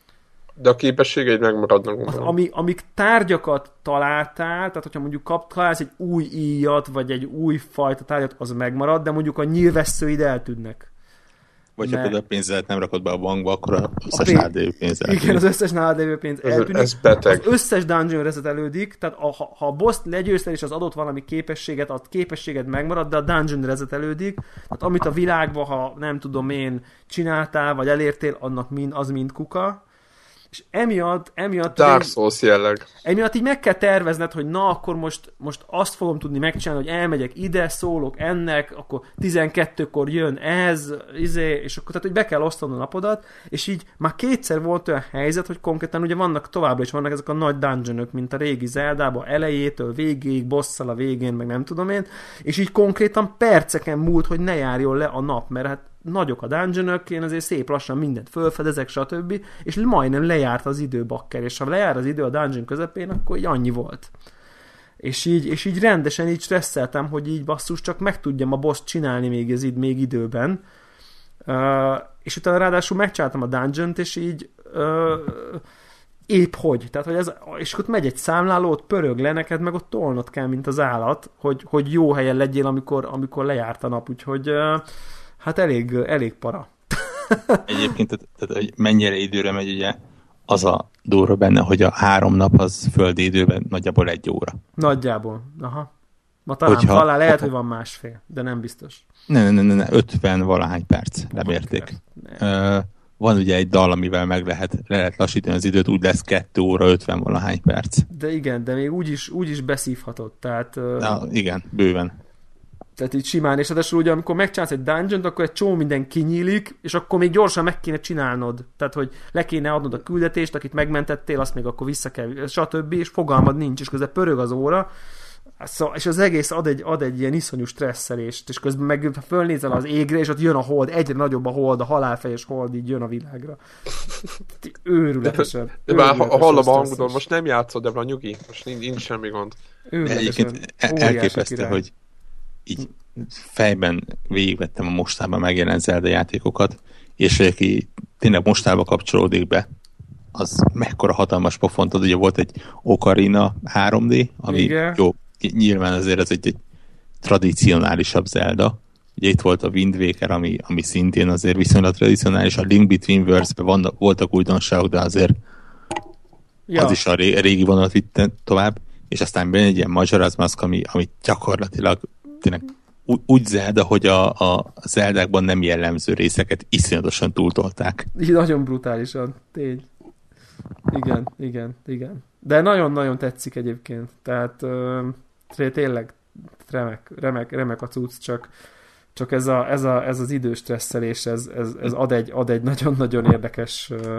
De a képességeid megmaradnak. Az, ami, amíg tárgyakat találtál, tehát hogyha mondjuk kap, találsz egy új íjat, vagy egy új fajta tárgyat, az megmarad, de mondjuk a nyílvesszőid eltűnnek. Vagy mert... ha például a pénzelet nem rakod be a bankba, akkor az összes pénz... nálad lévő pénz eltűnik. Igen, az összes nálad lévő pénz eltűnik. Ez beteg. Az összes dungeon resetelődik, tehát a, ha, ha a boss-t legyőzted és az adott valami képességet, a képességed megmarad, de a dungeon resetelődik. Tehát amit a világban, ha nem tudom én, csináltál, vagy elértél, annak mind, az mind kuka. És emiatt, emiatt Dark Souls jelleg. Emiatt így meg kell tervezned, hogy na, akkor most, most azt fogom tudni megcsinálni, hogy elmegyek ide, szólok ennek, akkor tizenkettőkor jön ez, izé, és akkor tehát, hogy be kell osztanod a napodat, és így már kétszer volt olyan helyzet, hogy konkrétan ugye vannak továbbra is vannak ezek a nagy dungeonök, mint a régi Zeldában, elejétől végéig, bosszal a végén, meg nem tudom én, és így konkrétan perceken múlt, hogy ne járjon le a nap, mert hát nagyok a dungeonök, én azért szép lassan mindent fölfedezek, stb. És majdnem lejárt az idő, bakker, és ha lejár az idő a dungeon közepén, akkor így annyi volt. És így, és így rendesen így stresszeltem, hogy így basszus, csak meg tudjam a boss csinálni még, ez így, még időben. Uh, és utána ráadásul megcsináltam a dungeont, és így uh, épp hogy. Tehát, hogy ez, és ott megy egy számláló, ott pörög le, neked meg ott tolnod kell, mint az állat, hogy, hogy jó helyen legyél, amikor, amikor lejárt a nap. Úgyhogy uh, hát elég, elég para. Egyébként, tehát, tehát, hogy mennyire időre megy, ugye, az a durva benne, hogy a három nap az földi időben nagyjából egy óra. Nagyjából, aha. Ma talán, Hogyha, talán lehet, ha, hogy van másfél, de nem biztos. Ne, ne, ne, ne ötven valahány perc lemérték. Uh, van ugye egy dal, amivel meg lehet, le lehet lassítani az időt, úgy lesz kettő óra, ötven valahány perc. De igen, de még úgy is, úgy is beszívhatod, tehát... Uh, Na, igen, bőven. Tehát így simán, és adásul ugye, amikor megcsinálsz egy dungeont, akkor egy csomó minden kinyílik, és akkor még gyorsan meg kéne csinálnod. Tehát, hogy le kéne adnod a küldetést, akit megmentettél, azt még akkor vissza kell, stb. És fogalmad nincs, és közben pörög az óra, Szóval, és az egész ad egy, ad egy ilyen iszonyú stresszelést, és közben meg fölnézel az égre, és ott jön a hold, egyre nagyobb a hold, a halálfejes hold így jön a világra. Őrületesen. De már hallom a hangodon, most nem játszod, de van nyugi, most nincs, nincs semmi gond. Egyébként elképesztő, hogy így fejben végigvettem a mostában megjelent Zelda játékokat, és aki tényleg mostában kapcsolódik be, az mekkora hatalmas pofont ad, ugye volt egy Ocarina három dé, ami igen. Jó, nyilván azért ez egy, egy tradicionálisabb Zelda. Ugye itt volt a Wind Waker, ami, ami szintén azért viszonylag tradicionális, a Link Between Worlds-ben vannak, voltak újdonságok, de azért ja. az is a régi vonalat vitte tovább, és aztán benne egy ilyen Majora's Mask, ami, ami gyakorlatilag tényleg úgy Zelda, hogy a, a Zeldákban nem jellemző részeket iszonyatosan túltolták. Így nagyon brutálisan, tény. Igen, igen, igen. De nagyon-nagyon tetszik egyébként. Tehát ö, tényleg remek, remek, remek a cucc, csak, csak ez, a, ez, a, ez az időstresszelés, ez, ez, ez ad, egy, ad egy nagyon-nagyon érdekes ö,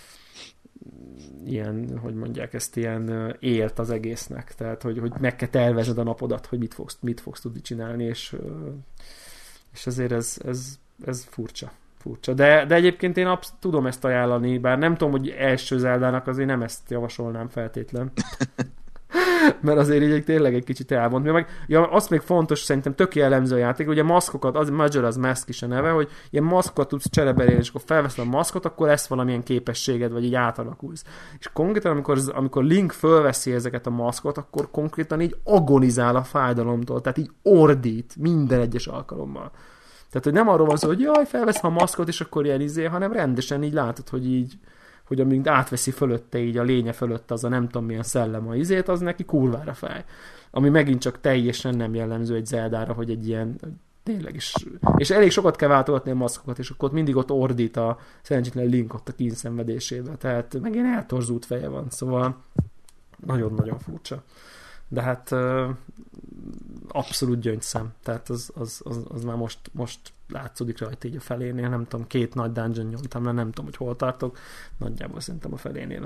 ilyen, hogy mondják ezt, ilyen élt az egésznek. Tehát, hogy, hogy meg kell tervezned a napodat, hogy mit fogsz, mit fogsz tudni csinálni, és, és ezért ez, ez, ez furcsa. furcsa. De, de egyébként én absz- tudom ezt ajánlani, bár nem tudom, hogy első Zeldának azért nem ezt javasolnám feltétlen. Mert azért így tényleg egy kicsit elmond. Meg, ja, az még fontos, szerintem tök jellemző a játék, ugye maszkokat, az Majora's Mask is a neve, hogy ilyen maszkokat tudsz csereberélni, és akkor felveszed a maszkot, akkor lesz valamilyen képességed, vagy így átalakulsz. És konkrétan, amikor, amikor Link fölveszi ezeket a maszkot, akkor konkrétan így agonizál a fájdalomtól, tehát így ordít minden egyes alkalommal. Tehát, hogy nem arról van szó, hogy jaj, felveszem a maszkot, és akkor ilyen izé, hanem rendesen így látod, hogy így hogy amíg átveszi fölötte így a lénye fölött az a nem tudom milyen szellem a izét, az neki kurvára fáj. Ami megint csak teljesen nem jellemző egy Zeldára, hogy egy ilyen tényleg is. És elég sokat kell váltogatni a maszkokat, és akkor ott mindig ott ordít a szerencsétlen Link ott a kínszenvedésébe. Tehát meg ilyen eltorzult feje van, szóval nagyon-nagyon furcsa. De hát abszolút gyöngyszem. Tehát az, az, az, az már most, most látszódik rajta így a felénél. Nem tudom, két nagy dungeon nyomtam le, nem tudom, hogy hol tartok. Nagyjából szerintem a felénél.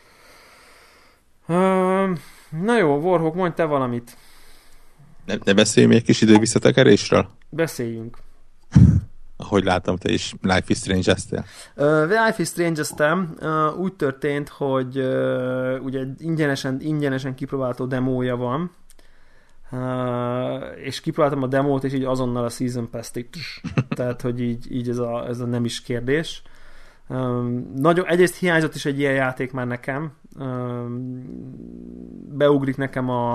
Uh, na jó, Warhawk, mondj te valamit. Ne, ne beszéljünk egy kis idő visszatekerésről? Beszéljünk. Ahogy látom, te is Life is Strange-eztél. Uh, Life is Strange-eztem. Uh, úgy történt, hogy uh, ugye ingyenesen, ingyenesen kipróbálható demója van, uh, és kipróbáltam a demót, és így azonnal a Season Pass-t itt. Tehát, hogy így, így ez, a, ez a nem is kérdés. Um, nagyon, egyrészt hiányzott is egy ilyen játék már nekem. Um, beugrik nekem a,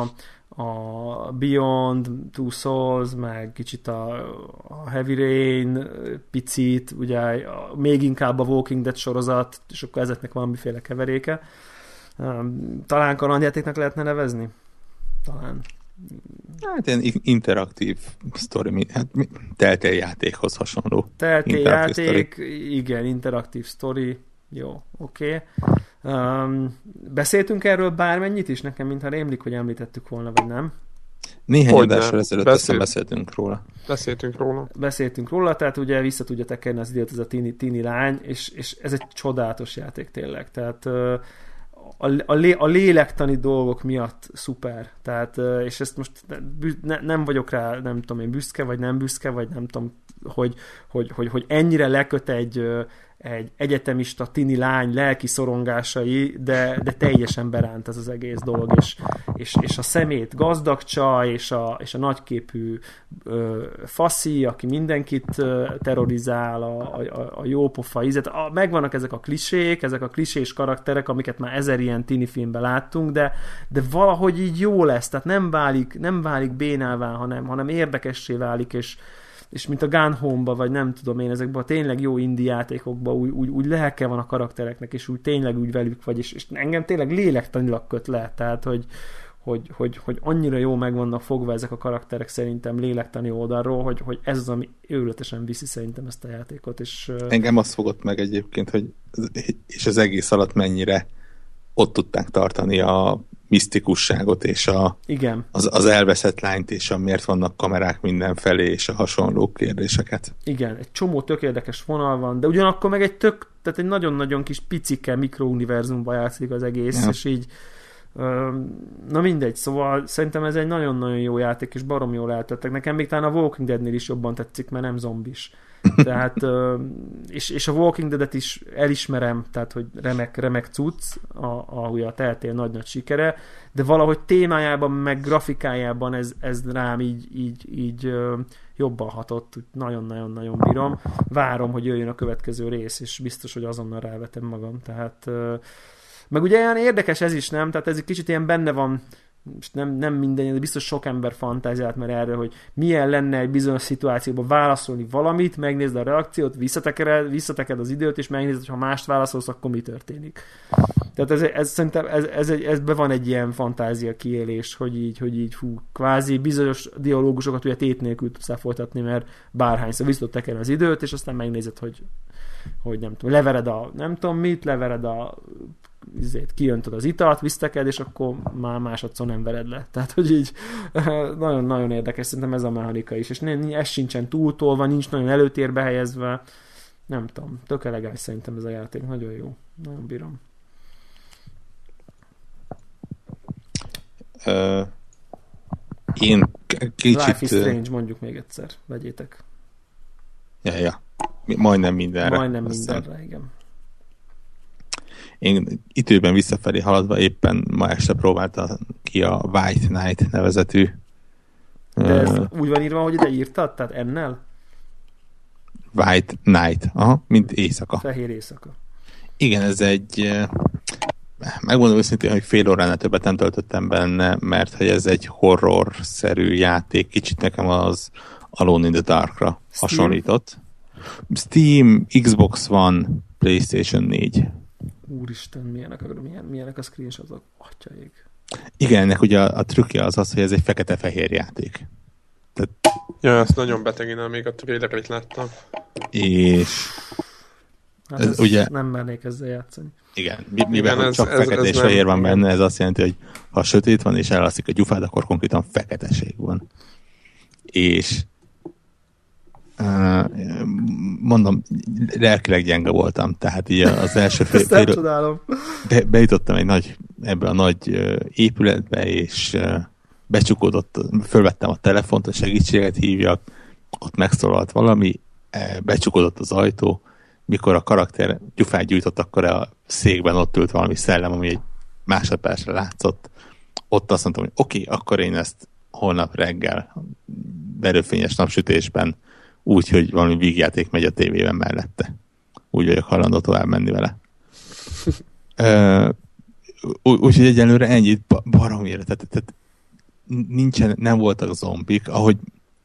a Beyond Two Souls, meg kicsit a, a Heavy Rain, picit, ugye a, még inkább a Walking Dead sorozat, és akkor ezeknek valamiféle keveréke. Um, talán kalandjátéknak lehetne nevezni? Talán. Hát ilyen interaktív sztori, hát Telltale játékhoz hasonló. Telltale játék, story. Igen, interaktív sztori, jó, oké. Okay. Um, beszéltünk erről bármennyit is? Nekem mintha rémlik, hogy említettük volna, vagy nem? Néhány adással ezelőtt Beszél... beszéltünk róla. Beszéltünk róla. Beszéltünk róla, tehát ugye vissza tudja tekerni az időt ez a tini, tini lány, és, és ez egy csodálatos játék tényleg, tehát uh, A, a, lé, a lélektani dolgok miatt szuper. Tehát, és ezt most ne, nem vagyok rá, nem tudom én, büszke, vagy nem büszke, vagy nem tudom, hogy, hogy, hogy, hogy ennyire leköt egy, egy egyetemista tini lány lelki szorongásai, de, de teljesen beránt ez az egész dolog, és, és, és a szemét gazdag csaj, és a, és a nagyképű ö, faszi, aki mindenkit ö, terrorizál, a, a, a jópofa ízet. A, megvannak ezek a klisék, ezek a klisés karakterek, amiket már ezer ilyen tini filmben láttunk, de, de valahogy így jó lesz, tehát nem válik, nem válik bénává, hanem, hanem érdekessé válik, és és mint a Gone Home-ba, vagy nem tudom én, ezekben a tényleg jó indie játékokban úgy, úgy, úgy lelke van a karaktereknek, és úgy tényleg úgy velük vagy, és, és engem tényleg lélektanilag köt le, tehát, hogy, hogy, hogy, hogy annyira jó meg vannak fogva ezek a karakterek szerintem lélektani oldalról, hogy, hogy ez az, ami őrületesen viszi szerintem ezt a játékot. És, engem azt fogott meg egyébként, hogy és az egész alatt mennyire ott tudták tartani a misztikusságot, és a, igen. Az, az elveszett lányt, és a miért vannak kamerák mindenfelé, és a hasonló kérdéseket. Igen, egy csomó tök érdekes vonal van, de ugyanakkor meg egy tök, tehát egy nagyon-nagyon kis picike mikrouniverzumban játszik az egész, ja. És így Na mindegy, szóval szerintem ez egy nagyon-nagyon jó játék, és barom jól eltettek. Nekem még talán a Walking Deadnél is jobban tetszik, mert nem zombis. Tehát, és, és a Walking Dead-et is elismerem, tehát, hogy remek, remek cucc, a, a, a Telltale nagy-nagy sikere, de valahogy témájában, meg grafikájában ez, ez rám így, így, így jobban hatott, nagyon-nagyon-nagyon bírom. Várom, hogy jöjjön a következő rész, és biztos, hogy azonnal rávetem magam, tehát meg ugye olyan érdekes ez is, nem? Tehát ez egy kicsit ilyen benne van, nem, nem minden, de biztos sok ember fantáziált már erről, hogy milyen lenne egy bizonyos szituációban válaszolni valamit, megnézd a reakciót, visszateked, visszateked az időt, és megnézd, hogy ha mást válaszolsz, akkor mi történik. Tehát ez, ez szerintem ez, ez, egy, ezben van egy ilyen fantázia kiélés, hogy így, hogy így fú, kvázi bizonyos dialógusokat ugye tét nélkül tudsz folytatni, mert bárhányszor visszateked az időt, és aztán megnézed, hogy, hogy nem tudom, levered a nem tudom mit, levered a izét, kijöntöd az italt, viszteked, és akkor már másodszor nem vered le. Tehát, hogy így nagyon-nagyon érdekes, szerintem ez a mechanika is, és ez sincsen túltolva, nincs nagyon előtérbe helyezve, nem tudom, tök elegáns szerintem ez a játék, nagyon jó, nagyon bírom. Uh, én kicsit... Life is Strange, mondjuk még egyszer, vegyétek. Ja, ja. Majdnem mindenre. Majdnem mindenre, igen. Én időben visszafelé haladva éppen ma este próbálta ki a White Knight nevezetű. De ez uh, úgy van írva, hogy ide írtad? Tehát ennel? White Knight. Aha, mint éjszaka. Fehér éjszaka. Igen, ez egy megmondom őszintén, hogy fél óránál többet nem töltöttem benne, mert hogy ez egy horror-szerű játék. Kicsit nekem az Alone in the Dark-ra Steam? hasonlított. Steam, Xbox One, PlayStation négy. Úristen, milyenek a, milyen, milyenek a screenshotok? Atyaig. Igen, ennek ugye a, a trükkje az az, hogy ez egy fekete-fehér játék. Tehát... Ja, ezt nagyon beteg, én még a trailerit láttam. És... Hát ez, ugye... nem mernék ezzel játszani. Igen, mivel igen, ez, csak ez, fekete ez és nem, fehér van igen. benne, ez azt jelenti, hogy ha sötét van és elalszik a gyufád, akkor konkrétan feketeség van. És uh, mondom, lelkileg gyenge voltam, tehát így az első fél... Ezt nem csodálom. Be, bejutottam egy nagy, ebbe a nagy uh, épületbe, és uh, becsukódott, fölvettem a telefont, a segítséget hívjak, ott megszólalt valami, becsukódott az ajtó, mikor a karakter gyufát gyújtott, akkor a székben ott ült valami szellem, ami egy másodpercre látszott. Ott azt mondtam, hogy oké, okay, akkor én ezt holnap reggel erőfényes napsütésben úgy, hogy valami vígjáték megy a tévében mellette. Úgy vagyok hajlandó tovább menni vele. Úgyhogy egyelőre ennyit baromira. Tehát, tehát nincsen, nem voltak zombik, ahogy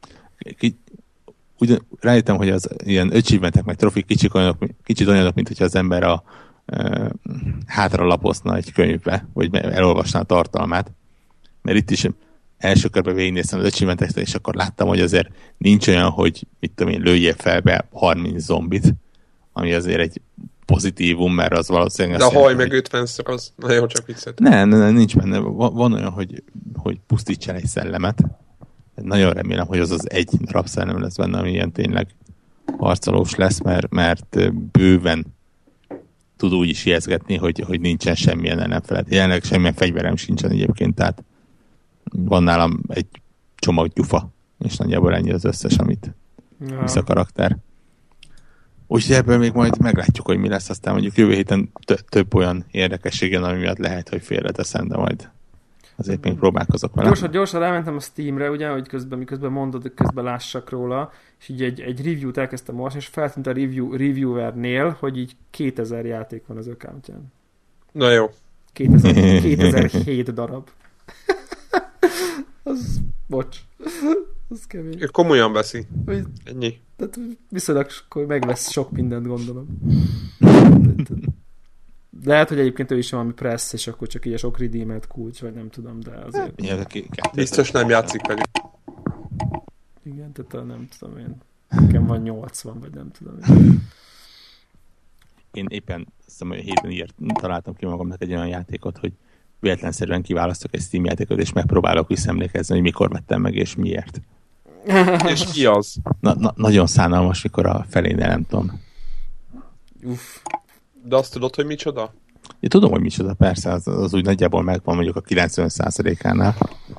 ugyan, rájöttem, hogy az ilyen achievementek, meg trofik kicsit olyanok, kicsit olyanok, mint hogyha az ember a e, hátra lapozna egy könyvbe, vagy elolvasná a tartalmát. Mert itt is első körben végignéztem az achievementeket, és akkor láttam, hogy azért nincs olyan, hogy mit tudom én, lőjél fel be harminc zombit, ami azért egy pozitívum, mert az valószínűleg... De a haj meg ötvenszor az nagyon csak viccet. Nem, nem, nincs benne. Van, van olyan, hogy, hogy pusztíts el egy szellemet. Nagyon remélem, hogy az az egy darab szellem lesz benne, ami ilyen tényleg harcolós lesz, mert, mert bőven tud úgy is ijeszgetni, hogy, hogy nincsen semmilyen ellenfelet. Jelenleg semmilyen fegyverem sincsen egyébként, tehát van nálam egy csomag gyufa, és nagyjából ennyi az összes, amit ja. visz a karakter. Úgyhogy ebből még majd meglátjuk, hogy mi lesz, aztán mondjuk jövő héten t- több olyan érdekességen, ami miatt lehet, hogy félreteszem, de majd azért még próbálkozok vele. Gyorsan, gyorsan rámentem a Steamre, ugye, hogy közben, miközben mondod, hogy közben lássak róla, és így egy, egy review-t elkezdtem olvasni, és feltűnt a review, reviewernél, hogy így kétezer játék van az accountján. Na jó. kétezer, kétezer-hét darab. Az, bocs. Az kemény. Ő komolyan veszi. Ennyi. Tehát viszonylag megvesz sok mindent, gondolom. Lehet, hogy egyébként ő is valami press, és akkor csak így a sok redeemelt kulcs, vagy nem tudom, de azért... Hát, biztos nem játszik velük. Igen, tehát nem tudom én. Nekem van nyolcvan, vagy nem tudom én. Én éppen azt hiszem, hogy hétben írt, találtam ki magamnak egy olyan játékot, hogy véletlenszerűen kiválasztok egy Steam játékot, és megpróbálok visszaemlékezni, hogy mikor vettem meg, és miért. És mi az? Na, na, nagyon szánalmas, mikor a felénél nem tudom. Uff. De azt tudod, hogy micsoda? Én tudom, hogy micsoda, persze, az, az úgy nagyjából megvan mondjuk a kilencven százalékánál,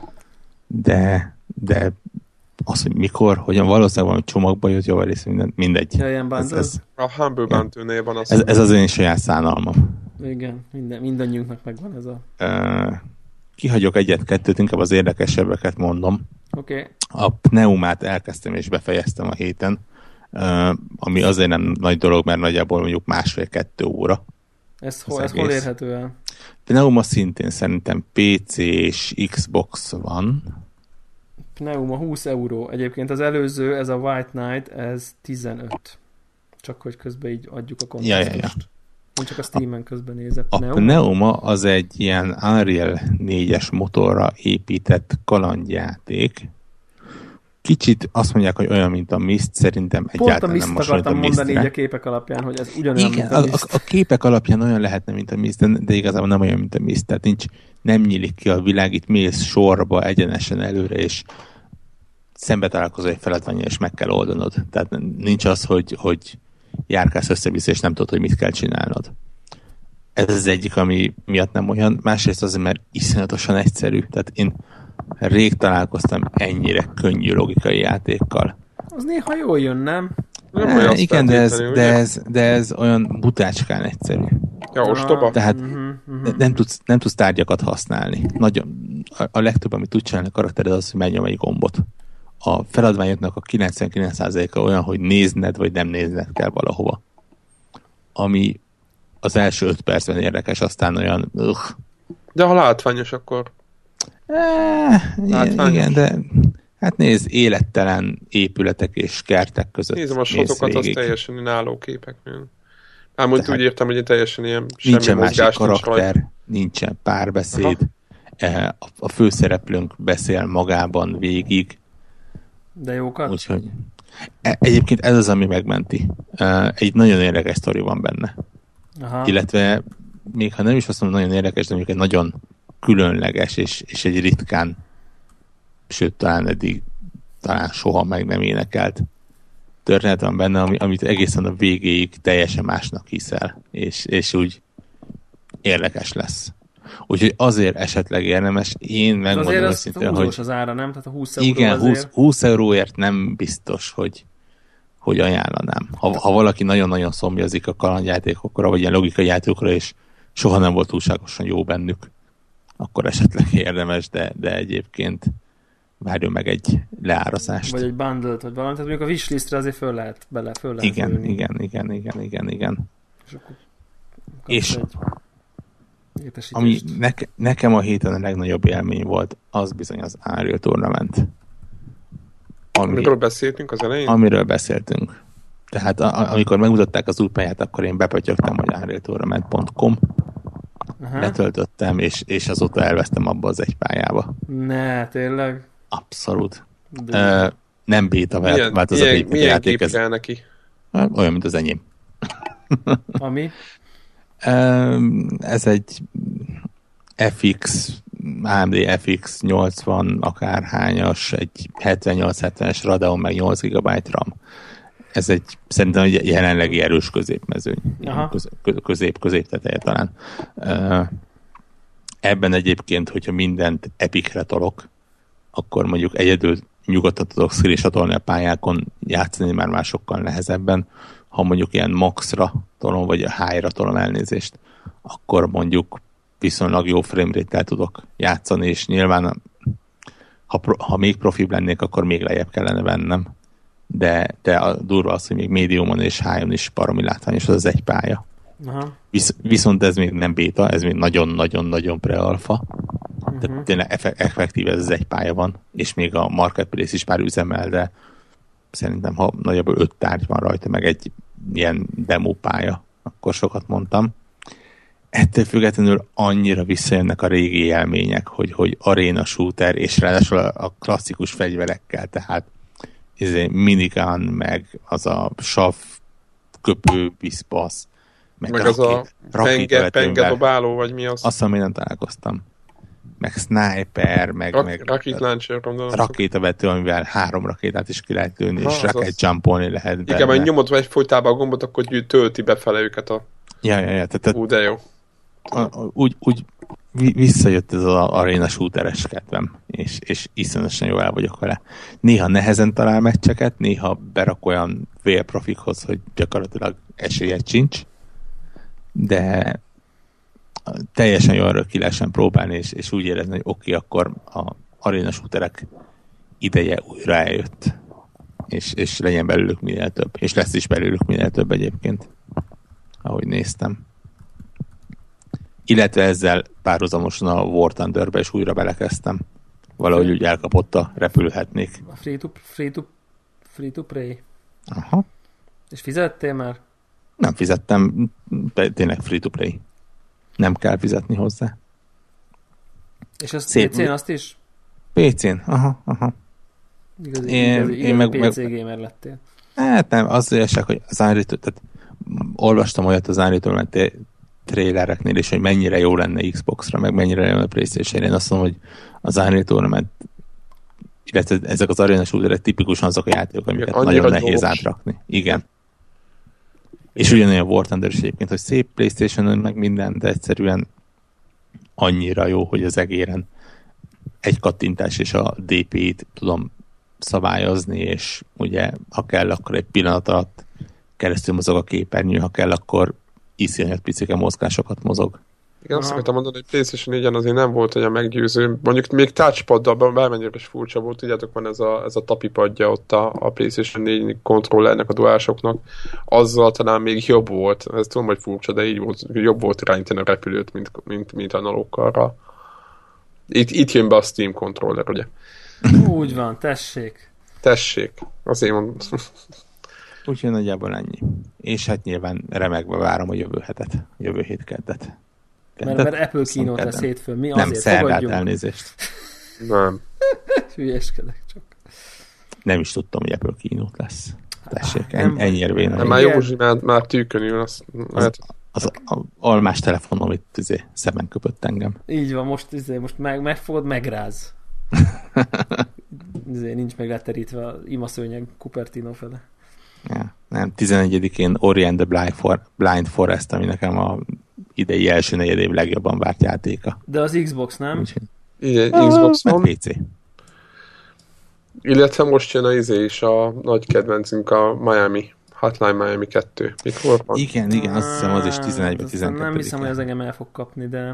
de, de az, hogy mikor, hogyan, valószínűleg van csomagba jött javarész, minden, mindegy. Ja, ilyen ez, ez, a Humble Bundle-nél van az. Ez, ez az én saját szánalmam. Igen, minden, mindannyiunknak megvan ez a... Uh, kihagyok egyet-kettőt, inkább az érdekesebbeket mondom. Oké. Okay. A Pneumát elkezdtem és befejeztem a héten, uh, ami azért nem nagy dolog, mert nagyjából mondjuk másfél-kettő óra. Ez, hol, ez hol érhető el? Pneuma szintén szerintem pé cé és Xbox van. Pneuma húsz euró. Egyébként az előző, ez a White Knight, ez tizenöt. Csak hogy közben így adjuk a kontextust. Ja, ja, ja. Én csak a Steam-en közben nézek. A Pneuma? Pneuma az egy ilyen Unreal négyes motorra épített kalandjáték. Kicsit azt mondják, hogy olyan, mint a Myst, szerintem egyáltalán nem most, mint a Myst. Pont a Myst akartam mondani így a képek alapján, hogy ez ugyanolyan, igen, mint a Myst. A, a képek alapján olyan lehetne, mint a Myst, de, de igazából nem olyan, mint a Myst. Tehát nincs, nem nyílik ki a világ, itt mész sorba egyenesen előre, és szembe találkozol egy feladvánnyal, és meg kell oldanod. Tehát nincs az, hogy, hogy járkálsz össze-vissza, és nem tudod, hogy mit kell csinálnod. Ez az egyik, ami miatt nem olyan. Másrészt azért, mert iszonyatosan egyszerű. Tehát én rég találkoztam ennyire könnyű logikai játékkal. Az néha jól jön, nem? nem e, igen, de ez, de, ez, de ez olyan butácskán egyszerű. Ja, ostoba. Tehát uh-huh, uh-huh. Nem, tudsz, nem tudsz tárgyakat használni. Nagyon, a, a legtöbb, amit tudsz csinálni a karaktered, az, hogy megnyom egy gombot. A feladványoknak a kilencvenkilenc százaléka olyan, hogy nézned, vagy nem nézned kell valahova. Ami az első öt percben érdekes, aztán olyan... Ugh. De ha látványos, akkor... Eh, látványos. Igen, de hát nézd, élettelen épületek és kertek között. Nézem a sotokat, az teljesen ináló képeknél. Mármint úgy értem, hogy teljesen ilyen semmi nincsen mozgás, másik karakter, nincs, nincsen párbeszéd, aha. a főszereplőnk beszél magában végig. De jókat? Úgyhogy egyébként ez az, ami megmenti. Egy nagyon érdekes sztori van benne. Aha. Illetve még ha nem is azt mondom, nagyon érdekes, de mondjuk egy nagyon különleges és, és egy ritkán, sőt talán eddig talán soha meg nem énekelt történet van benne, ami, amit egészen a végéig teljesen másnak hiszel, és, és úgy érdekes lesz. Úgyhogy azért esetleg érdemes, én megmondom őszintén, hogy... az ára, nem? Tehát a húsz euró igen, húsz, húsz euróért nem biztos, hogy, hogy ajánlanám. Ha, ha valaki nagyon-nagyon szomjazik a kalandjátékokra, vagy ilyen logikai játékokra, és soha nem volt túlságosan jó bennük, akkor esetleg érdemes, de, de egyébként várjon meg egy leárazást. Vagy egy bundle-t, vagy valamit. Tehát mondjuk a wishlistre azért föl lehet bele, föl lehet igen, fölni. igen, igen, igen, igen, igen. És, akkor és ami neke, nekem a héten a legnagyobb élmény volt, az bizony az Unreal Tournament. Ami, amiről beszéltünk az elején? Amiről beszéltünk. Tehát a, amikor megmutatták az új pályát, akkor én bepötyögtem, hogy unreal tournament pont com, letöltöttem, és, és azóta elvesztem abba az egy pályába. Ne, tényleg? Abszolút. Uh, nem béta vált az a játék. Milyen gép kell neki? Olyan, mint az enyém. Ami? Uh, ez egy ef iksz, á em dé ef iksz nyolcvan akárhányas, egy hetvennyolc hetvenes Radeon, meg nyolc gigabyte RAM. Ez egy szerintem egy jelenlegi erős középmezőny. Közép, közép, középteteje talán. Uh, ebben egyébként, hogyha mindent Epicre tolok, akkor mondjuk egyedül nyugodtan tudok screenshotolni a pályákon, játszani már már sokkal nehezebben. Ha mondjuk ilyen maxra tolom, vagy a high-ra tolom, elnézést, akkor mondjuk viszonylag jó framerate-tel tudok játszani, és nyilván ha, pro, ha még profibb lennék, akkor még lejjebb kellene vennem. De, de a durva az, hogy még médiumon és high-on is baromi látványos az az egy pálya. Aha. Visz, viszont ez még nem béta, ez még nagyon-nagyon-nagyon pre-alfa. Uh-huh. Tehát tényleg effektíve ez az egy pálya van, és még a Marketplace is már üzemel, de szerintem, ha nagyjából öt tárgy van rajta, meg egy ilyen demo pálya, akkor sokat mondtam. Ettől függetlenül annyira visszajönnek a régi élmények, hogy, hogy arena shooter, és ráadásul a klasszikus fegyverekkel, tehát ez minigun, meg az a sav köpő viszpasz, meg, meg rakét, az a penge, penge dobáló, vagy mi az? Azt, amit nem találkoztam. Meg sniper, meg, Rak, meg rakét launcher, rakétavető, amivel három rakétát is ki lehet lőni, ha, és raket jumpolni lehet benne. Igen, majd nyomod vagy folytában a gombot, akkor tölti befele őket a... Ja, ja, ja. Tehát, Ú, de jó. úgy, úgy visszajött ez az arena shooteres kedvem, és, és iszonyatosan jól el vagyok vele. Néha nehezen talál meccseket, néha berak olyan vérprofikhoz, hogy gyakorlatilag esélyed sincs, de teljesen jól ki lehessen próbálni, és, és úgy érezni, hogy oké, okay, akkor a arena shooterek ideje újra eljött, és, és legyen belőlük minél több, és lesz is belőlük minél több egyébként, ahogy néztem. Illetve ezzel párhuzamosan a War Thunderbe is újra belekezdtem. Valahogy úgy elkapott a repülhetnék. A free to, free to, free to play. Aha. És fizettél már? Nem fizettem, tényleg free to play. Nem kell fizetni hozzá. És azt pé cén azt is? pé cén, aha, aha. Igazi, én, igazi, igazi én meg, pé cé meg... gamer lettél. Hát nem, az esek, hogy az Unreal, tehát olvastam olyat az Unreal trailereknél is, hogy mennyire jó lenne Xbox-ra, meg mennyire jó lenne PlayStation-re. Én azt mondom, hogy az Unreal Tournament, illetve ezek az arena shooterek tipikusan azok a játékok, amiket igen, nagyon nehéz gyors. Átrakni. Igen. És ugyanolyan War Thunder is egyébként, hogy szép PlayStation-ön meg minden, de egyszerűen annyira jó, hogy az egéren egy kattintás és a dé pé-t tudom szabályozni, és ugye, ha kell, akkor egy pillanat alatt keresztül mozog a képernyő, ha kell, akkor iszonyat picike mozgásokat mozog. Igen, azt akartam mondani, hogy PlayStation négyen azért nem volt olyan meggyőző. Mondjuk még touchpaddal bármennyire is furcsa volt, tudjátok, van ez a, ez a tapipadja ott a, a PlayStation négy kontrollernek, a dualsoknak. Azzal talán még jobb volt. Ez tudom, hogy furcsa, de így volt, jobb volt irányítani a repülőt, mint, mint, mint analógkalra. Itt, itt jön be a Steam controller, ugye? Úgy van, tessék. Tessék, azért mondom. Úgyhogy nagyjából ennyi. És hát nyilván remegve várom a jövő hetet, a jövő hét keddet. Mert, mert Apple kínót lesz hétfőn. Mi nem, azért szerdát, fogadjunk? Elnézést. Nem. Hülyeskedek csak. Nem is tudtam, hogy Apple kínót lesz. Tessék, Ah, en, ennyi érvén. Nem, már Józsi már, már tűkönül. Az, az, az a, almás telefonom itt izé, szemen köpött engem. Így van, most, izé, most meg, megfogod, megráz. izé, nincs meg leterítve az imaszőnyeg Cupertino fele. Ja, nem, tizenegyedikén Ori and the Blind, For, Blind Forest, ami nekem a idei első negyed év legjobban várt játéka. De az Xbox, nem? Úgyhogy... Igen, Xbox van. pé cé. Illetve most jön a izé is, a nagy kedvencünk, a Miami, Hotline Miami kettő. Mikor van? Igen, igen, azt hiszem az is tizenegyben tizenkettőben. Nem hiszem, hogy az engem el fog kapni, de...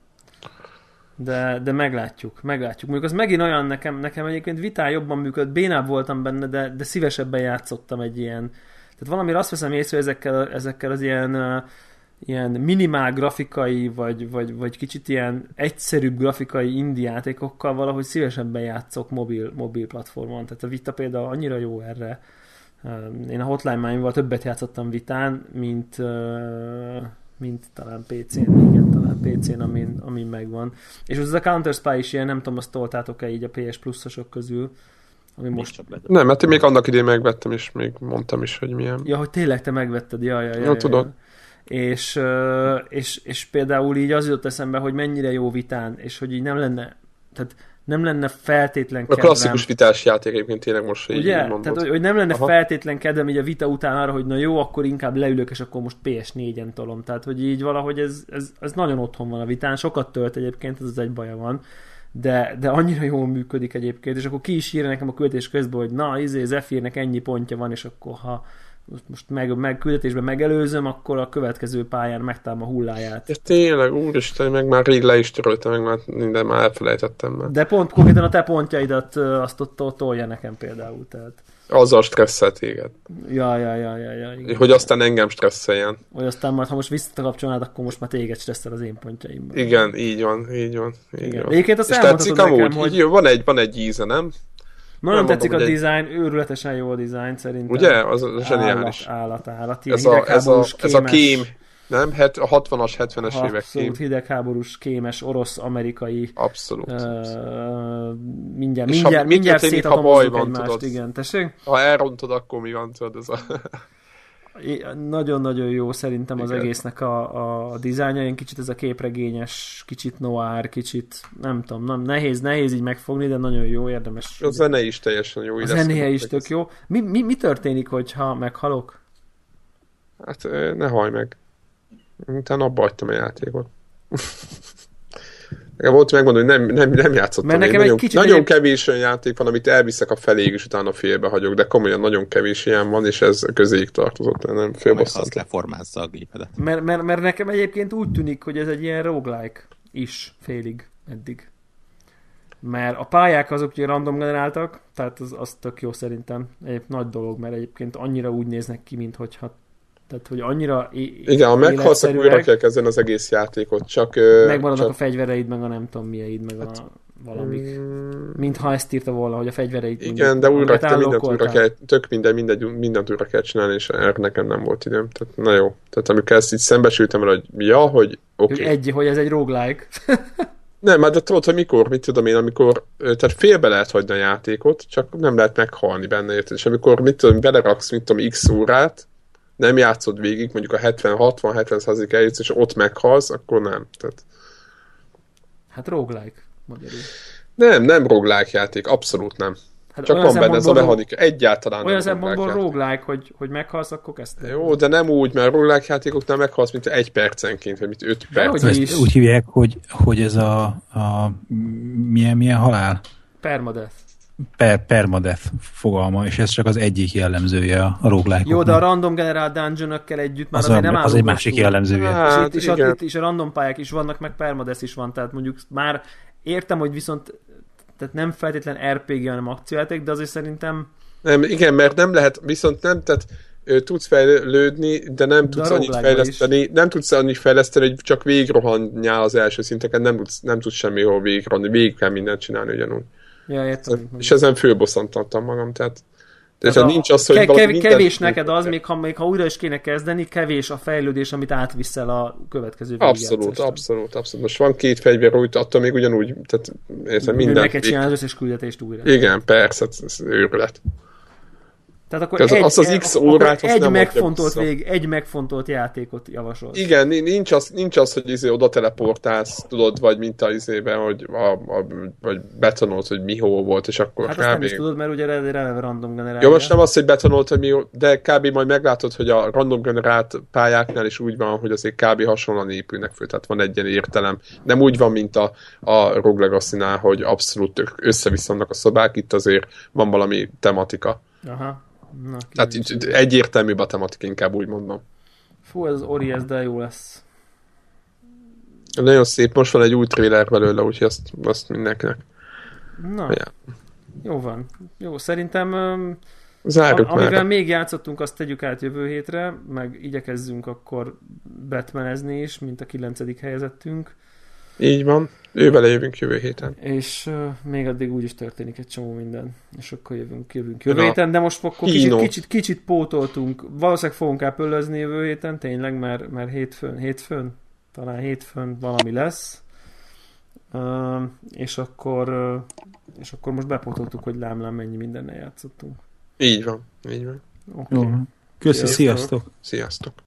De, de meglátjuk, meglátjuk. Mondjuk az megint olyan nekem, nekem egyébként vitán jobban működött, bénább voltam benne, de, de szívesebben játszottam egy ilyen... Tehát valamire azt veszem észre, hogy ezekkel, ezekkel az ilyen, uh, ilyen minimál grafikai, vagy, vagy, vagy kicsit ilyen egyszerűbb grafikai indie játékokkal valahogy szívesebben játszok mobil, mobil platformon. Tehát a Vita például annyira jó erre. Uh, én a Hotline Miami-val többet játszottam Vitán, mint... Uh, mint talán pé cén, igen, talán pé cén, amin, amin megvan. És az a Counter-Spy is ilyen, nem tudom, azt toltátok-e így a pé es pluszosok közül, ami most... Nem, mert én még annak idén megvettem, és még mondtam is, hogy milyen. Ja, hogy tényleg te megvetted, ja, ja, ja. Jó, tudod. És, és, és például így az jutott eszembe, hogy mennyire jó Vitán, és hogy így nem lenne, tehát nem lenne feltétlen kedvem. A klasszikus vitás játék egyébként tényleg most így ugye? mondod. Tehát, hogy, hogy nem lenne aha. feltétlen kedvem így a vita után arra, hogy na jó, akkor inkább leülök, és akkor most pé es négyen tolom. Tehát, hogy így valahogy ez, ez, ez nagyon otthon van a Vitán. Sokat tölt egyébként, ez az egy baja van. De, de annyira jól működik egyébként, és akkor ki is írja nekem a küldetés közben, hogy na, izé, Zephyrnek ennyi pontja van, és akkor ha most meg, meg küldetésben megelőzöm, akkor a következő pályán megtalálom a hulláját. Ja, tényleg, úristen, meg már rég le is töröltem, meg már minden már elfelejtettem már. De pont konkrétan a te pontjaidat azt ott tolja nekem például, tehát. Azzal stresszel téged. Ja, ja, ja, ja, ja igen. Hogy aztán engem stresszeljen. Hogy aztán majd, ha most visszakapcsolnád, akkor most már téged stresszel az én pontjaimban. Igen, így van, így van. Így igen. van. Egyébként azt és elmondhatod nekem, amúgy, hogy... Így, van, egy, van egy íze, nem? Nagyon nem tetszik mondom, a design, egy... őrületesen jó a design szerintem. Ugye? Az zseniális. Állat, állat, állat. Ez a, ez, a, ez a kém, nem? Het, a hatvanas, hetvenes Abszolút, évek kém. Abszolút hidegháborús, kémes, orosz-amerikai. Abszolút. Uh, mindjárt mindjárt, mindjárt szétatomozzuk egymást. Tudod, igen, tessék? Ha elrontod, akkor mi van, tudod, ez a... Nagyon-nagyon jó szerintem igen. Az egésznek a, a dizájnja, ilyen kicsit ez a képregényes, kicsit noir, kicsit nem tudom, nem, nehéz, nehéz így megfogni, de nagyon jó, érdemes. A zene is teljesen jó. A zenéje is tök jó. Mi, mi, mi történik, hogyha meghalok? Hát ne hallj meg. Utána abba hagytam a játékot. Nekem volt megmondani, hogy nem, nem, nem játszottam. Mert nekem nagyon, nagyon egy... kevés olyan játék van, amit elviszek a feléig, és utána félbe hagyok, de komolyan nagyon kevés ilyen van, és ez közéig tartozott, nem félbosszant. Azt leformázza a gépedet. Mert, mert, mert nekem egyébként úgy tűnik, hogy ez egy ilyen roguelike is félig eddig. Mert a pályák azok ugye random generáltak, tehát az, az tök jó szerintem. Egyébként nagy dolog, mert egyébként annyira úgy néznek ki, mint hogyha tehát, hogy annyira é- igen, ha meghalsz, akkor újra kell kezdeni az egész játékot, csak... Megmaradnak csak... a fegyvereid, meg a nem tudom milyeid, meg hát, a valamik. Mm... Mintha ezt írta volna, hogy a fegyvereid... Igen, mondjuk, de újra kell, mindent újra kell, tök minden, mindegy, mindent újra kell csinálni, és erre nekem nem volt időm. Tehát, na jó. Tehát amikor ezt így szembesültem el, hogy ja, hogy oké. Okay. Egy, hogy ez egy roguelike. Nem, hát de tudod, hogy mikor, mit tudom én, amikor, tehát félbe lehet hagyni a játékot, csak nem lehet meghalni benne, érted? És amikor, mit tudom, beleraksz, mit tudom, x órát, nem játszod végig, mondjuk a hetven hatvan hetven százalék eljutsz, és ott meghalsz, akkor nem. Tehát... Hát roguelike, magyarul. Nem, nem roguelike játék, abszolút nem. Hát csak van benne ez a mechanika. Egyáltalán olyan szempontból roguelike, hogy, hogy meghalsz, akkor kezdtem. Jó, de nem úgy, mert roguelike játékoknál meghalsz, mint egy percenként, vagy mint öt percenként. Úgy hívják, hogy, hogy ez a, a milyen, milyen halál? Permadeath. Per, permadeath fogalma, és ez csak az egyik jellemzője a roguelike-oknak. Jó, de a random generált dungeon-ökkel együtt már az azért a, nem az egy másik túl. Jellemzője. Hát, és, itt, és, itt, és a random pályák is vannak, meg permadeath is van, tehát mondjuk már értem, hogy viszont tehát nem feltétlen er pé gé, hanem akciójáték, de azért szerintem... Nem, igen, mert nem lehet, viszont nem, tehát ö, tudsz fejlődni, de nem de tudsz annyit fejleszteni, is. nem tudsz annyit fejleszteni, hogy csak végigrohanjál az első szinteken, nem tudsz, nem tudsz semmihol végigrohanni, végig kell mindent csinálni ugyanúgy. Ja, értem. És ezen fölbosszantottam magam, tehát tehát a, nincs az, hogy ke- kev- minden... kevés neked az, még ha, még ha újra is kéne kezdeni, kevés a fejlődés, amit átviszel a következő végigjátszásra. Abszolút, abszolút, abszolút. Most van két fegyver, úgy attól még ugyanúgy, tehát értem, minden... Neked csinálni az összes küldetést újra. Igen, persze, ez, ez őrület. Tehát akkor egy, az az X órát, egy, nem megfontolt vég, egy megfontolt játékot javasol. Igen, nincs az, nincs az hogy izé oda teleportálsz, tudod, vagy mint a izében, hogy a, a, vagy betanolt, hogy mi hol volt, és akkor hát kb. Hát azt nem is tudod, mert ugye releve random generálja. Jó, most nem az, hogy betanolt, hogy mi hol, de kb. Majd meglátod, hogy a random generált pályáknál is úgy van, hogy azért kb. Hasonlóan épülnek föl, tehát van egy ilyen értelem. Nem úgy van, mint a, a Rogue Legacy-nál, hogy abszolút össze-vissza vannak a szobák, itt azért van valami tematika. Aha. Na, tehát egyértelmű a tematika, inkább úgy mondom. Fú, ez az Ori, ez de jó lesz. Nagyon szép, most van egy új trailer belőle, úgyhogy azt, azt mindenkinek. Na, ja. Jó van. Jó, szerintem Zárjuk am- amivel még játszottunk, azt tegyük át jövő hétre, meg igyekezzünk akkor Batmanezni is, mint a kilencedik helyezettünk. Így van. Ővele jövünk jövő héten. És uh, még addig úgyis történik egy csomó minden. És akkor jövünk, jövünk jövő héten, de most akkor kicsit, kicsit, kicsit pótoltunk. Valószínűleg fogunk ápöllözni jövő héten, tényleg, mert, mert hétfőn, hétfőn, talán hétfőn valami lesz. Uh, és akkor uh, és akkor most bepótoltuk, hogy lámlám mennyi mindennel játszottunk. Így van, így van. Okay. Köszi, sziasztok! Sziasztok!